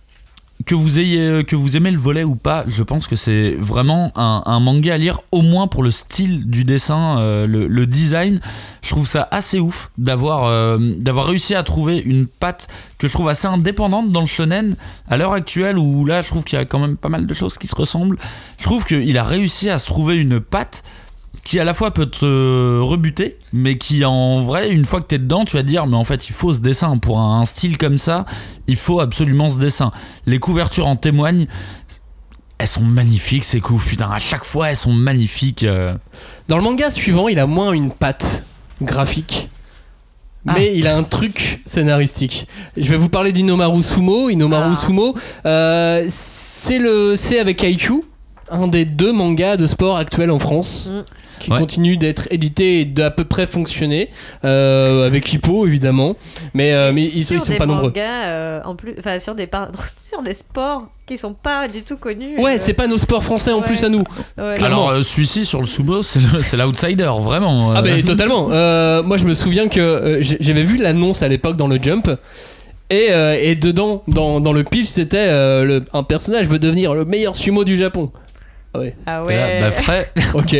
que vous ayez, que vous aimez le volet ou pas, je pense que c'est vraiment un, un manga à lire, au moins pour le style du dessin, euh, le, le design. Je trouve ça assez ouf d'avoir, euh, d'avoir réussi à trouver une patte que je trouve assez indépendante dans le shonen à l'heure actuelle, où là je trouve qu'il y a quand même pas mal de choses qui se ressemblent. Je trouve qu'il a réussi à se trouver une patte qui à la fois peut te rebuter, mais qui en vrai, une fois que t'es dedans, tu vas te dire mais en fait il faut ce dessin, pour un, un style comme ça il faut absolument ce dessin. Les couvertures en témoignent, elles sont magnifiques ces couves, putain, à chaque fois elles sont magnifiques. euh. Dans le manga suivant, il a moins une patte graphique, mais Ah. il a un truc scénaristique. Je vais vous parler d'Inomaru Sumo. Inomaru Ah. Sumo, euh, c'est le, c'est avec I Q, un des deux mangas de sport actuels en France. Mm. Qui Ouais. continue d'être édité et d'à peu près fonctionner, euh, avec Hippo évidemment, mais, euh, mais ils, sur ils sont des pas nombreux. mangas, euh, en plus, enfin sur des par- sur des sports qui sont pas du tout connus. Ouais, euh, c'est pas nos sports français en Ouais. plus à nous. ouais. Clairement. Alors euh, celui-ci sur le sumo, c'est, le- c'est l'outsider, vraiment. euh. Ah bah totalement. Euh, moi je me souviens que euh, j- j'avais vu l'annonce à l'époque dans le Jump. Et, euh, et dedans, dans, dans le pitch, c'était euh, le, un personnage veut devenir le meilleur sumo du Japon. Ah ouais. Ah T'es là, ouais. bah frais. Ok.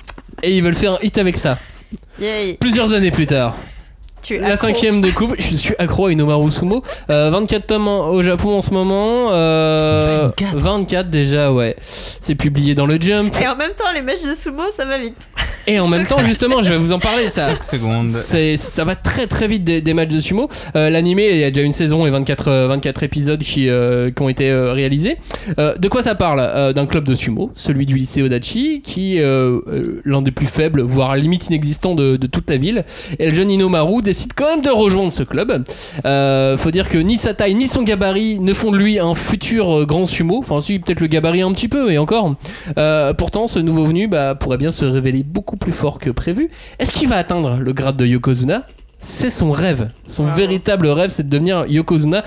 Et ils veulent faire un hit avec ça. Yay. Plusieurs années plus tard. Tu es La accro. cinquième de coupe, je suis accro à Inomaru Sumo. Euh, vingt-quatre tomes en- au Japon en ce moment. Euh, vingt-quatre. vingt-quatre déjà, ouais. C'est publié dans le Jump. Et en même temps, les matchs de sumo, ça va vite. Et en même temps, justement, je vais vous en parler. Ça, cinq secondes. C'est, ça va très très vite des, des matchs de sumo. Euh, l'animé, il y a déjà une saison et vingt-quatre, euh, vingt-quatre épisodes qui, euh, qui ont été euh, réalisés. Euh, de quoi ça parle euh, D'un club de sumo, celui du lycée Odachi, qui euh, euh, l'un des plus faibles, voire limite inexistant de, de toute la ville. Et le jeune Inomaru décide quand même de rejoindre ce club. Euh, faut dire que ni sa taille ni son gabarit ne font de lui un futur euh, grand sumo. Enfin, si, peut-être le gabarit un petit peu, mais encore. Euh, pourtant, ce nouveau venu bah, pourrait bien se révéler beaucoup plus fort que prévu. Est-ce qu'il va atteindre le grade de Yokozuna ? C'est son rêve, son Wow. véritable rêve, c'est de devenir Yokozuna,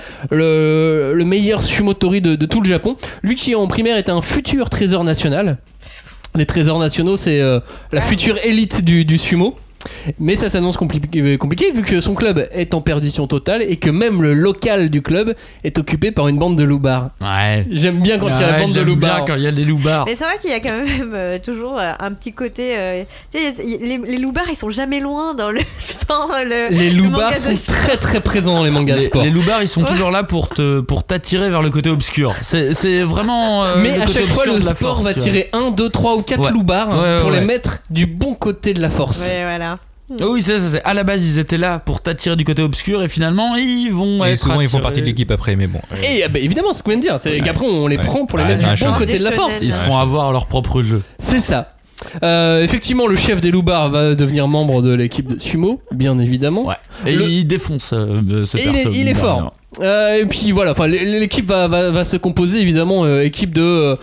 le, le meilleur sumotori de, de tout le Japon. Lui qui en primaire était un futur trésor national. Les trésors nationaux, c'est euh, la future élite du, du sumo. Mais ça s'annonce compli- compliqué vu que son club est en perdition totale et que même le local du club est occupé par une bande de loupards. Ouais. J'aime bien quand il y a la Ouais, bande de j'aime bien loupards. quand il y a des loupards. Mais c'est vrai qu'il y a quand même euh, toujours euh, un petit côté. euh, tu sais, y- les, les loupards, ils sont jamais loin dans le sport. Le, Les le loupards manga sont de sport. très très présents dans les mangas de Les, sport. les loupards, ils sont Ouais. toujours là pour te pour t'attirer vers le côté obscur. C'est, c'est vraiment. euh, Mais le à côté chaque fois, obscur le de la sport force, va tu vois. tirer un, deux, trois ou quatre Ouais. loupards Ouais, ouais, pour ouais. les mettre du bon côté de la force. Ouais, voilà. Ah oui, c'est ça. C'est, à la base, ils étaient là pour t'attirer du côté obscur et finalement, ils vont. Et être souvent ils font attirés. partie de l'équipe après, mais bon. Et bah, évidemment, ce qu'on vient de dire, c'est qu'après on les Ouais. prend pour les Ouais, mettre c'est un du bon shonen. côté de la Des force. shonen. Ils se font avoir leur propre jeu. C'est ça. Euh, effectivement, le chef des loupards va devenir membre de l'équipe de sumo, bien évidemment. Ouais. Et Le- il défonce euh, ce Et il est, perso. il est fort. Euh, et puis voilà, enfin, l'é- l'équipe va, va, va se composer évidemment, euh, équipe de euh,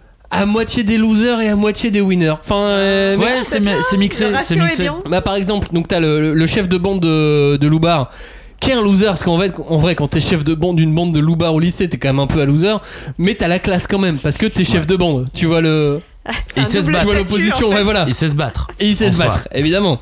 à moitié des losers et à moitié des winners. Enfin, euh, mais- Ouais, c'est, mi- c'est mixé. Le C'est ratio est mixé. bien. bah, par exemple, donc t'as le, le chef de bande de, de loupards qui est un loser, parce qu'en vrai, en vrai, quand t'es chef de bande d'une bande de loupards au lycée, t'es quand même un peu un loser, mais t'as la classe quand même, parce que t'es chef de bande. Tu vois le, C'est un Il sait se double battre. tu vois statut, l'opposition, en fait. ouais, voilà. Il sait se battre. Et il sait En se soi. battre, évidemment.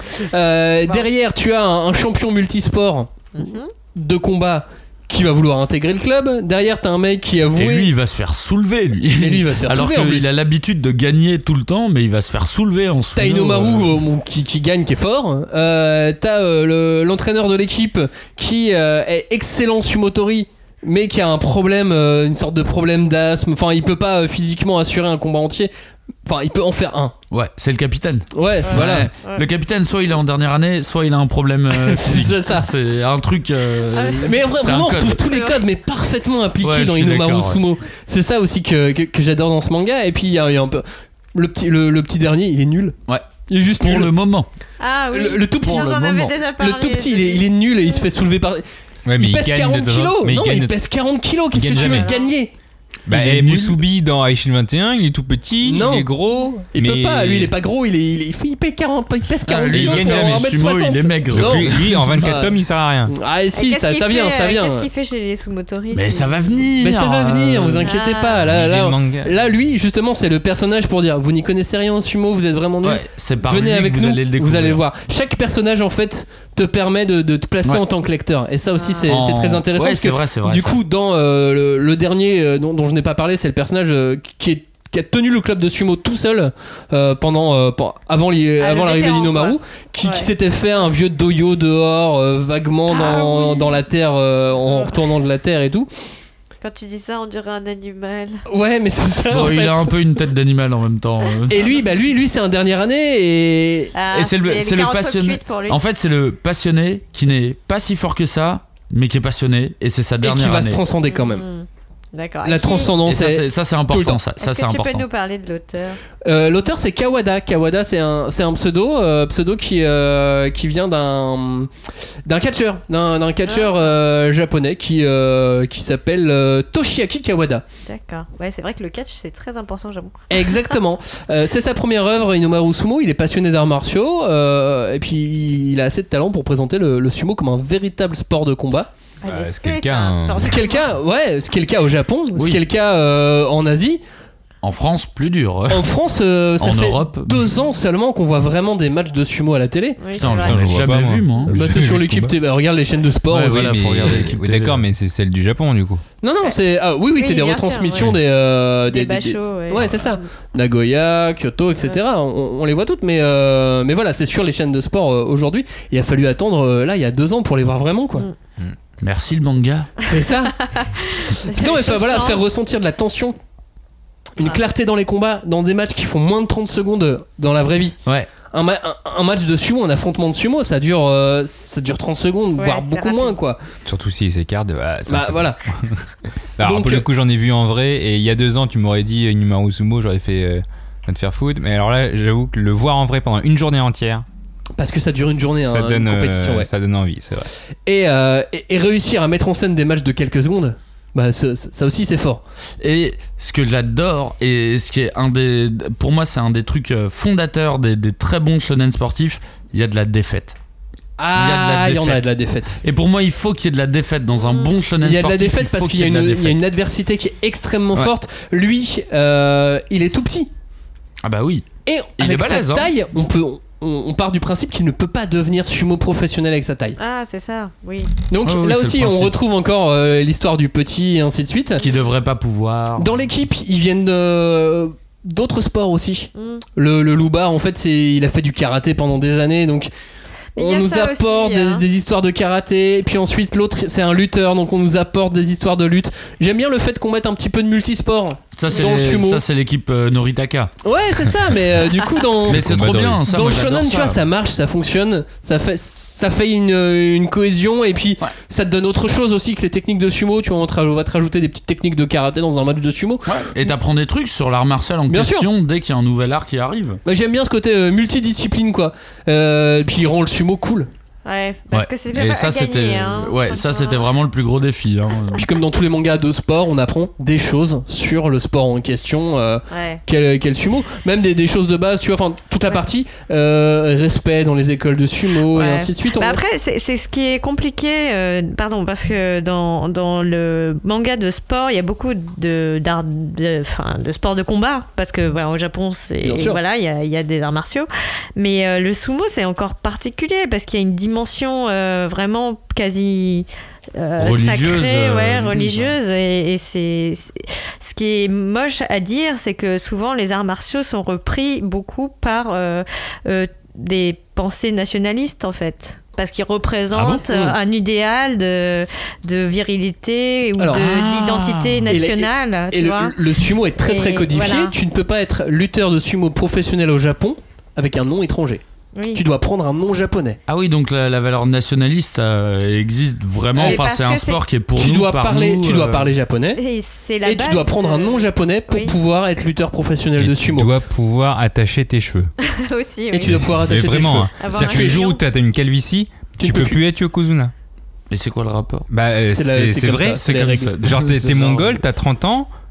Euh, Wow. Derrière, tu as un, un champion multisport Mhm. de combat qui va vouloir intégrer le club. Derrière, t'as un mec qui a Et voué. lui, il va se faire soulever, lui. Et lui, il va se faire Alors soulever, en plus. qu'il a l'habitude de gagner tout le temps, mais il va se faire soulever en T'as sumo, Inomaru euh, euh, bon, qui, qui gagne, qui est fort. Euh, T'as euh, le- l'entraîneur de l'équipe qui euh, est excellent sumotori, mais qui a un problème, euh, une sorte de problème d'asthme. Enfin, il peut pas euh, physiquement assurer un combat entier. Enfin, il peut en faire un. Ouais, c'est le capitaine. Ouais, voilà. Ouais. Le capitaine, soit il est en dernière année, soit il a un problème euh, physique. C'est ça. C'est un truc. euh, Mais vra- c'est un vraiment, on code. retrouve tous les codes, mais parfaitement appliqués Ouais, dans je suis Inomaru d'accord, ouais. Sumo. C'est ça aussi que, que, que j'adore dans ce manga. Et puis, il y, a il y a un peu. Le petit, le, le petit dernier, il est nul. Ouais. Il est juste Pour nul. le moment. Ah oui. Le- le tout petit. Vous Pour en le avez moment. déjà parlé. Le tout petit, il est, il est nul et il se fait soulever par. Ouais, mais il il pèse gagne quarante de temps en kilos. temps, mais il Non, gagne il de- pèse quarante kilos. Qu'est-ce il que tu gagne veux jamais. gagner Bah, il est et nul. Musubi dans Aishin vingt et un, il est tout petit, Non. il est gros. Il mais... peut pas, lui il est pas gros, il, est, il, est, il, fait, il, pèse quarante, il pèse quarante lui, il kilos, gagne faut jamais. un mètre Sumo, soixante. il est maigre. Non. Lui, lui, en vingt-quatre Bah, tomes, il sert à rien. Ah et si, Et ça, qu'est-ce ça qu'il vient, fait, ça euh, vient. Qu'est-ce qu'il fait chez les sumotoristes Mais ça va venir. Mais ça va venir, vous inquiétez Ah. pas. Là, Lisez là, le manga. là, lui, justement, c'est le personnage pour dire vous n'y connaissez rien en sumo, vous êtes vraiment nuls. Ouais, c'est par Venez lui avec que vous nous, allez le découvrir. vous allez le voir. Chaque personnage, en fait, te permet de, de te placer Ouais. en tant que lecteur. Et ça aussi, c'est En- c'est très intéressant. Ouais, parce c'est que, vrai, c'est vrai. du ça. coup, dans euh, le, le dernier euh, dont, dont je n'ai pas parlé, c'est le personnage euh, qui est qui a tenu le club de sumo tout seul euh, pendant, euh, pendant avant, li- Ah, avant le l'arrivée vétéran, d'Inomaru, quoi. qui, Ouais. qui s'était fait un vieux doyo dehors, euh, vaguement dans, dans la terre, euh, en retournant de la terre et tout. Quand tu dis ça, on dirait un animal. Ouais, mais c'est ça. Bon, en il fait. a un peu une tête d'animal en même temps. euh. Et lui, bah lui, lui, c'est un dernière année et Ah, Et c'est le, les c'est le carottes passionné. cuites pour lui. En fait, c'est le passionné qui n'est pas si fort que ça, mais qui est passionné, et c'est sa et dernière qui va année. se transcender quand même. Mmh. D'accord. La Et qui- Et transcendance, ça, est- c'est, ça, c'est tout le important. temps. Ça, ça Est-ce c'est que tu important. peux nous parler de l'auteur Euh, l'auteur c'est Kawada. Kawada c'est un, c'est un pseudo, euh, pseudo qui, euh, qui vient d'un, d'un catcheur, d'un, d'un catcheur euh, japonais qui, euh, qui s'appelle euh, Toshiaki Kawada. D'accord. Ouais, c'est vrai que le catch, c'est très important, j'avoue. Exactement. Euh, c'est sa première œuvre, Inomaru Sumo. Il est passionné d'arts martiaux euh, et puis il a assez de talent pour présenter le, le sumo comme un véritable sport de combat. Ah, Bah, mais c'est le cas, un hein. sport de Ce qui est le cas, ouais, ce qui est le cas au Japon, ce Oui. qui est le cas euh, en Asie. En France, plus dur. En France, euh, ça En fait Europe. deux ans seulement qu'on voit vraiment des matchs de sumo à la télé. Oui, Putain, c'est putain, vrai. je vois jamais pas, moi. vu, moi. Bah, c'est sur l'équipe T V. Bah, regarde les chaînes de sport. Ouais, aussi. voilà, oui, faut mais, regarder l'équipe oui, télé. d'accord, mais c'est celle du Japon du coup. Non, non, c'est ah, oui, oui, Oui, c'est des bien retransmissions sûr, des, euh, Des des, bachos, ouais. ouais, c'est ça. Nagoya, Kyoto, et cetera. On, on les voit toutes, mais euh, mais voilà, c'est sur les chaînes de sport euh, aujourd'hui. Il a fallu attendre euh, là il y a deux ans pour les voir vraiment quoi. Mm. Merci le manga. C'est ça. Non, mais enfin, voilà, faire ressentir de la tension, une Ah. clarté dans les combats, dans des matchs qui font moins de trente secondes dans la vraie vie. Ouais. Un, ma- un- un match de sumo, un affrontement de sumo, ça dure, euh, ça dure trente secondes, Ouais, voire c'est beaucoup rapide. moins quoi. Surtout s'ils s'écartent. Bah, ça, Bah c'est- voilà. Alors, Donc, pour le euh, coup, j'en ai vu en vrai, et il y a deux ans, tu m'aurais dit Inomaru Sumo, j'aurais fait euh, va te faire foutre. Mais alors là, j'avoue que le voir en vrai pendant une journée entière, Parce que ça dure une journée, ça, hein, donne, une compétition. euh, Ouais. ça donne envie, c'est vrai. Et, euh, et, et réussir à mettre en scène des matchs de quelques secondes, bah ça, ça aussi c'est fort. Et ce que j'adore, et ce qui est un des. Pour moi, c'est un des trucs euh, fondateurs des, des très bons shonen sportifs, il y a de la défaite. Ah, Il il y y, a de la en a défaite. de la défaite. Et pour moi, il faut qu'il y ait de la défaite dans un bon shonen sportif. Il y a de la défaite il parce faut qu'il y a, ait une, de la il y a une défaite. adversité qui est extrêmement Ouais. forte. Lui, euh, il est tout petit. Ah bah oui. Et Il avec est balèze, sa hein. taille, on, peut, on, on part du principe qu'il ne peut pas devenir sumo professionnel avec sa taille. Ah, c'est ça, oui. Donc Ah oui, là c'est le aussi, on principe. retrouve encore euh, l'histoire du petit et ainsi de suite. Qui devrait pas pouvoir. Dans l'équipe, ils viennent de- d'autres sports aussi. Mm. Le, le loupard, en fait, c'est, il a fait du karaté pendant des années, donc Mais il y on a nous ça apporte aussi, des, hein. des histoires de karaté. Et puis ensuite, l'autre, c'est un lutteur, donc on nous apporte des histoires de lutte. J'aime bien le fait qu'on mette un petit peu de multisport Ça, c'est, dans le sumo. ça, c'est l'équipe euh, Noritaka. Ouais, c'est ça, mais euh, du coup, dans, Mais c'est combat trop dans bien. le- Ça, dans moi, le j'adore shonen, tu ça. vois, ça marche, ça fonctionne, ça fait, ça fait une, une cohésion, et puis Ouais. ça te donne autre chose aussi que les techniques de sumo. Tu vois, on, te raj- on va te rajouter des petites techniques de karaté dans un match de sumo. Et t'apprends des trucs sur l'art martial en Bien question dès qu'il y a un nouvel art qui arrive. Bah, j'aime bien ce côté euh, multidiscipline, quoi. Euh, et puis il rend le sumo cool. Ouais, parce Ouais. que c'est bien Et à ça, gagner, c'était, hein, ouais, ça, franchement. c'était vraiment le plus gros défi. Hein. Puis comme dans tous les mangas de sport, on apprend des choses sur le sport en question, euh, Ouais. quel, quel sumo, même des, des choses de base, tu vois, enfin toute la Ouais. partie euh, respect dans les écoles de sumo et Ouais. ainsi de suite. On- Bah après, c'est c'est ce qui est compliqué, euh, pardon, parce que dans, dans le manga de sport, il y a beaucoup de, d'art, de, enfin, de sport de combat, parce que voilà, au Japon, c'est, Bien sûr. voilà, il y a, il y a des arts martiaux. Mais euh, le sumo, c'est encore particulier, parce qu'il y a une dimension euh, vraiment quasi euh, Religieuse, sacrée, euh, ouais, limite, religieuse. Et, et c'est, c'est- ce qui est moche à dire, c'est que souvent les arts martiaux sont repris beaucoup par euh, euh, des pensées nationalistes, en fait. Parce qu'ils représentent Ah bon euh, un idéal de, de virilité ou Alors- de- Ah. d'identité Et, nationale, et tu le, vois. le sumo est très très Et codifié. voilà. Tu ne peux pas être lutteur de sumo professionnel au Japon avec un nom étranger. Oui. Tu dois prendre un nom japonais. Ah oui, donc la, la valeur nationaliste euh, existe vraiment. Mais Enfin, parce c'est que un c'est- sport qui est pour tu nous, dois par parler, nous, tu dois euh, parler japonais. Et c'est la Et tu base, dois prendre un euh, nom japonais pour oui. pouvoir être lutteur professionnel Et de tu sumo. dois pouvoir attacher tes cheveux. aussi. Et oui. tu dois pouvoir Mais attacher tes vraiment, cheveux. hein. Avoir C'est-à-dire un que le jour où lion. tu as une calvitie, Tu tu peux peux plus. plus être Yokozuna. Mais c'est quoi le rapport? Bah, euh, C'est la- c'est c'est c'est comme vrai. ça, c'est C'est les comme règles. ça. Genre, t'es C'est t'es marrant. mongol, t'as trente ans,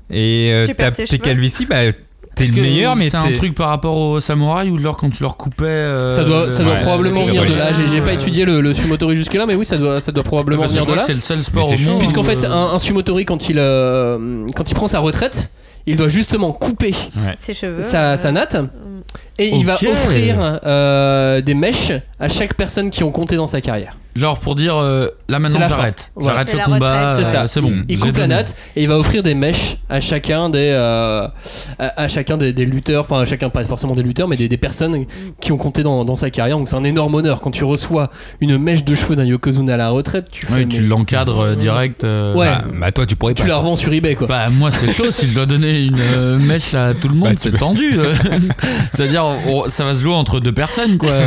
Et euh, Tu perds t'as tes tes cheveux. calvities, bah t'es Est-ce le que meilleur, mais c'est t'es- un truc par rapport aux samouraïs ou alors quand tu leur coupais. euh, Ça doit, le- ça doit Ouais, probablement le venir de chevalier. là. J'ai, j'ai pas Euh, étudié le, le sumotori jusque-là, mais oui, ça doit, ça doit probablement Parce que je venir de crois là. que c'est le seul sport Mais au c'est chaud. monde. Puisqu'en où, fait, euh, un, un sumotori, quand il, euh, quand il prend sa retraite, il doit justement couper Ses cheveux. sa, euh, sa natte et il va Ok. offrir euh, des mèches à chaque personne qui ont compté dans sa carrière. Genre pour dire euh, là C'est maintenant la fin. j'arrête. Voilà. J'arrête C'est le la combat. retraite. C'est ça. euh, C'est bon. Il j'ai coupe la donné. natte et il va offrir des mèches à chacun des, euh, à, à chacun des, des lutteurs, enfin à chacun pas forcément des lutteurs, mais des, des personnes qui ont compté dans, dans sa carrière. Donc c'est un énorme honneur quand tu reçois une mèche de cheveux d'un yokozuna à la retraite. Tu, fais, Ouais, mais- tu l'encadres euh, direct. euh, Ouais. Bah, bah, toi, tu pourrais tu pas. la revends sur eBay quoi. Bah moi c'est chaud s'il doit donner une euh, mèche à tout le monde, Bah, tu c'est peux- tendu. euh. C'est-à-dire on- ça va se jouer entre deux personnes quoi.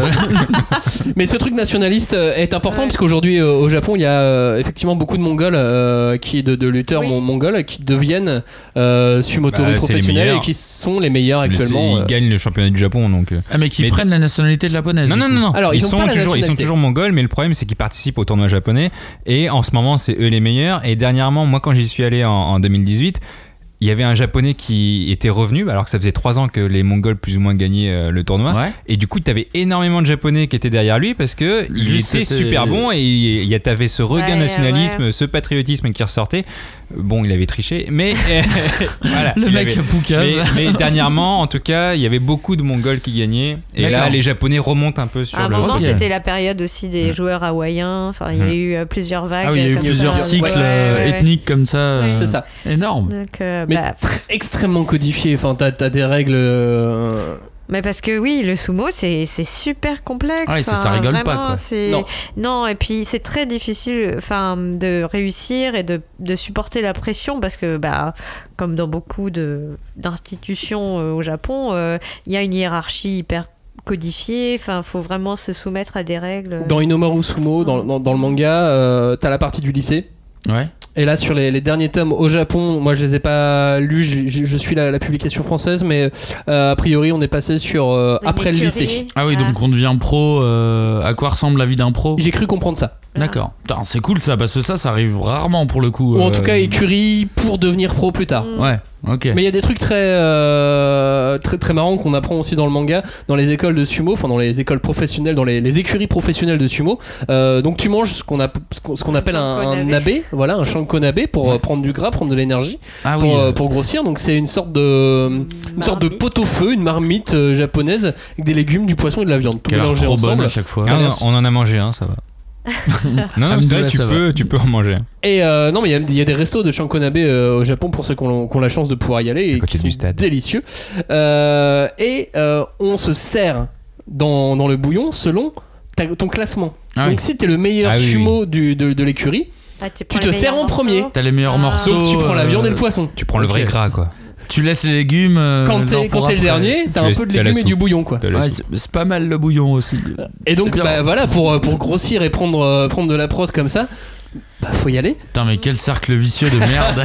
Mais ce truc nationaliste euh, est important parce qu'aujourd'hui euh, au Japon il y a euh, effectivement beaucoup de Mongols euh, qui de, de lutteurs Oui. mon- mongols qui deviennent euh, sumotori Bah, c'est les professionnels et meilleurs. qui sont les meilleurs Mais c'est- actuellement. Ils euh. gagnent le championnat du Japon, donc. euh. Ah mais qui Mais- prennent la nationalité japonaise. Non, du non, coup. non, non. Alors, ils ont sont pas la toujours, ils sont nationalité. toujours mongols, mais le problème c'est qu'ils participent au tournoi japonais et en ce moment c'est eux les meilleurs. Et dernièrement, moi quand j'y suis allé en, en deux mille dix-huit, il y avait un japonais qui était revenu alors que ça faisait trois ans que les Mongols plus ou moins gagnaient euh, le tournoi. Ouais. Et du coup, t'avais énormément de japonais qui étaient derrière lui parce que il Juste, était c'était- super bon et il y a- t'avais ce regain Ouais, nationalisme, ouais. ce patriotisme qui ressortait. Bon, il avait triché, mais euh, voilà. Le il mec avait- poucave. mais, mais dernièrement, en tout cas, il y avait beaucoup de Mongols qui gagnaient. Et là, D'accord. les Japonais remontent un peu sur À un le. moment, Ok. c'était la période aussi des Mm. joueurs hawaïens. Enfin, il y a Mm. eu euh, plusieurs vagues. Ah oui, il y a eu comme plusieurs ça. cycles Ouais, euh, ouais, ouais. ethniques comme ça. euh, C'est ça. Énorme. Donc, euh, Mais bah, tr- extrêmement codifié. Enfin, t'as, t'as des règles. euh, mais parce que oui, le sumo, c'est, c'est super complexe. Ouais, ça, ça Enfin, rigole pas, vraiment, quoi. c'est- Non. Non, et puis c'est très difficile enfin, de réussir et de, de supporter la pression parce que, bah, comme dans beaucoup de, d'institutions euh, au Japon, euh, il y a une hiérarchie hyper codifiée. Enfin, il faut vraiment se soumettre à des règles. Dans Inomaru Sumo, dans, dans, dans le manga, euh, t'as la partie du lycée. Ouais. Et là, sur les, les derniers tomes au Japon, moi je les ai pas lus, je, je- je suis la, la publication française, mais euh, a priori on est passé sur euh, Une après le écurie. lycée. Ah oui, Ah. donc on devient pro. euh, à quoi ressemble la vie d'un pro? J'ai cru comprendre ça. D'accord. Putain, c'est cool ça, parce que ça, ça arrive rarement pour le coup. Ou en euh, tout cas écurie pour devenir pro plus tard. Mm. Ouais, ok. Mais il y a des trucs très, euh, très, très marrants qu'on apprend aussi dans le manga, dans les écoles de sumo, enfin dans les écoles professionnelles, dans les, les écuries professionnelles de sumo. Euh, donc tu manges ce qu'on, a, ce qu'on, ce qu'on appelle un, un Shanko-nabe. nabe, voilà, un shanko-nabe pour euh, prendre du gras, prendre de l'énergie, Ah pour, oui. euh, euh, pour grossir. Donc c'est une sorte de, une sorte de Marmite. pot-au-feu, une marmite euh, japonaise avec des légumes, du poisson et de la viande, tout qui a l'air mélangé trop bonne ensemble. à chaque fois. Ça a Ah, l'air- on en a mangé, hein, ça va. non, non, c'est vrai, Alhamdoulilah, tu ça va. peux, tu peux en manger. Et euh, non, mais il y a- il y, a des restos de shanko-nabe euh, au Japon pour ceux qui ont, qui ont la chance de pouvoir y aller et côté qui du sont stade. délicieux. Euh, et euh, on se sert dans, dans le bouillon selon ta- ton classement. Ah Donc oui. si t'es le meilleur Ah oui, sumo du, de, de l'écurie, Ah, tu prends te les sers meilleurs en premier. morceaux. T'as les meilleurs Ah. morceaux. donc tu prends la euh, viande et le poisson. Tu prends le vrai Ok. gras, quoi. Tu laisses les légumes. euh, Quand genre t'es, pour quand t'es le après. dernier, t'as Tu un laisses- peu de t'as la légumes et du soupe. bouillon quoi. De la Ouais, soupe. c'est c'est pas mal le bouillon aussi. Et donc C'est bien. bah voilà pour, euh, pour grossir et prendre, euh, prendre de la prod comme ça, bah faut y aller. Putain, mais quel cercle vicieux de merde.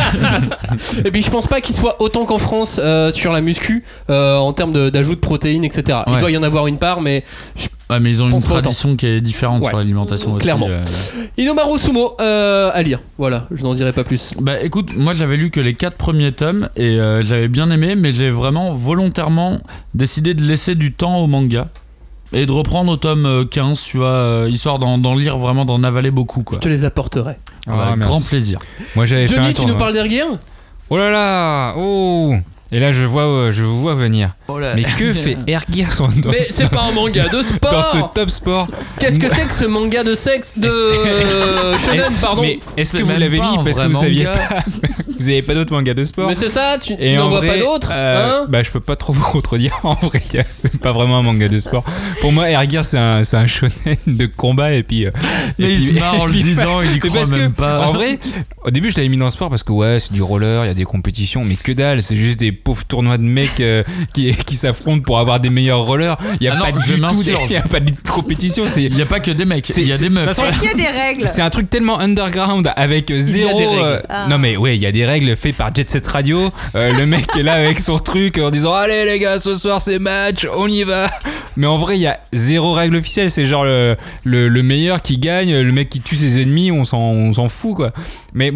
Et puis je pense pas qu'il soit autant qu'en France euh, sur la muscu euh, en termes de- d'ajout de protéines, et cetera. Il Ouais. doit y en avoir une part, mais Ouais, mais ils ont une Pense pas autant. tradition qui est différente Ouais. sur l'alimentation aussi. Clairement. euh. Inomaru Sumo euh, à lire. Voilà, je n'en dirai pas plus. Bah écoute, moi j'avais lu que les quatre premiers tomes et euh, j'avais bien aimé, mais j'ai vraiment volontairement décidé de laisser du temps au manga et de reprendre au tome euh, quinze, tu vois, euh, histoire d'en, d'en lire vraiment, d'en avaler beaucoup quoi. Je te les apporterai. Ah, Avec merci. grand plaisir. Moi, j'avais fait un Denis, tu nous tournoi. parles d'Air Oh là là, oh. Et là, je vois, euh, je vous vois venir. Mais que fait Air Gear dans, Mais c'est pas un manga de dans sport. ce top sport? Qu'est-ce que c'est que ce manga de sexe de euh, shonen, Est-ce- pardon. Mais est-ce que C'est vous même l'avez pas mis un parce que vrai vous saviez manga. pas? Vous avez pas d'autres mangas de sport? Mais c'est ça, tu, tu Et n'en en vois vrai, pas d'autres, euh, hein? Bah, je peux pas trop vous contredire. En vrai, y a- c'est pas vraiment un manga de sport. Pour moi, Air Gear, c'est un, c'est un shonen de combat et puis. euh, Mais et il puis- se marre en et le puis- disant, il y mais croit parce que, même pas. En vrai, au début, je l'avais mis dans le sport parce que ouais, c'est du roller, il y a des compétitions, mais que dalle, c'est juste des pauvres tournois de mecs euh, qui, qui s'affrontent pour avoir des meilleurs rollers. Il y a Ah pas non, du je tout, m'insurge. il y a pas de compétition. C'est Il y a pas que des mecs, C'est- il y a c'est- des meufs. de toute façon, Est-ce qu'il y a des règles c'est un truc tellement underground avec zéro. des règles. euh, Ah. Non mais ouais, il y a des règles faites par Jet Set Radio. Euh, le mec est là avec son truc en disant allez les gars, ce soir c'est match, on y va. Mais en vrai, il y a zéro règle officielle. C'est genre le, le, le meilleur qui gagne, le mec qui tue ses ennemis, on s'en, on s'en fout quoi. Mais bon.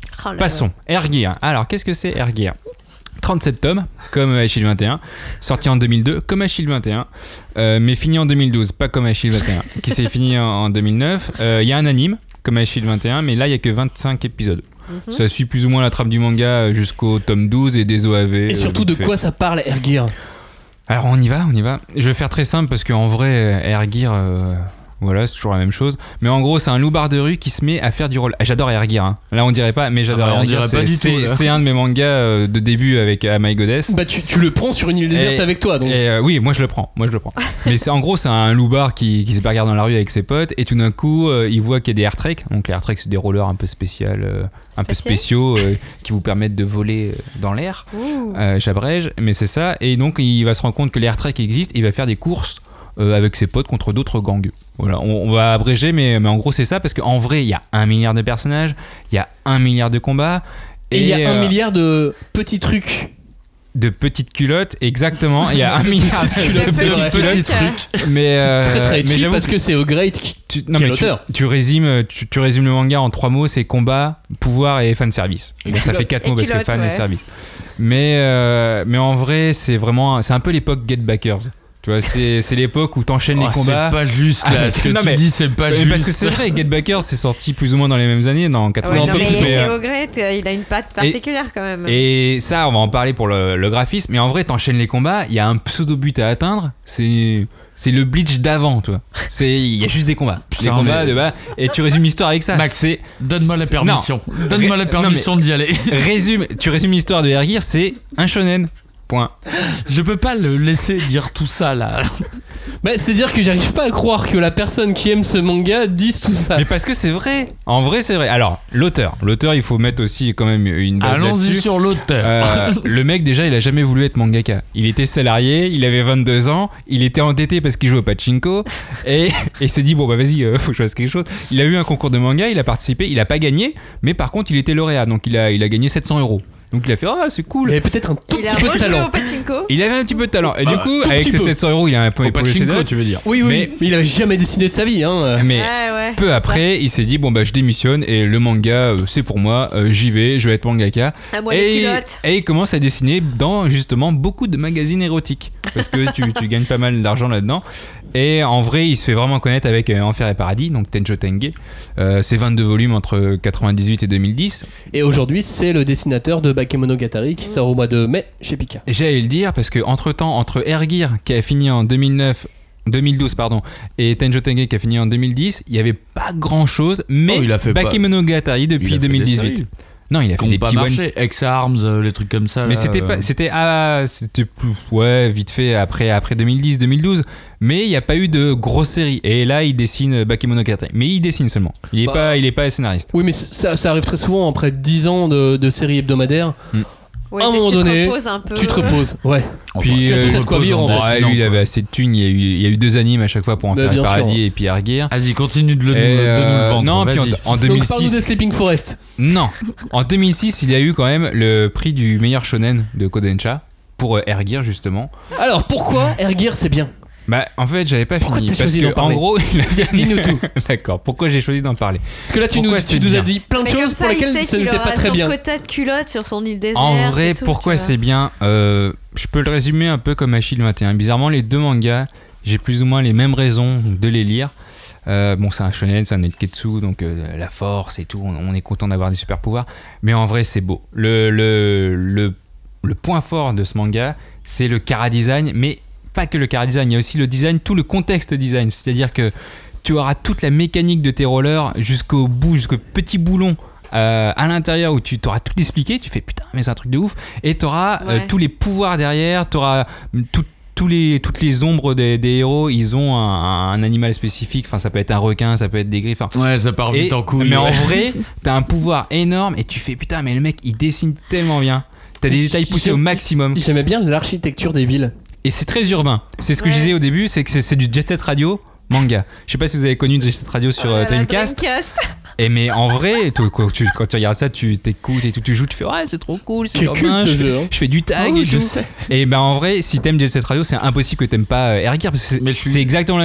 Oh là Passons. Air Gear. Alors, qu'est-ce que c'est Air Gear ? trente-sept tomes, comme Achille vingt et un, sorti en deux mille deux, comme Achille vingt et un, euh, mais fini en deux mille douze, pas comme Achille vingt et un, qui s'est fini en, en deux mille neuf. Il euh, y a un anime, comme Achille vingt et un, mais là, il n'y a que vingt-cinq épisodes. Mm-hmm. Ça suit plus ou moins la trame du manga jusqu'au tome douze et des O A V. Et surtout, euh, de fait. Quoi ça parle, Air Gear ? Alors, on y va, on y va. Je vais faire très simple parce qu'en vrai, Air Gear... Euh, Voilà, c'est toujours la même chose. Mais en gros, c'est un loupard de rue qui se met à faire du rôle. Ah, j'adore Air Gear. Hein. Là, on dirait pas, mais j'adore ah bah, Air on Gear. dirait pas c'est, du tout, c'est, c'est un de mes mangas de début avec uh, My Goddess. Bah, tu, tu le prends sur une île déserte et, avec toi, donc. Et, euh, oui, moi je le prends. Moi je le prends. Mais c'est en gros, c'est un loupard qui, qui se bagarre dans la rue avec ses potes et tout d'un coup, euh, il voit qu'il y a des air treks. Donc les air treks, c'est des rollers un peu spécial, euh, un peu spéciaux euh, qui vous permettent de voler dans l'air. Euh, j'abrège, mais c'est ça. Et donc, il va se rendre compte que les air treks existent. Et il va faire des courses. Euh, avec ses potes contre d'autres gangs. Voilà, on, on va abréger, mais, mais en gros c'est ça, parce qu'en vrai il y a un milliard de personnages, il y a un milliard de combats, et il y a euh, un milliard de petits trucs. De petites culottes, exactement. Il y a un milliard de petites culottes, trucs. Mais euh, très très mais cheap parce que, que c'est au Great qui, tu, non, qui est mais l'auteur. Tu, tu résumes, tu, tu résumes le manga en trois mots, c'est combat, pouvoir et fan service. Et ben, ça fait quatre mots parce que fan ouais. et service. Mais euh, mais en vrai c'est vraiment, c'est un peu l'époque Get Backers. Tu vois, c'est, c'est l'époque où t'enchaînes oh, les combats. C'est pas juste là, ah, ce que non, tu mais, dis, c'est pas mais juste. Parce que c'est vrai, Get Backers, c'est sorti plus ou moins dans les mêmes années, dans quatre-vingts. Ouais, non, mais mais c'est au Great, il a une patte particulière et, quand même. Et ça, on va en parler pour le, le graphisme, mais en vrai, t'enchaînes les combats, il y a un pseudo-but à atteindre, c'est, c'est le Bleach d'avant, tu vois. Il y a juste des combats. Putain, des combats, mais... de bas, et tu résumes l'histoire avec ça. Max, c'est, donne-moi la permission. Non, donne-moi la permission non, d'y aller. résume, tu résumes l'histoire de Air Gear, c'est un shonen. Point. Je peux pas le laisser dire tout ça là. Bah, c'est-à-dire que j'arrive pas à croire que la personne qui aime ce manga dise tout ça. Mais parce que c'est vrai. En vrai, c'est vrai. Alors, l'auteur. L'auteur, il faut mettre aussi quand même une base Allons-y là-dessus. sur l'auteur. Euh, le mec, déjà, il a jamais voulu être mangaka. Il était salarié, il avait vingt-deux ans, il était endetté parce qu'il jouait au pachinko et il s'est dit, bon, bah vas-y, euh, faut que je fasse quelque chose. Il a eu un concours de manga, il a participé, il a pas gagné, mais par contre, il était lauréat. Donc, il a, il a gagné sept cents euros. Donc il a fait ah oh, c'est cool. Il avait peut-être un tout il petit peu de talent. Au pachinko. Il avait un petit peu de talent. Et ah, du coup avec ses sept cents euros il a un peu épaulé ses dettes. Tu veux dire. Oui oui. Mais, mais il avait jamais dessiné de sa vie hein. Mais ouais, ouais. peu après il s'est dit bon bah je démissionne et le manga euh, c'est pour moi. Euh, j'y vais, je vais être mangaka. À moi et, les culottes. Et il commence à dessiner dans justement beaucoup de magazines érotiques parce que tu, tu gagnes pas mal d'argent là-dedans. Et en vrai, il se fait vraiment connaître avec euh, Enfer et Paradis, donc Tenjo Tenge. Euh, c'est vingt-deux volumes entre quatre-vingt-dix-huit et deux mille dix. Et aujourd'hui, c'est le dessinateur de Bakemonogatari qui sort au mois de mai chez Pika. Et j'allais le dire parce que entre temps, entre Air Gear qui a fini en deux mille neuf, deux mille douze pardon, et Tenjo Tenge qui a fini en deux mille dix, il y avait pas grand-chose. Mais oh, il a fait Bakemonogatari depuis deux mille dix-huit. Non, il a fait des petits one X-Arms, euh, les trucs comme ça. Mais là, c'était euh... pas, c'était ah, c'était plus, ouais, vite fait après, après deux mille dix, deux mille douze. Mais il n'y a pas eu de grosse série. Et là, il dessine Bakemonogatari. Mais il dessine seulement. Il est bah, pas, il est pas scénariste. Oui, mais ça, ça arrive très souvent après dix ans de, de séries hebdomadaires. Mm. Ouais, à un moment tu donné, te un peu. tu te reposes. Ouais. Puis il y a peut-être quoi vivre en vrai. Lui, il avait assez de thunes. Il y a eu, il y a eu deux animes à chaque fois pour en bah, faire Paradis sûr. Et puis Air Gear. Vas-y, continue de, le, euh, de nous le vendre. Non, vas-y. puis en, en deux mille six. Donc parle-nous de Sleeping Forest. Non, en deux mille six, il y a eu quand même le prix du meilleur shonen de Kodansha pour Air Gear justement. Alors pourquoi Air Gear c'est bien? Bah en fait j'avais pas pourquoi fini t'as parce que en gros il a fait dis-nous tout. D'accord, pourquoi j'ai choisi d'en parler? Parce que là tu pourquoi nous, tu nous as dit plein de mais choses ça, pour lesquelles ça n'était pas très bien. Il aura son quota de culottes sur son île déserte. En vrai tout, pourquoi c'est bien euh, je peux le résumer un peu comme Achille vingt et un. Bizarrement les deux mangas j'ai plus ou moins les mêmes raisons de les lire. Euh, bon c'est un shonen, c'est un netketsu donc euh, la force et tout, on, on est content d'avoir des super pouvoirs, mais en vrai c'est beau. Le, le, le, le point fort de ce manga c'est le chara design, mais pas que le chara design, il y a aussi le design, tout le contexte design, c'est-à-dire que tu auras toute la mécanique de tes rollers jusqu'au bout, jusqu'au petit boulon euh, à l'intérieur où tu t'auras tout expliqué, tu fais putain mais c'est un truc de ouf, et tu auras ouais. euh, tous les pouvoirs derrière, tu auras tout Tous les, toutes les ombres des, des héros, ils ont un, un animal spécifique. Enfin, ça peut être un requin, ça peut être des griffes. Enfin, ouais, ça part vite et, en couille. Mais ouais. en vrai, t'as un pouvoir énorme et tu fais putain, mais le mec il dessine tellement bien. T'as des détails poussés au maximum. J'aimais bien l'architecture des villes. Et c'est très urbain. C'est ce que ouais. je disais au début, c'est que c'est, c'est du Jet Set Radio manga. Je sais pas si vous avez connu Jet Set Radio sur oh euh, Dreamcast. Dreamcast. Et mais en vrai, toi, quand, tu, quand tu regardes ça, tu t'écoutes et tout, tu joues, tu fais ouais c'est trop cool, c'est urbain, je, fais, je fais du tag oh, et tout. Sais. Et ben en vrai, si t'aimes Jet Set Radio, c'est impossible que t'aimes pas euh, Air Gear parce que c'est, suis... c'est exactement la même chose.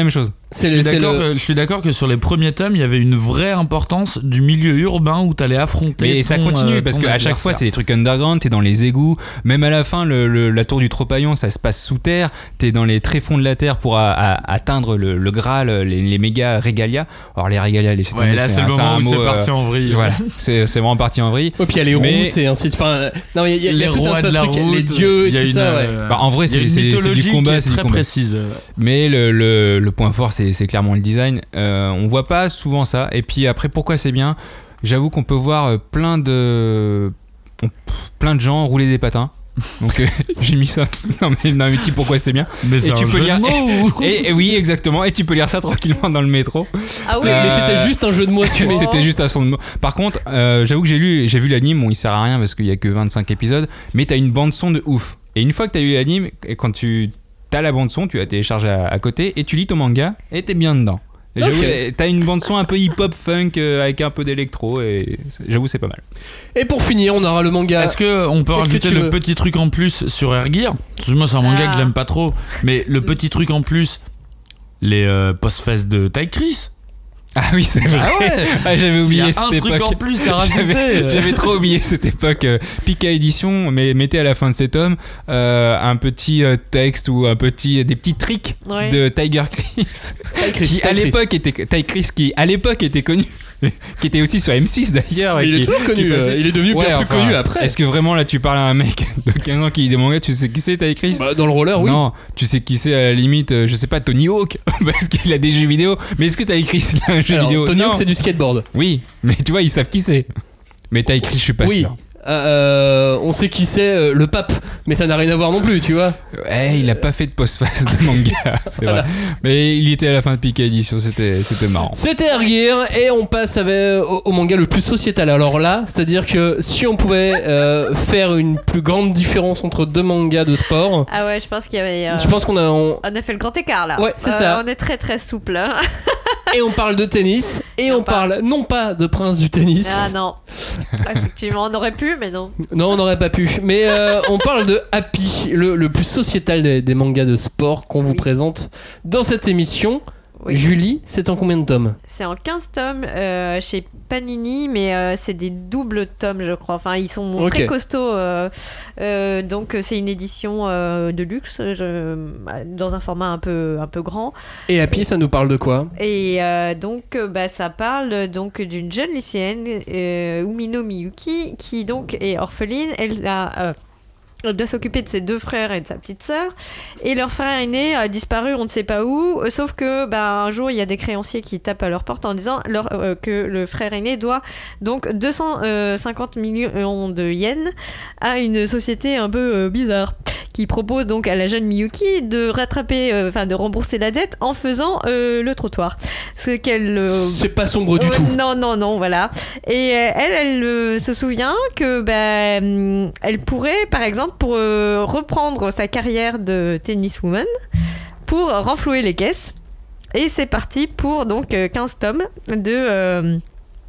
C'est Je le, suis, c'est d'accord le- que, je suis d'accord que sur les premiers tomes, il y avait une vraie importance du milieu urbain où t'allais affronter. Mais ça ton, continue euh, parce ton qu'à chaque fois adversaire. c'est des trucs underground, t'es dans les égouts, même à la fin le, le- la tour du Tropaillon ça se passe sous terre, t'es dans les tréfonds de la terre pour a- a- atteindre le, le Graal, les, les méga régalia. Alors les régalia, les Ouais, là c'est le un- moment un où mot, c'est euh, parti en vrille. Voilà, c'est, c'est vraiment parti en vrille. Oh, puis il y a les Mais- routes et ainsi de suite. Enfin, non, il y a, il y a, il y a Les tout un rois tas de de la trucs, il y a les route, dieux et il y a tout une, ça, ouais. euh, Bah, en vrai il y a c'est, une c'est, c'est mythologie du combat, qui est c'est du très combat. précise. Mais le, le, le point fort c'est, c'est clairement le design. Euh, on voit pas souvent ça. Et puis après pourquoi c'est bien, j'avoue qu'on peut voir euh, plein de on- plein de gens rouler des patins. Donc euh, j'ai mis ça. Non mais non mais dis pourquoi c'est bien. Mais c'est et tu un peux jeu lire de mots, ou- et, et oui exactement et tu peux lire ça tranquillement dans le métro. Ah oui. C'est- Mais Euh, c'était juste un jeu de mots assumé. C'était juste à son mot. Par contre, euh, j'avoue que j'ai lu, j'ai vu l'anime, bon il sert à rien parce qu'il y a que vingt-cinq épisodes, mais t'as une bande son de ouf. Et une fois que t'as lu l'anime, et quand tu t'as la bande son, tu la télécharges à, à côté et tu lis ton manga et t'es bien dedans. Et j'avoue, Ok. t'as une bande son un peu hip-hop funk euh, avec un peu d'électro et c'est- j'avoue c'est pas mal. Et pour finir, on aura le manga. Est-ce que on peut Qu'est-ce que rajouter tu le veux petit truc en plus sur Air Gear? Parce que moi c'est un manga Ah. que j'aime pas trop, mais le petit truc en plus, les euh, post-fest de Ty Chris. Ah oui c'est vrai. Ah ouais. Ah, j'avais S'il y oublié a cette un époque. truc en plus à rajouter. J'avais, j'avais trop oublié cette époque. euh, Pika Édition, mais mettez à la fin de cet tome euh, un petit euh, texte ou un petit des petits tricks Ouais. de Tiger Chris, Ty Chris, qui Ty à Chris. l'époque était Ty Chris qui à l'époque était connu, qui était aussi sur M six d'ailleurs. et Il est qui- toujours connu, qui passait- euh, il est devenu bien plus enfin, connu après. Est-ce que vraiment là tu parles à un mec de quinze ans qui lit des mangas, tu sais qui c'est Ty Chris? Bah, dans le roller, oui. Non, tu sais qui c'est à la limite, euh, je sais pas, Tony Hawk, parce qu'il a des jeux vidéo. Mais est-ce que Ty Chris il a un jeu Alors, vidéo? Tony Non. Hawk, c'est du skateboard. Oui, mais tu vois, ils savent qui c'est. Mais Ty Chris, je suis pas Oui. sûr. Euh, on sait qui c'est, euh, le pape, mais ça n'a rien à voir non plus, tu vois. Ouais, il a pas fait de post-face de manga, c'est Voilà. vrai. Mais il était à la fin de Pika Édition, c'était, c'était marrant. C'était Air Gear et on passe avec, au, au manga le plus sociétal. Alors là, c'est-à-dire que si on pouvait euh, faire une plus grande différence entre deux mangas de sport, Ah ouais, je pense qu'il y avait. euh, je pense qu'on a on- On a fait le grand écart là. Ouais, c'est Euh, ça. On est très très souple. hein. et on parle de tennis et on parle non pas de prince du tennis. Ah non. Effectivement, on aurait pu, mais non. Non, on n'aurait pas pu. Mais euh, on parle de Happy, le, le plus sociétal des, des mangas de sport qu'on vous Oui. présente dans cette émission. Oui. Julie, c'est en combien de tomes? C'est en quinze tomes euh, chez Panini, mais euh, c'est des doubles tomes, je crois. Enfin, ils sont Ok. très costauds. euh, euh, donc, euh, c'est une édition euh, de luxe, je- dans un format un peu, un peu grand. Et Happy, ça nous parle de quoi? Et euh, donc, euh, bah, ça parle donc d'une jeune lycéenne, euh, Umino Miyuki, qui donc est orpheline. Elle a... euh, Elle doit s'occuper de ses deux frères et de sa petite sœur. Et leur frère aîné a disparu, on ne sait pas où. euh, Sauf que, bah, un jour, il y a des créanciers qui tapent à leur porte en disant leur, euh, que le frère aîné doit donc deux cent cinquante millions de yens à une société un peu euh, bizarre, qui propose donc à la jeune Miyuki de rattraper, euh, enfin de rembourser la dette en faisant euh, le trottoir. Ce qu'elle. euh, C'est pas sombre du Ouais, tout. Non, non, non, voilà. Et euh, elle, elle euh, se souvient que bah, hum, elle pourrait, par exemple, pour euh, reprendre sa carrière de tenniswoman, pour renflouer les caisses. Et c'est parti pour donc euh, quinze tomes de, euh,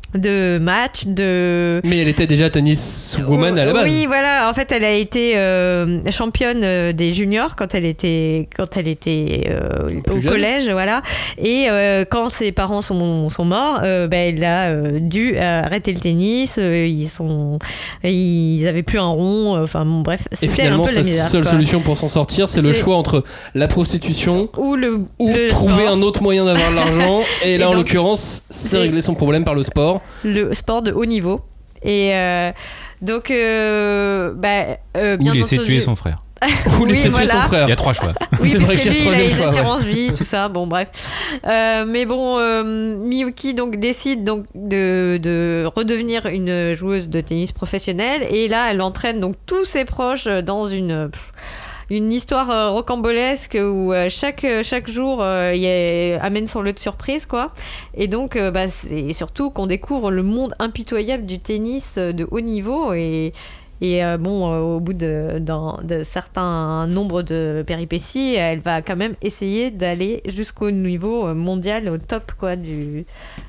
de matchs, de... Mais elle était déjà tennis woman à la base. Oui, voilà. En fait, elle a été euh, championne euh, des juniors quand elle était quand elle était euh, au jeune. collège, voilà. Et euh, quand ses parents sont, sont morts, euh, ben, elle a euh, dû arrêter le tennis. euh, ils sont, ils avaient plus un rond. euh, Enfin, bon, bref, Et c'était un finalement, peu la sa misère. seule quoi. solution pour s'en sortir, c'est le C'est- choix entre la prostitution Ou le ou le trouver sport. un autre moyen d'avoir de l'argent. Et là, Et en donc, l'occurrence, c'est c'est- régler son problème par le sport. le sport de haut niveau. Et euh, donc, euh, bah, euh, Ou bien laisser entendu- tuer son frère. Ou Oui, laisser tuer voilà. son frère. Il y a trois choix. Oui, C'est parce vrai que qu'il y a ce lui, il a troisième une choix, ouais. assurance vie, tout ça. Bon, bref. Euh, mais bon, euh, Miyuki donc décide donc de, de redevenir une joueuse de tennis professionnelle, et là, elle entraîne donc tous ses proches dans une pff, une histoire euh, rocambolesque où euh, chaque chaque jour euh, il y a- amène son lot de surprises, quoi. Et donc, euh, bah, c'est surtout qu'on découvre le monde impitoyable du tennis euh, de haut niveau. Et Et euh, bon, euh, au bout de, d'un- de certains nombres de péripéties, elle va quand même essayer d'aller jusqu'au niveau euh, mondial, au top, quoi, du,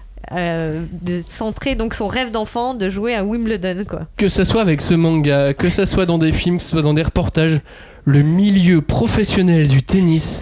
euh, de centrer donc son rêve d'enfant de jouer à Wimbledon, quoi. Que ça soit avec ce manga, que ça soit dans des films, que ce soit dans des reportages, le milieu professionnel du tennis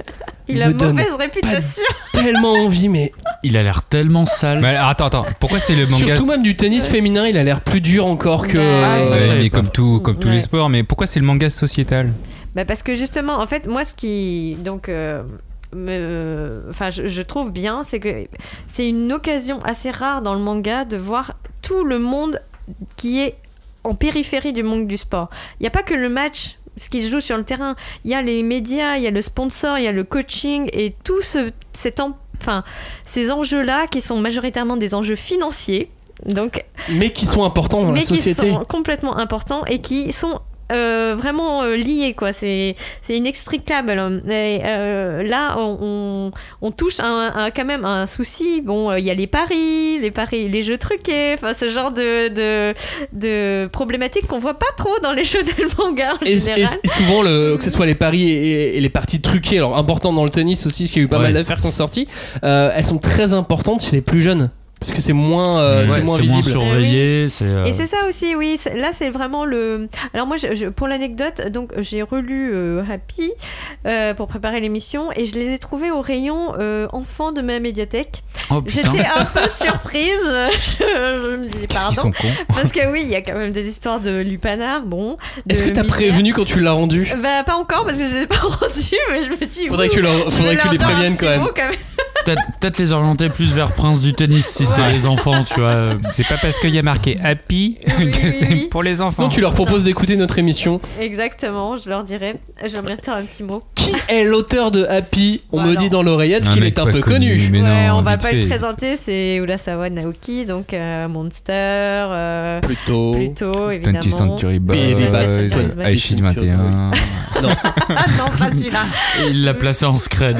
Il a me donne mauvaise réputation. tellement envie, mais Il a l'air tellement sale. Mais alors, attends, attends. Pourquoi c'est le manga surtout même du tennis féminin, il a l'air plus dur encore que. Ah, ça, Ouais, je savais mais pas. comme tout, comme tous Ouais. les sports. Mais pourquoi c'est le manga sociétal? Bah parce que justement, en fait, moi, ce qui donc, euh, me- enfin, je, je trouve bien, c'est que c'est une occasion assez rare dans le manga de voir tout le monde qui est en périphérie du monde du sport. Il n'y a pas que le match. Ce qui se joue sur le terrain, il y a les médias, il y a le sponsor, il y a le coaching et tout ce, cet en- enfin, ces enjeux-là qui sont majoritairement des enjeux financiers, donc, Mais qui sont importants dans mais la qui société. sont complètement importants et qui sont euh, vraiment euh, liés, quoi. C'est, c'est inextricable. Et, euh, là, on, on, on touche un, un- quand même un souci. Bon, il euh, y a les paris, les paris, les jeux truqués, enfin ce genre de, de, de problématiques qu'on voit pas trop dans les jeux de manga en Et, et- général. et souvent, le, que ce soit les paris et, et les parties truquées, alors important dans le tennis aussi, parce qu'il y a eu pas Ouais. mal d'affaires qui sont sorties, euh, elles sont très importantes chez les plus jeunes. Parce que c'est moins, euh, Ouais, c'est moins c'est moins visible. surveillé. C'est, euh, Et c'est ça aussi, oui. C'est- Là, c'est vraiment le. Alors moi, je, je- pour l'anecdote, donc j'ai relu euh, Happy euh, pour préparer l'émission et je les ai trouvés au rayon euh, enfants de ma médiathèque. Oh, putain. J'étais un peu surprise. Je, je me disais Ils pardon. sont cons. Parce que oui, il y a quand même des histoires de lupanard. Bon. de Est-ce que t'as misère. prévenu quand tu l'as rendu? Bah pas encore parce que je l'ai pas rendu, mais je me dis. Faudrait ouh, que tu leur- je faudrait vais que tu leur les dire un préviennes petit quand même. mot quand même. Peut-être, peut-être les orienter plus vers Prince du tennis si c'est Ouais. les enfants, tu vois. C'est pas parce qu'il y a marqué Happy Oui, que oui, c'est oui. pour les enfants. Sinon, tu leur proposes d'écouter notre émission. Exactement, je leur dirai. J'aimerais dire un petit mot. Qui est l'auteur de Happy? On Bah me alors. dit dans l'oreillette Un qu'il mec est un pas peu connu, connu. mais ouais, non, on va vite pas fait. le présenter, c'est Urasawa Naoki, donc euh, Monster, euh, Plutôt. Pluto, évidemment. vingt Century Boys, Billy Bat- Aishid vingt et un. Non. Ah non, pas celui-là. Et il l'a placé en scred.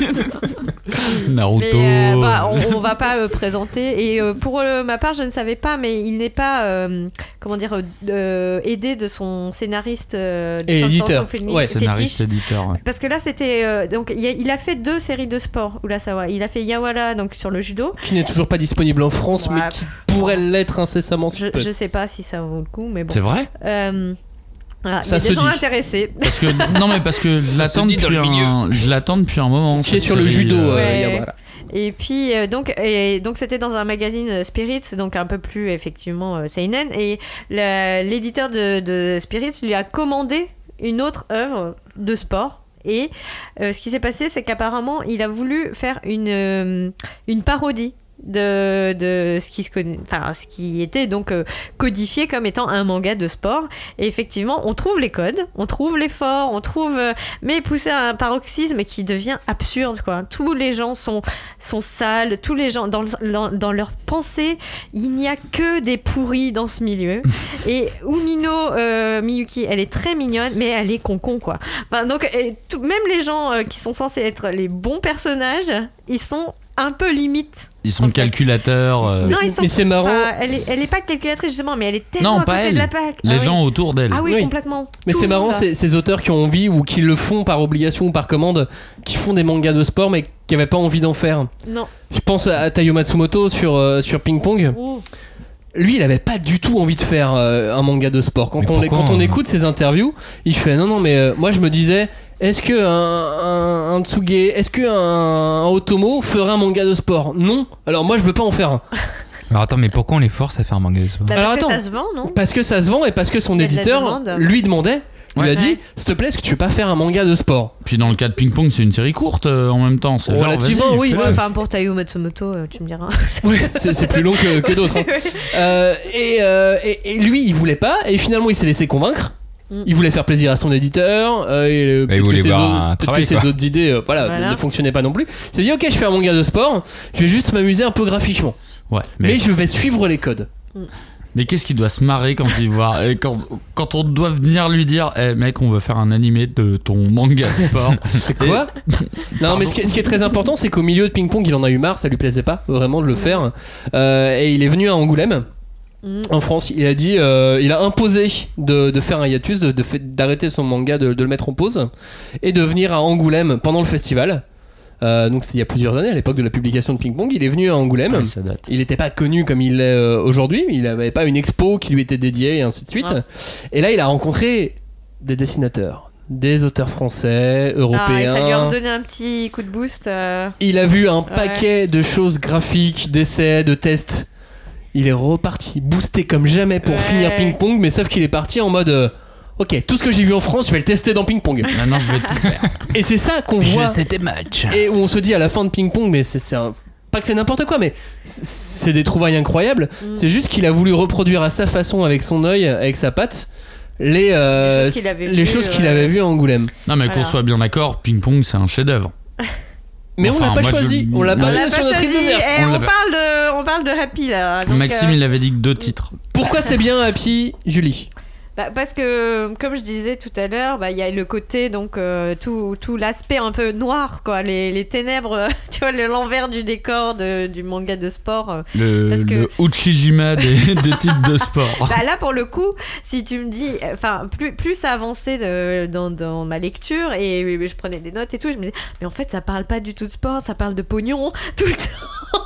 Naruto. Mais euh, bah, on, on va pas le présenter. Et euh, pour euh, ma part, je ne savais pas, mais il n'est pas, euh, comment dire, euh, euh, aidé de son scénariste euh, de Et Santoso éditeur. Fénix- Ouais. fétiche. Scénariste éditeur. Ouais. Parce que là, c'était. euh, donc, il a, il a fait deux séries de sport, Urasawa. Il a fait Yawara, donc sur le judo. Qui n'est toujours pas disponible en France, Ouais. mais qui pourrait l'être incessamment. Je, je sais pas si ça vaut le coup, mais bon. C'est vrai Euh, voilà, il y Ça a se des gens dit. intéressés. Parce que non mais parce que je Ça l'attends se dit dans depuis le un, je l'attends depuis un moment. Qui est cette sur le série, judo, euh, euh, Ouais. Yawara. Et puis euh, donc et donc c'était dans un magazine euh, Spirits, donc un peu plus effectivement euh, seinen, et la- l'éditeur de, de Spirits lui a commandé une autre œuvre de sport. Et euh, ce qui s'est passé, c'est qu'apparemment il a voulu faire une euh, une parodie de, de ce qui se connaît, enfin ce qui était donc euh, codifié comme étant un manga de sport. Et effectivement, on trouve les codes, on trouve les forts, on trouve, euh, mais poussé à un paroxysme qui devient absurde, quoi. Tous les gens sont sont sales, tous les gens dans le- dans, dans leur pensée, il n'y a que des pourris dans ce milieu. Et Umino euh, Miyuki, elle est très mignonne, mais elle est con-con, quoi. Enfin, donc et tout- même les gens euh, qui sont censés être les bons personnages, ils sont un peu limite. Ils sont en fait. calculateurs. euh, Non, ils sont. mais c'est marrant. enfin, elle, est, elle est pas calculatrice justement, mais elle est tellement Non, à pas côté elle. de la plaque. Les Ah oui. gens autour d'elle. Ah oui, Oui. complètement. Mais Tout c'est le marrant, monde. ces, ces auteurs qui ont envie ou qui le font par obligation ou par commande, qui font des mangas de sport mais qui n'avaient pas envie d'en faire. Non. Je pense à Taiyo Matsumoto sur, euh, sur Ping Pong. Ouh. Lui, il avait pas du tout envie de faire euh, un manga de sport. Quand, Mais on, pourquoi, quand on hein écoute ses interviews, il fait non, non, mais euh, moi je me disais, est-ce que un, un, un Tsuge, est-ce que un, un Otomo ferait un manga de sport? Non. Alors moi je veux pas en faire un. Alors attends, mais pourquoi on les force à faire un manga de sport? Bah, Alors, parce que attends. ça se vend, non? Parce que ça se vend et parce que son Il y a de la éditeur demande. lui demandait, lui Ouais. a dit, Ouais. s'il te plaît, est-ce que tu veux pas faire un manga de sport? Puis dans le cas de Ping Pong, c'est une série courte euh, en même temps. C'est genre, Relativement, vas-y, oui. fais-le. Ouais. Enfin, pour Taiyo Matsumoto, euh, tu me diras. Oui, c'est c'est plus long que, que d'autres. hein. Euh, et, euh, et, et lui, il voulait pas, et finalement, il s'est laissé convaincre. Mm. Il voulait faire plaisir à son éditeur. Euh, et, euh, peut-être voulait que ses, voir autres, un peut-être travail, que ses quoi. autres idées euh, voilà, Voilà. ne fonctionnaient pas non plus. Il s'est dit, ok, je fais un manga de sport, je vais juste m'amuser un peu graphiquement. Ouais. Mais, Mais, je vais suivre les codes. mais qu'est-ce qu'il doit se marrer quand il voit et quand, quand on doit venir lui dire, eh mec, on veut faire un animé de ton manga de sport. Quoi Non, mais ce qui, est, ce qui est très important, c'est qu'au milieu de Ping Pong, il en a eu marre, ça lui plaisait pas vraiment de le faire. Euh, et il est venu à Angoulême. Mm. En France, il a dit, euh, il a imposé de, de faire un hiatus, de, de fait- d'arrêter son manga, de, de le mettre en pause, et de venir à Angoulême pendant le festival. Euh, donc c'était il y a plusieurs années, à l'époque de la publication de Ping Pong, il est venu à Angoulême. Ouais, ça date. Il n'était pas connu comme il l'est euh, aujourd'hui, il n'avait pas une expo qui lui était dédiée et ainsi de suite. Ah. Et là, il a rencontré des dessinateurs, des auteurs français, européens. Ah, et ça lui a redonné un petit coup de boost. euh. Il a vu un Ouais. paquet de choses graphiques, d'essais, de tests. Il est reparti, boosté comme jamais pour Ouais. finir Ping Pong, mais sauf qu'il est parti en mode euh, ok, tout ce que j'ai vu en France, je vais le tester dans Ping Pong. Maintenant, je vais tout faire. Et c'est ça qu'on voit. Je sais des matchs. Et où on se dit à la fin de Ping Pong, mais c'est, c'est un. Pas que c'est n'importe quoi, mais c'est- c'est des trouvailles incroyables. Mm. C'est juste qu'il a voulu reproduire à sa façon, avec son œil, avec sa patte, les, euh, Les choses qu'il avait les vues, choses qu'il ouais. avait vues à Angoulême. Non, mais qu'on Voilà. soit bien d'accord, Ping Pong, c'est un chef-d'œuvre. Mais on Enfin, l'a pas moi, choisi, je- on l'a Non. pas On mis l'a sur pas notre choisi. île déserte. Eh, On on, l'a- parle de, on parle de Happy là. Donc, Maxime, euh, il avait dit que deux titres. Pourquoi c'est bien Happy, Julie? bah, parce que, comme je disais tout à l'heure, bah, il y a le côté, donc, euh, tout, tout l'aspect un peu noir, quoi, les, les ténèbres, euh, tu vois, le- l'envers du décor de- du manga de sport. euh. Le, Parce que- le Uchijima des, des titres de sport. Bah là, pour le coup, si tu me dis, enfin, plus, plus ça avançait de- dans, dans ma lecture et je prenais des notes et tout, je me disais, mais en fait, ça parle pas du tout de sport, ça parle de pognon tout le temps.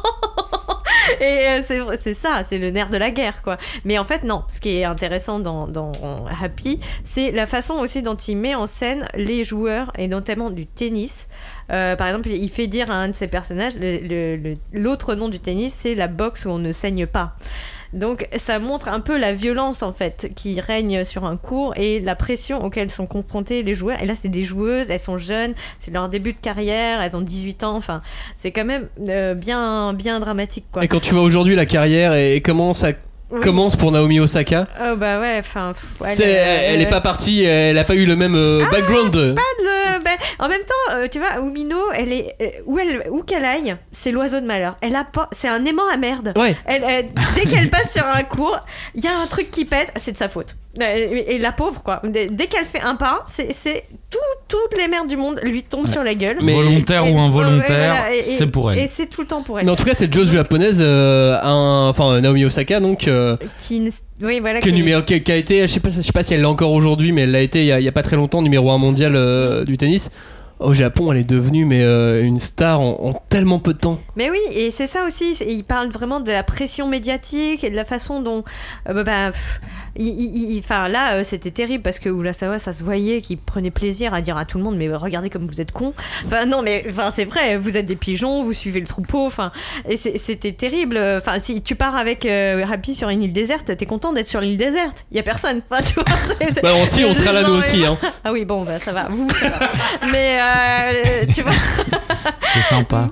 Et euh, c'est, c'est ça, c'est le nerf de la guerre, quoi. Mais en fait, non. Ce qui est intéressant dans, dans Happy, c'est la façon aussi dont il met en scène les joueurs, et notamment du tennis. Euh, par exemple, il fait dire à un de ses personnages, le- le- le- l'autre nom du tennis, c'est la boxe où on ne saigne pas. Donc ça montre un peu la violence en fait qui règne sur un court et la pression auquel sont confrontés les joueurs. Et là c'est des joueuses, elles sont jeunes, c'est leur début de carrière, elles ont dix-huit ans, enfin c'est quand même euh, bien, bien dramatique quoi. Et quand tu vois aujourd'hui la carrière et, et comment ça Oui. commence pour Naomi Osaka, Oh bah ouais, enfin... pff, ouais, c'est, le- elle est pas partie, elle a pas eu le même euh, background. Le- ben, en même temps, euh, tu vois, Umino, elle est euh, où elle, où qu'elle aille, c'est l'oiseau de malheur. Elle a pas, c'est un aimant à merde. Ouais. Elle, elle- dès qu'elle passe sur un cours, il y a un truc qui pète, c'est de sa faute. Et, et la pauvre quoi. Dès, dès qu'elle fait un pas, c'est, c'est tout, toutes les merdes du monde lui tombent sur la gueule. Mais- Volontaire Et- ou ouais, involontaire, voilà, et- et- c'est pour elle. Et c'est tout le temps pour elle. Mais en tout cas, cette joueuse japonaise, euh, un- enfin Naomi Osaka, donc euh, Qui, ne- oui, voilà. qui, est qui- numéro, qui, qui a été, je sais pas, je sais pas si elle l'a encore aujourd'hui, mais elle l'a été il y a, il y a pas très longtemps, numéro un mondial euh, du tennis. Au Japon, elle est devenue mais euh, une star en, en tellement peu de temps. Mais oui, et c'est ça aussi. c'est- Il parle vraiment de la pression médiatique et de la façon dont, euh, bah, bah, pff, il- il- il- enfin là, euh, c'était terrible parce que Urasawa, ça se voyait qu'il prenait plaisir à dire à tout le monde, mais regardez comme vous êtes cons. Enfin non, mais enfin c'est vrai, vous êtes des pigeons, vous suivez le troupeau. Enfin, et c'est- c'était terrible. Enfin, si tu pars avec euh, Happy sur une île déserte, t'es content d'être sur l'île déserte. Il y a personne. Enfin, tu vois. c'est- c'est- Bah, on, si, on les sera là gens, nous ouais. aussi. Hein. Ah oui, bon, bah ça va. Vous, ça va. Mais euh, tu vois. C'est sympa.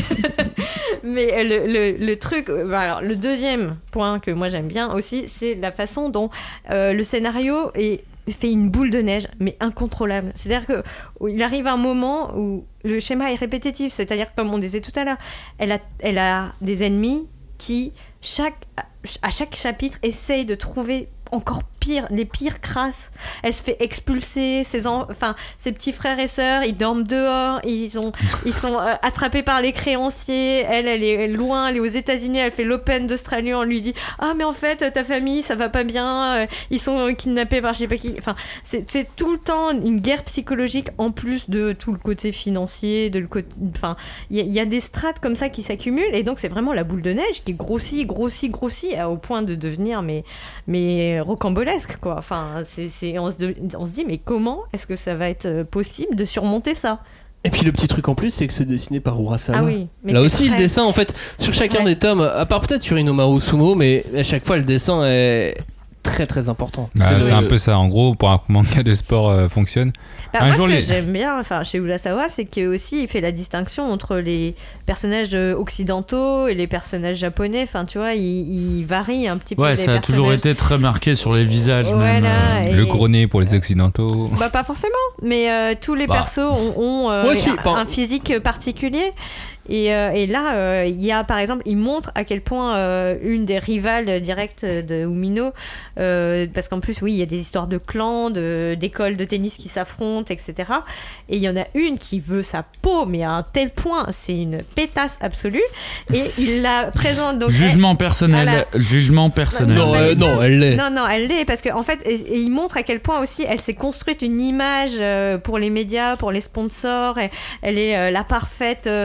Mais le, le, le truc, euh, bah alors, le deuxième point que moi j'aime bien aussi, c'est la façon dont euh, le scénario est, fait une boule de neige, mais incontrôlable. C'est-à-dire que où il arrive un moment où le schéma est répétitif, c'est-à-dire que, comme on disait tout à l'heure, elle a, elle a des ennemis qui, chaque, à chaque chapitre, essayent de trouver encore pire, les pires crasses. Elle se fait expulser, ses, en... enfin, ses petits frères et sœurs, ils dorment dehors, ils, ont... ils sont euh, attrapés par les créanciers, elle, elle est loin, elle est aux États-Unis, elle fait l'Open d'Australie, on lui dit « Ah, mais en fait, ta famille, ça va pas bien, euh, ils sont kidnappés par je sais pas qui... » Enfin, c'est, c'est tout le temps une guerre psychologique en plus de tout le côté financier, de le côté... Enfin, il y, a- il y a des strates comme ça qui s'accumulent, et donc c'est vraiment la boule de neige qui grossit, grossit, grossit, euh, au point de devenir mais, mais rocambolesque, quoi. Enfin, c'est, c'est, on, se de- on se dit, mais comment est-ce que ça va être euh, possible de surmonter ça? Et puis le petit truc en plus, c'est que c'est dessiné par Urasawa. Ah oui, mais Là c'est aussi, très- le dessin, en fait, sur chacun Ouais. des tomes, à part peut-être sur Inomaru Sumo, mais à chaque fois, le dessin est très très important. Bah, le- c'est un peu ça, en gros, pour un manga de sport euh, fonctionne. Bah, un moi, jour, ce que les... j'aime bien, enfin, chez Urasawa, c'est que aussi il fait la distinction entre les personnages euh, occidentaux et les personnages japonais. Enfin, tu vois, il, il varie un petit peu. Ouais, les ça a toujours personnages. été très marqué sur les visages. Voilà, même, euh, et- le gros nez pour les occidentaux. Bah pas forcément, mais euh, tous les Bah. persos ont, ont, euh, Ouais, si, un, pas- un physique particulier. Et, euh, et là, euh, il y a par exemple, il montre à quel point euh, une des rivales directes de Umino, euh, parce qu'en plus, oui, il y a des histoires de clans, de, d'écoles de tennis qui s'affrontent, et cetera. Et il y en a une qui veut sa peau, mais à un tel point, c'est une pétasse absolue. Et il la présente donc. Jugement personnel. Voilà. Jugement personnel. Non, pas euh, du tout. non, elle l'est. Non, non, elle l'est, parce qu'en fait, et, et il montre à quel point aussi elle s'est construite une image euh, pour les médias, pour les sponsors. Et, elle est euh, la parfaite euh, sportive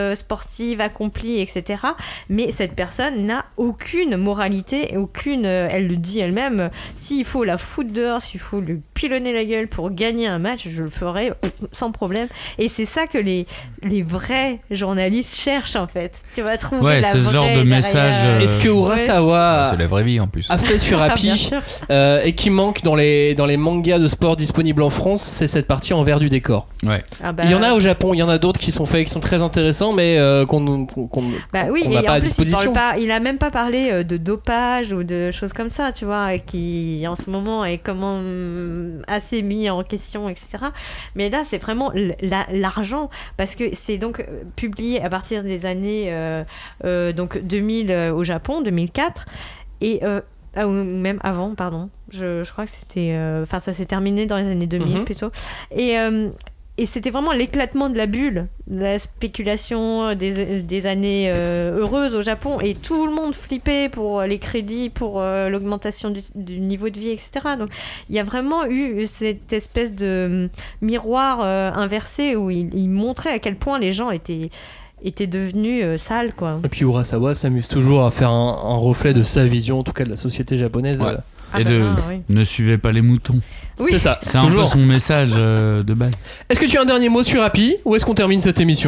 sportive accomplie, et cetera. Mais cette personne n'a aucune moralité, aucune, elle le dit elle-même, s'il faut la foutre dehors, s'il faut lui pilonner la gueule pour gagner un match, je le ferai sans problème. Et c'est ça que les, les vrais journalistes cherchent en fait. Tu vas trouver ouais, la c'est ce genre de message. Euh... Est-ce que Urasawa ouais. c'est la vraie vie en plus a fait sur Happy euh, et qui manque dans les, dans les mangas de sport disponibles en France, c'est cette partie envers du décor. Ouais. Ah bah, il y en a au Japon, il y en a d'autres qui sont faits, qui sont très intéressants, mais euh, qu'on, qu'on, qu'on, bah oui, qu'on et n'a pas en à plus, disposition. Il, parle pas, il a même pas parlé de dopage ou de choses comme ça, tu vois, qui en ce moment est comment assez mis en question, et cetera. Mais là, c'est vraiment la, l'argent, parce que c'est donc publié à partir des années euh, euh, donc deux mille euh, au Japon, deux mille quatre, et euh, ou même avant, pardon. Je, je crois que c'était, enfin, euh, ça s'est terminé dans les années deux mille mm-hmm. plutôt. Et euh, Et c'était vraiment l'éclatement de la bulle, de la spéculation des, des années euh, heureuses au Japon. Et tout le monde flippait pour les crédits, pour euh, l'augmentation du, du niveau de vie, et cetera. Donc il y a vraiment eu cette espèce de miroir euh, inversé où il, il montrait à quel point les gens étaient, étaient devenus euh, sales, quoi. Et puis Urasawa s'amuse toujours à faire un, un reflet de sa vision, en tout cas de la société japonaise. Ouais. Euh, Ah et bah de non, oui. ne suivez pas les moutons. Oui. C'est ça. C'est toujours. un peu son message euh, de base. Est-ce que tu as un dernier mot sur Happy ou est-ce qu'on termine cette émission ?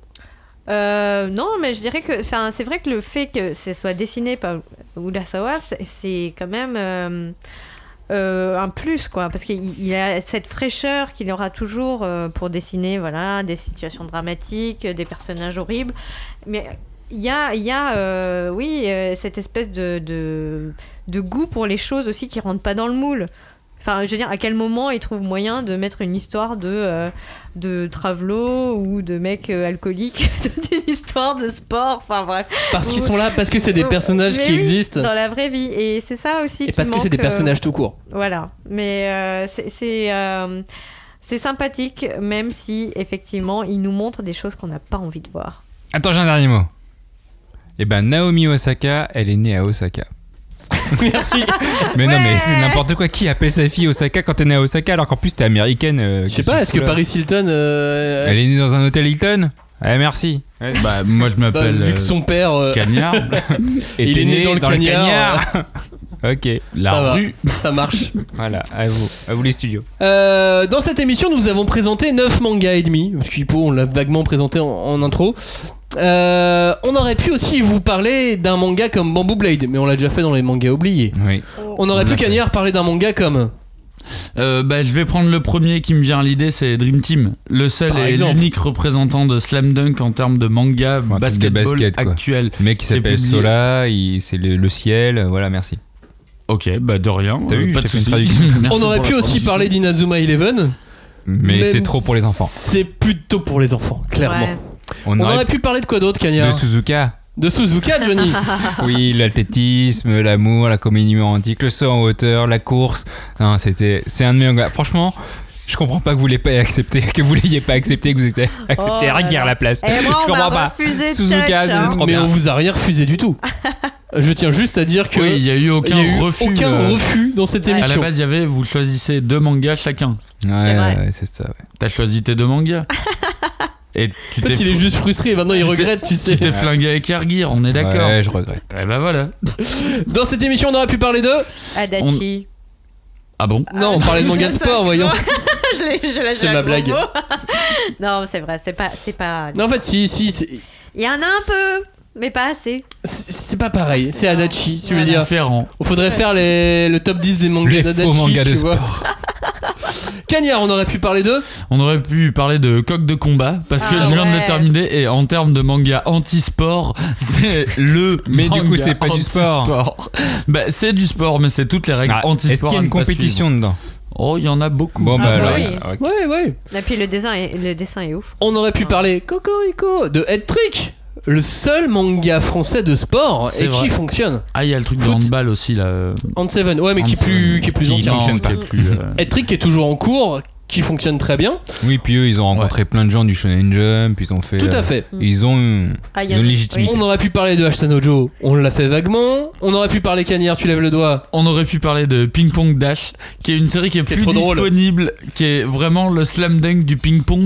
Euh, non, mais je dirais que c'est vrai que le fait que ce soit dessiné par Urasawa, c'est quand même euh, euh, un plus, quoi, parce qu'il il a cette fraîcheur qu'il aura toujours euh, pour dessiner, voilà, des situations dramatiques, des personnages horribles, mais il y a, y a euh, oui, euh, cette espèce de, de, de goût pour les choses aussi qui rentrent pas dans le moule. Enfin, je veux dire, à quel moment ils trouvent moyen de mettre une histoire de, euh, de travelo ou de mecs euh, alcooliques, d'une histoire de sport, enfin bref. Parce ou... qu'ils sont là, parce que c'est des personnages mais qui oui, existent. Dans la vraie vie. Et c'est ça aussi. Et qui parce que manque, c'est des personnages euh... tout court. Voilà. Mais euh, c'est... c'est euh... c'est sympathique, même si, effectivement, ils nous montrent des choses qu'on n'a pas envie de voir. Attends, j'ai un dernier mot. Eh ben, Naomi Osaka, elle est née à Osaka. Merci. Mais ouais. non, mais c'est n'importe quoi. Qui appelle sa fille Osaka quand t'es née à Osaka alors qu'en plus t'es américaine euh, Je sais pas, est-ce que Paris Hilton. Euh... Elle est née dans un hôtel Hilton ? Ouais, merci. Ouais. Bah, moi je m'appelle. Bah, vu que son père. Euh... Cagnard. Et il t'es est né né dans le dans Cagnard. le Cagnard. Ok. La ça rue. Va, ça marche. Voilà, à vous. À vous les studios. Euh, dans cette émission, nous avons présenté neuf mangas et demi. Parce qu'Hippo, on l'a vaguement présenté en, en intro. Euh, on aurait pu aussi vous parler d'un manga comme Bamboo Blade, mais on l'a déjà fait dans les mangas oubliés. Oui. On aurait pu Cagnard parler d'un manga comme. Euh, bah, je vais prendre le premier qui me vient à l'idée, c'est Dream Team, le seul Par et exemple. l'unique représentant de Slam Dunk en termes de manga Un basketball basket, quoi. actuel. Le mec qui s'appelle publié. Sola, il, c'est le, le ciel, voilà, merci. Ok, bah de rien. T'as vu, pas je de t'ai fait une soucis. traduction. Merci On aurait pour pu la aussi traduction. parler d'Inazuma Eleven. Mais Même c'est trop pour les enfants. C'est plutôt pour les enfants, clairement. Ouais. On, On aurait, aurait pu parler de quoi d'autre, de Cagnard ? Suzuka. De Suzuka, Johnny. Oui, l'athlétisme, l'amour, la comédie romantique, le saut en hauteur, la course. Non, c'était, c'est un de mes mangas. Franchement, je comprends pas que vous l'ayez pas accepté, que vous l'ayez pas accepté, que vous ayez accepté Oh, Rigueur à la place. Et moi, je on comprends m'a pas. refusé Suzuka, Touch, c'était hein. trop Mais bien. on vous a rien refusé du tout. Je tiens juste à dire que. Oui, il y a eu aucun il y a eu refus. aucun euh, refus dans cette À la émission. base, il y avait, vous choisissez deux mangas chacun. Ouais, C'est vrai. ouais, c'est ça. Ouais. T'as choisi tes deux mangas. Et tu En fait, t'es il est juste frustré et maintenant il tu t'es- regrette, tu sais. Tu t'es flingué avec Ergir, on est d'accord. Ouais, je regrette. Et bah voilà. Dans cette émission, on aurait pu parler de. Adachi. Ah bon? Non, on parlait de manga de sport, voyons. je l'ai, je l'ai C'est un ma gros blague. mot. Non, c'est vrai, c'est pas, c'est pas. Non, en fait, si, si, c'est, Il y en a un peu, mais pas assez. c'est c'est pas pareil. C'est Adachi, tu veux C'est dire. différent. Il faudrait faire les, le top dix des mangas Les d'Adachi. faux mangas de tu vois. sport. Cagnard, on aurait pu parler de. On aurait pu parler de Coq de combat parce que Ah je viens de ouais. le terminer et en termes de manga anti-sport, c'est le Mais du manga coup, c'est pas du sport. anti-sport. Bah, c'est du sport, mais c'est toutes les règles Ah, anti-sport. est-ce qu'il y a à une ne pas compétition suivre. dedans? Oh, il y en a beaucoup. Bon, bah Ah, alors. bah oui. ok. Ouais, ouais. Et puis le dessin est, le dessin est ouf. On aurait pu parler Cocorico de Head Trick, le seul manga français de sport C'est et qui vrai. fonctionne. Ah, il y a le truc de Foot. handball aussi là. Hand Seven, ouais, mais qui est Hand plus, Seven. qui est plus Qui ancien. fonctionne Non, pas. qui est plus, euh, Head Trick qui est toujours en cours, qui fonctionne très bien. Oui, puis eux, ils ont rencontré plein de gens du Shonen Jump, ils ont fait. Tout à euh, fait. Ils ont une, Ah, il y en une a- légitimité. On aurait pu parler de Ashtanojo, on l'a fait vaguement. On aurait pu parler Cagnard, tu lèves le doigt. On aurait pu parler de Ping Pong Dash, qui est une série qui est Qui est plus trop drôle. disponible, qui est vraiment le slam dunk du ping pong.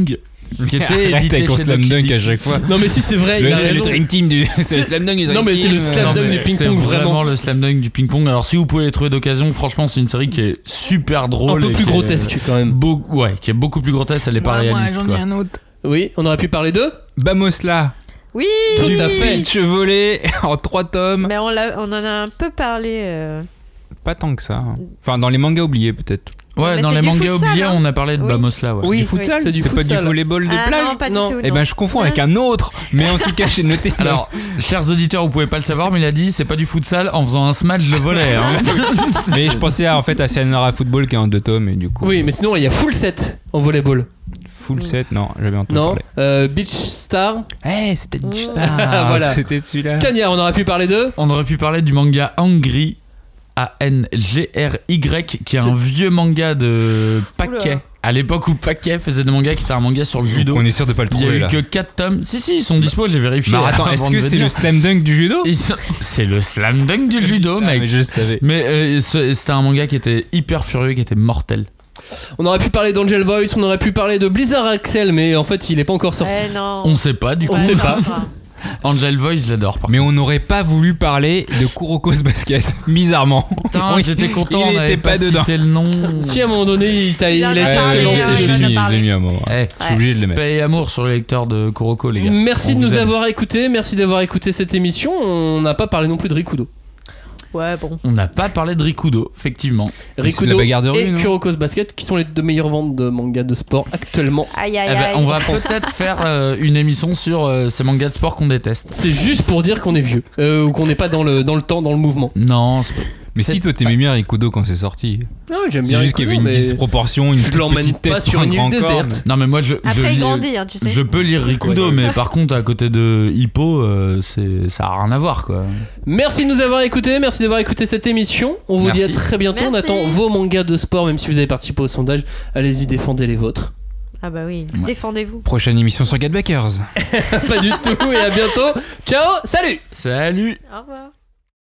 Qui était Arrête édité avec ton chez slam Lucky dunk Dick. à chaque fois. Non mais si c'est vrai, il Le- a C'est le raison. Dream Team du. C'est le slam dunk du Dream Non, mais c'est le Team. slam Non, dunk mais du ping-pong, c'est vraiment. vraiment le slam dunk du ping-pong. Alors si vous pouvez les trouver d'occasion, franchement c'est une série qui est super drôle. Un peu et plus qui est- grotesque quand même. beau- ouais, qui est beaucoup plus grotesque, elle est pas Moi, moi, réaliste j'en quoi. ai un autre. Oui, on aurait pu parler d'eux. Vamos là. Oui. Tout à fait. Pitch volé en trois tomes. Mais on, l'a- on en a un peu parlé. euh. Pas tant que ça. hein. Enfin, dans les mangas oubliés peut-être. Ouais, Mais dans c'est les du mangas futsal, oubliés, hein. on a parlé de Oui. Vamos là. Ouais. Oui, Du futsal. c'est du C'est pas du futsal. volleyball de Ah plage. non, pas Non. du tout. Eh ben, je confonds avec un autre. Mais en tout cas, j'ai noté. Alors, chers auditeurs, vous pouvez pas le savoir, mais il a dit c'est pas du futsal en faisant un smash le volet. Hein. Mais je pensais à, en fait à Sayonara Football qui est en deux tomes et du coup. Oui, mais sinon il y a full set en volleyball. Full set, non, j'avais entendu Non. parler. Euh, Beach Star. Eh, c'était du Ah, voilà. C'était celui-là. Cagnard, on aurait pu parler d'eux. On aurait pu parler du manga Angry, A N G R Y, qui est un vieux manga de Paquet. Oula. À l'époque où Paquet faisait des mangas, qui était un manga sur le judo. On est sûr de pas le Il y a trouver eu là. que quatre tomes. Si, si, ils sont dispo, je les vérifié. Mais attends, avant est-ce de que c'est venir. le slam dunk du judo? Ils sont- C'est le slam dunk du judo, Ah, mec. mais je le savais. Mais euh, ce- c'était un manga qui était hyper furieux, qui était mortel. On aurait pu parler d'Angel Voice, on aurait pu parler de Blizzard Axel, mais en fait il est pas encore sorti. Eh non. On sait pas, du coup. On sait pas. Angel Voice, je l'adore. par Mais on n'aurait pas voulu parler de Kuroko's Basket, bizarrement. Putain, On- j'étais content, il on avait était pas pas dedans. cité le nom. Si à un moment donné il t'a il Il a en a essayé de parlé, te hein, lancer je dessus. il en l'ai a mis, je parlé. l'ai mis à un moment. Eh, Je suis obligé de le mettre. paix et amour sur les lecteurs de Kuroko, les gars. Merci On de nous vous aime. avoir écoutés, merci d'avoir écouté cette émission. On n'a pas parlé non plus de Rikudo. Ouais, bon. On n'a pas parlé de Rikudo, effectivement. C'est de la Rikudo bagarre de rue, et non Kuroko's Basket qui sont les deux meilleures ventes de mangas de sport actuellement. Aïe, aïe, Eh ben, aïe. on va peut-être faire euh, une émission sur euh, ces mangas de sport qu'on déteste. C'est juste pour dire qu'on est vieux euh, ou qu'on n'est pas dans le, dans le temps, dans le mouvement. Non, c'est- Mais si toi t'aimais bien Rikudo quand c'est sorti, Ah, j'aime c'est bien juste qu'il y avait Rikudo, une mais disproportion, une je toute l'emmène petite pas tête sur pour un une île grand corps. déserte. non mais moi je, je Après, il lis- grandit, hein, tu sais. je peux lire Rikudo, mais par contre à côté de Hippo, euh, c'est ça a rien à voir quoi. Merci de nous avoir écoutés, merci d'avoir écouté cette émission. On vous Merci. dit à très bientôt. On Merci. attend vos mangas de sport, même si vous avez participé au sondage. Allez-y, défendez les vôtres. Ah bah oui, Ouais. défendez-vous. Prochaine émission sur Get Backers. Pas du tout, et à bientôt. Ciao, salut. Salut. Au revoir.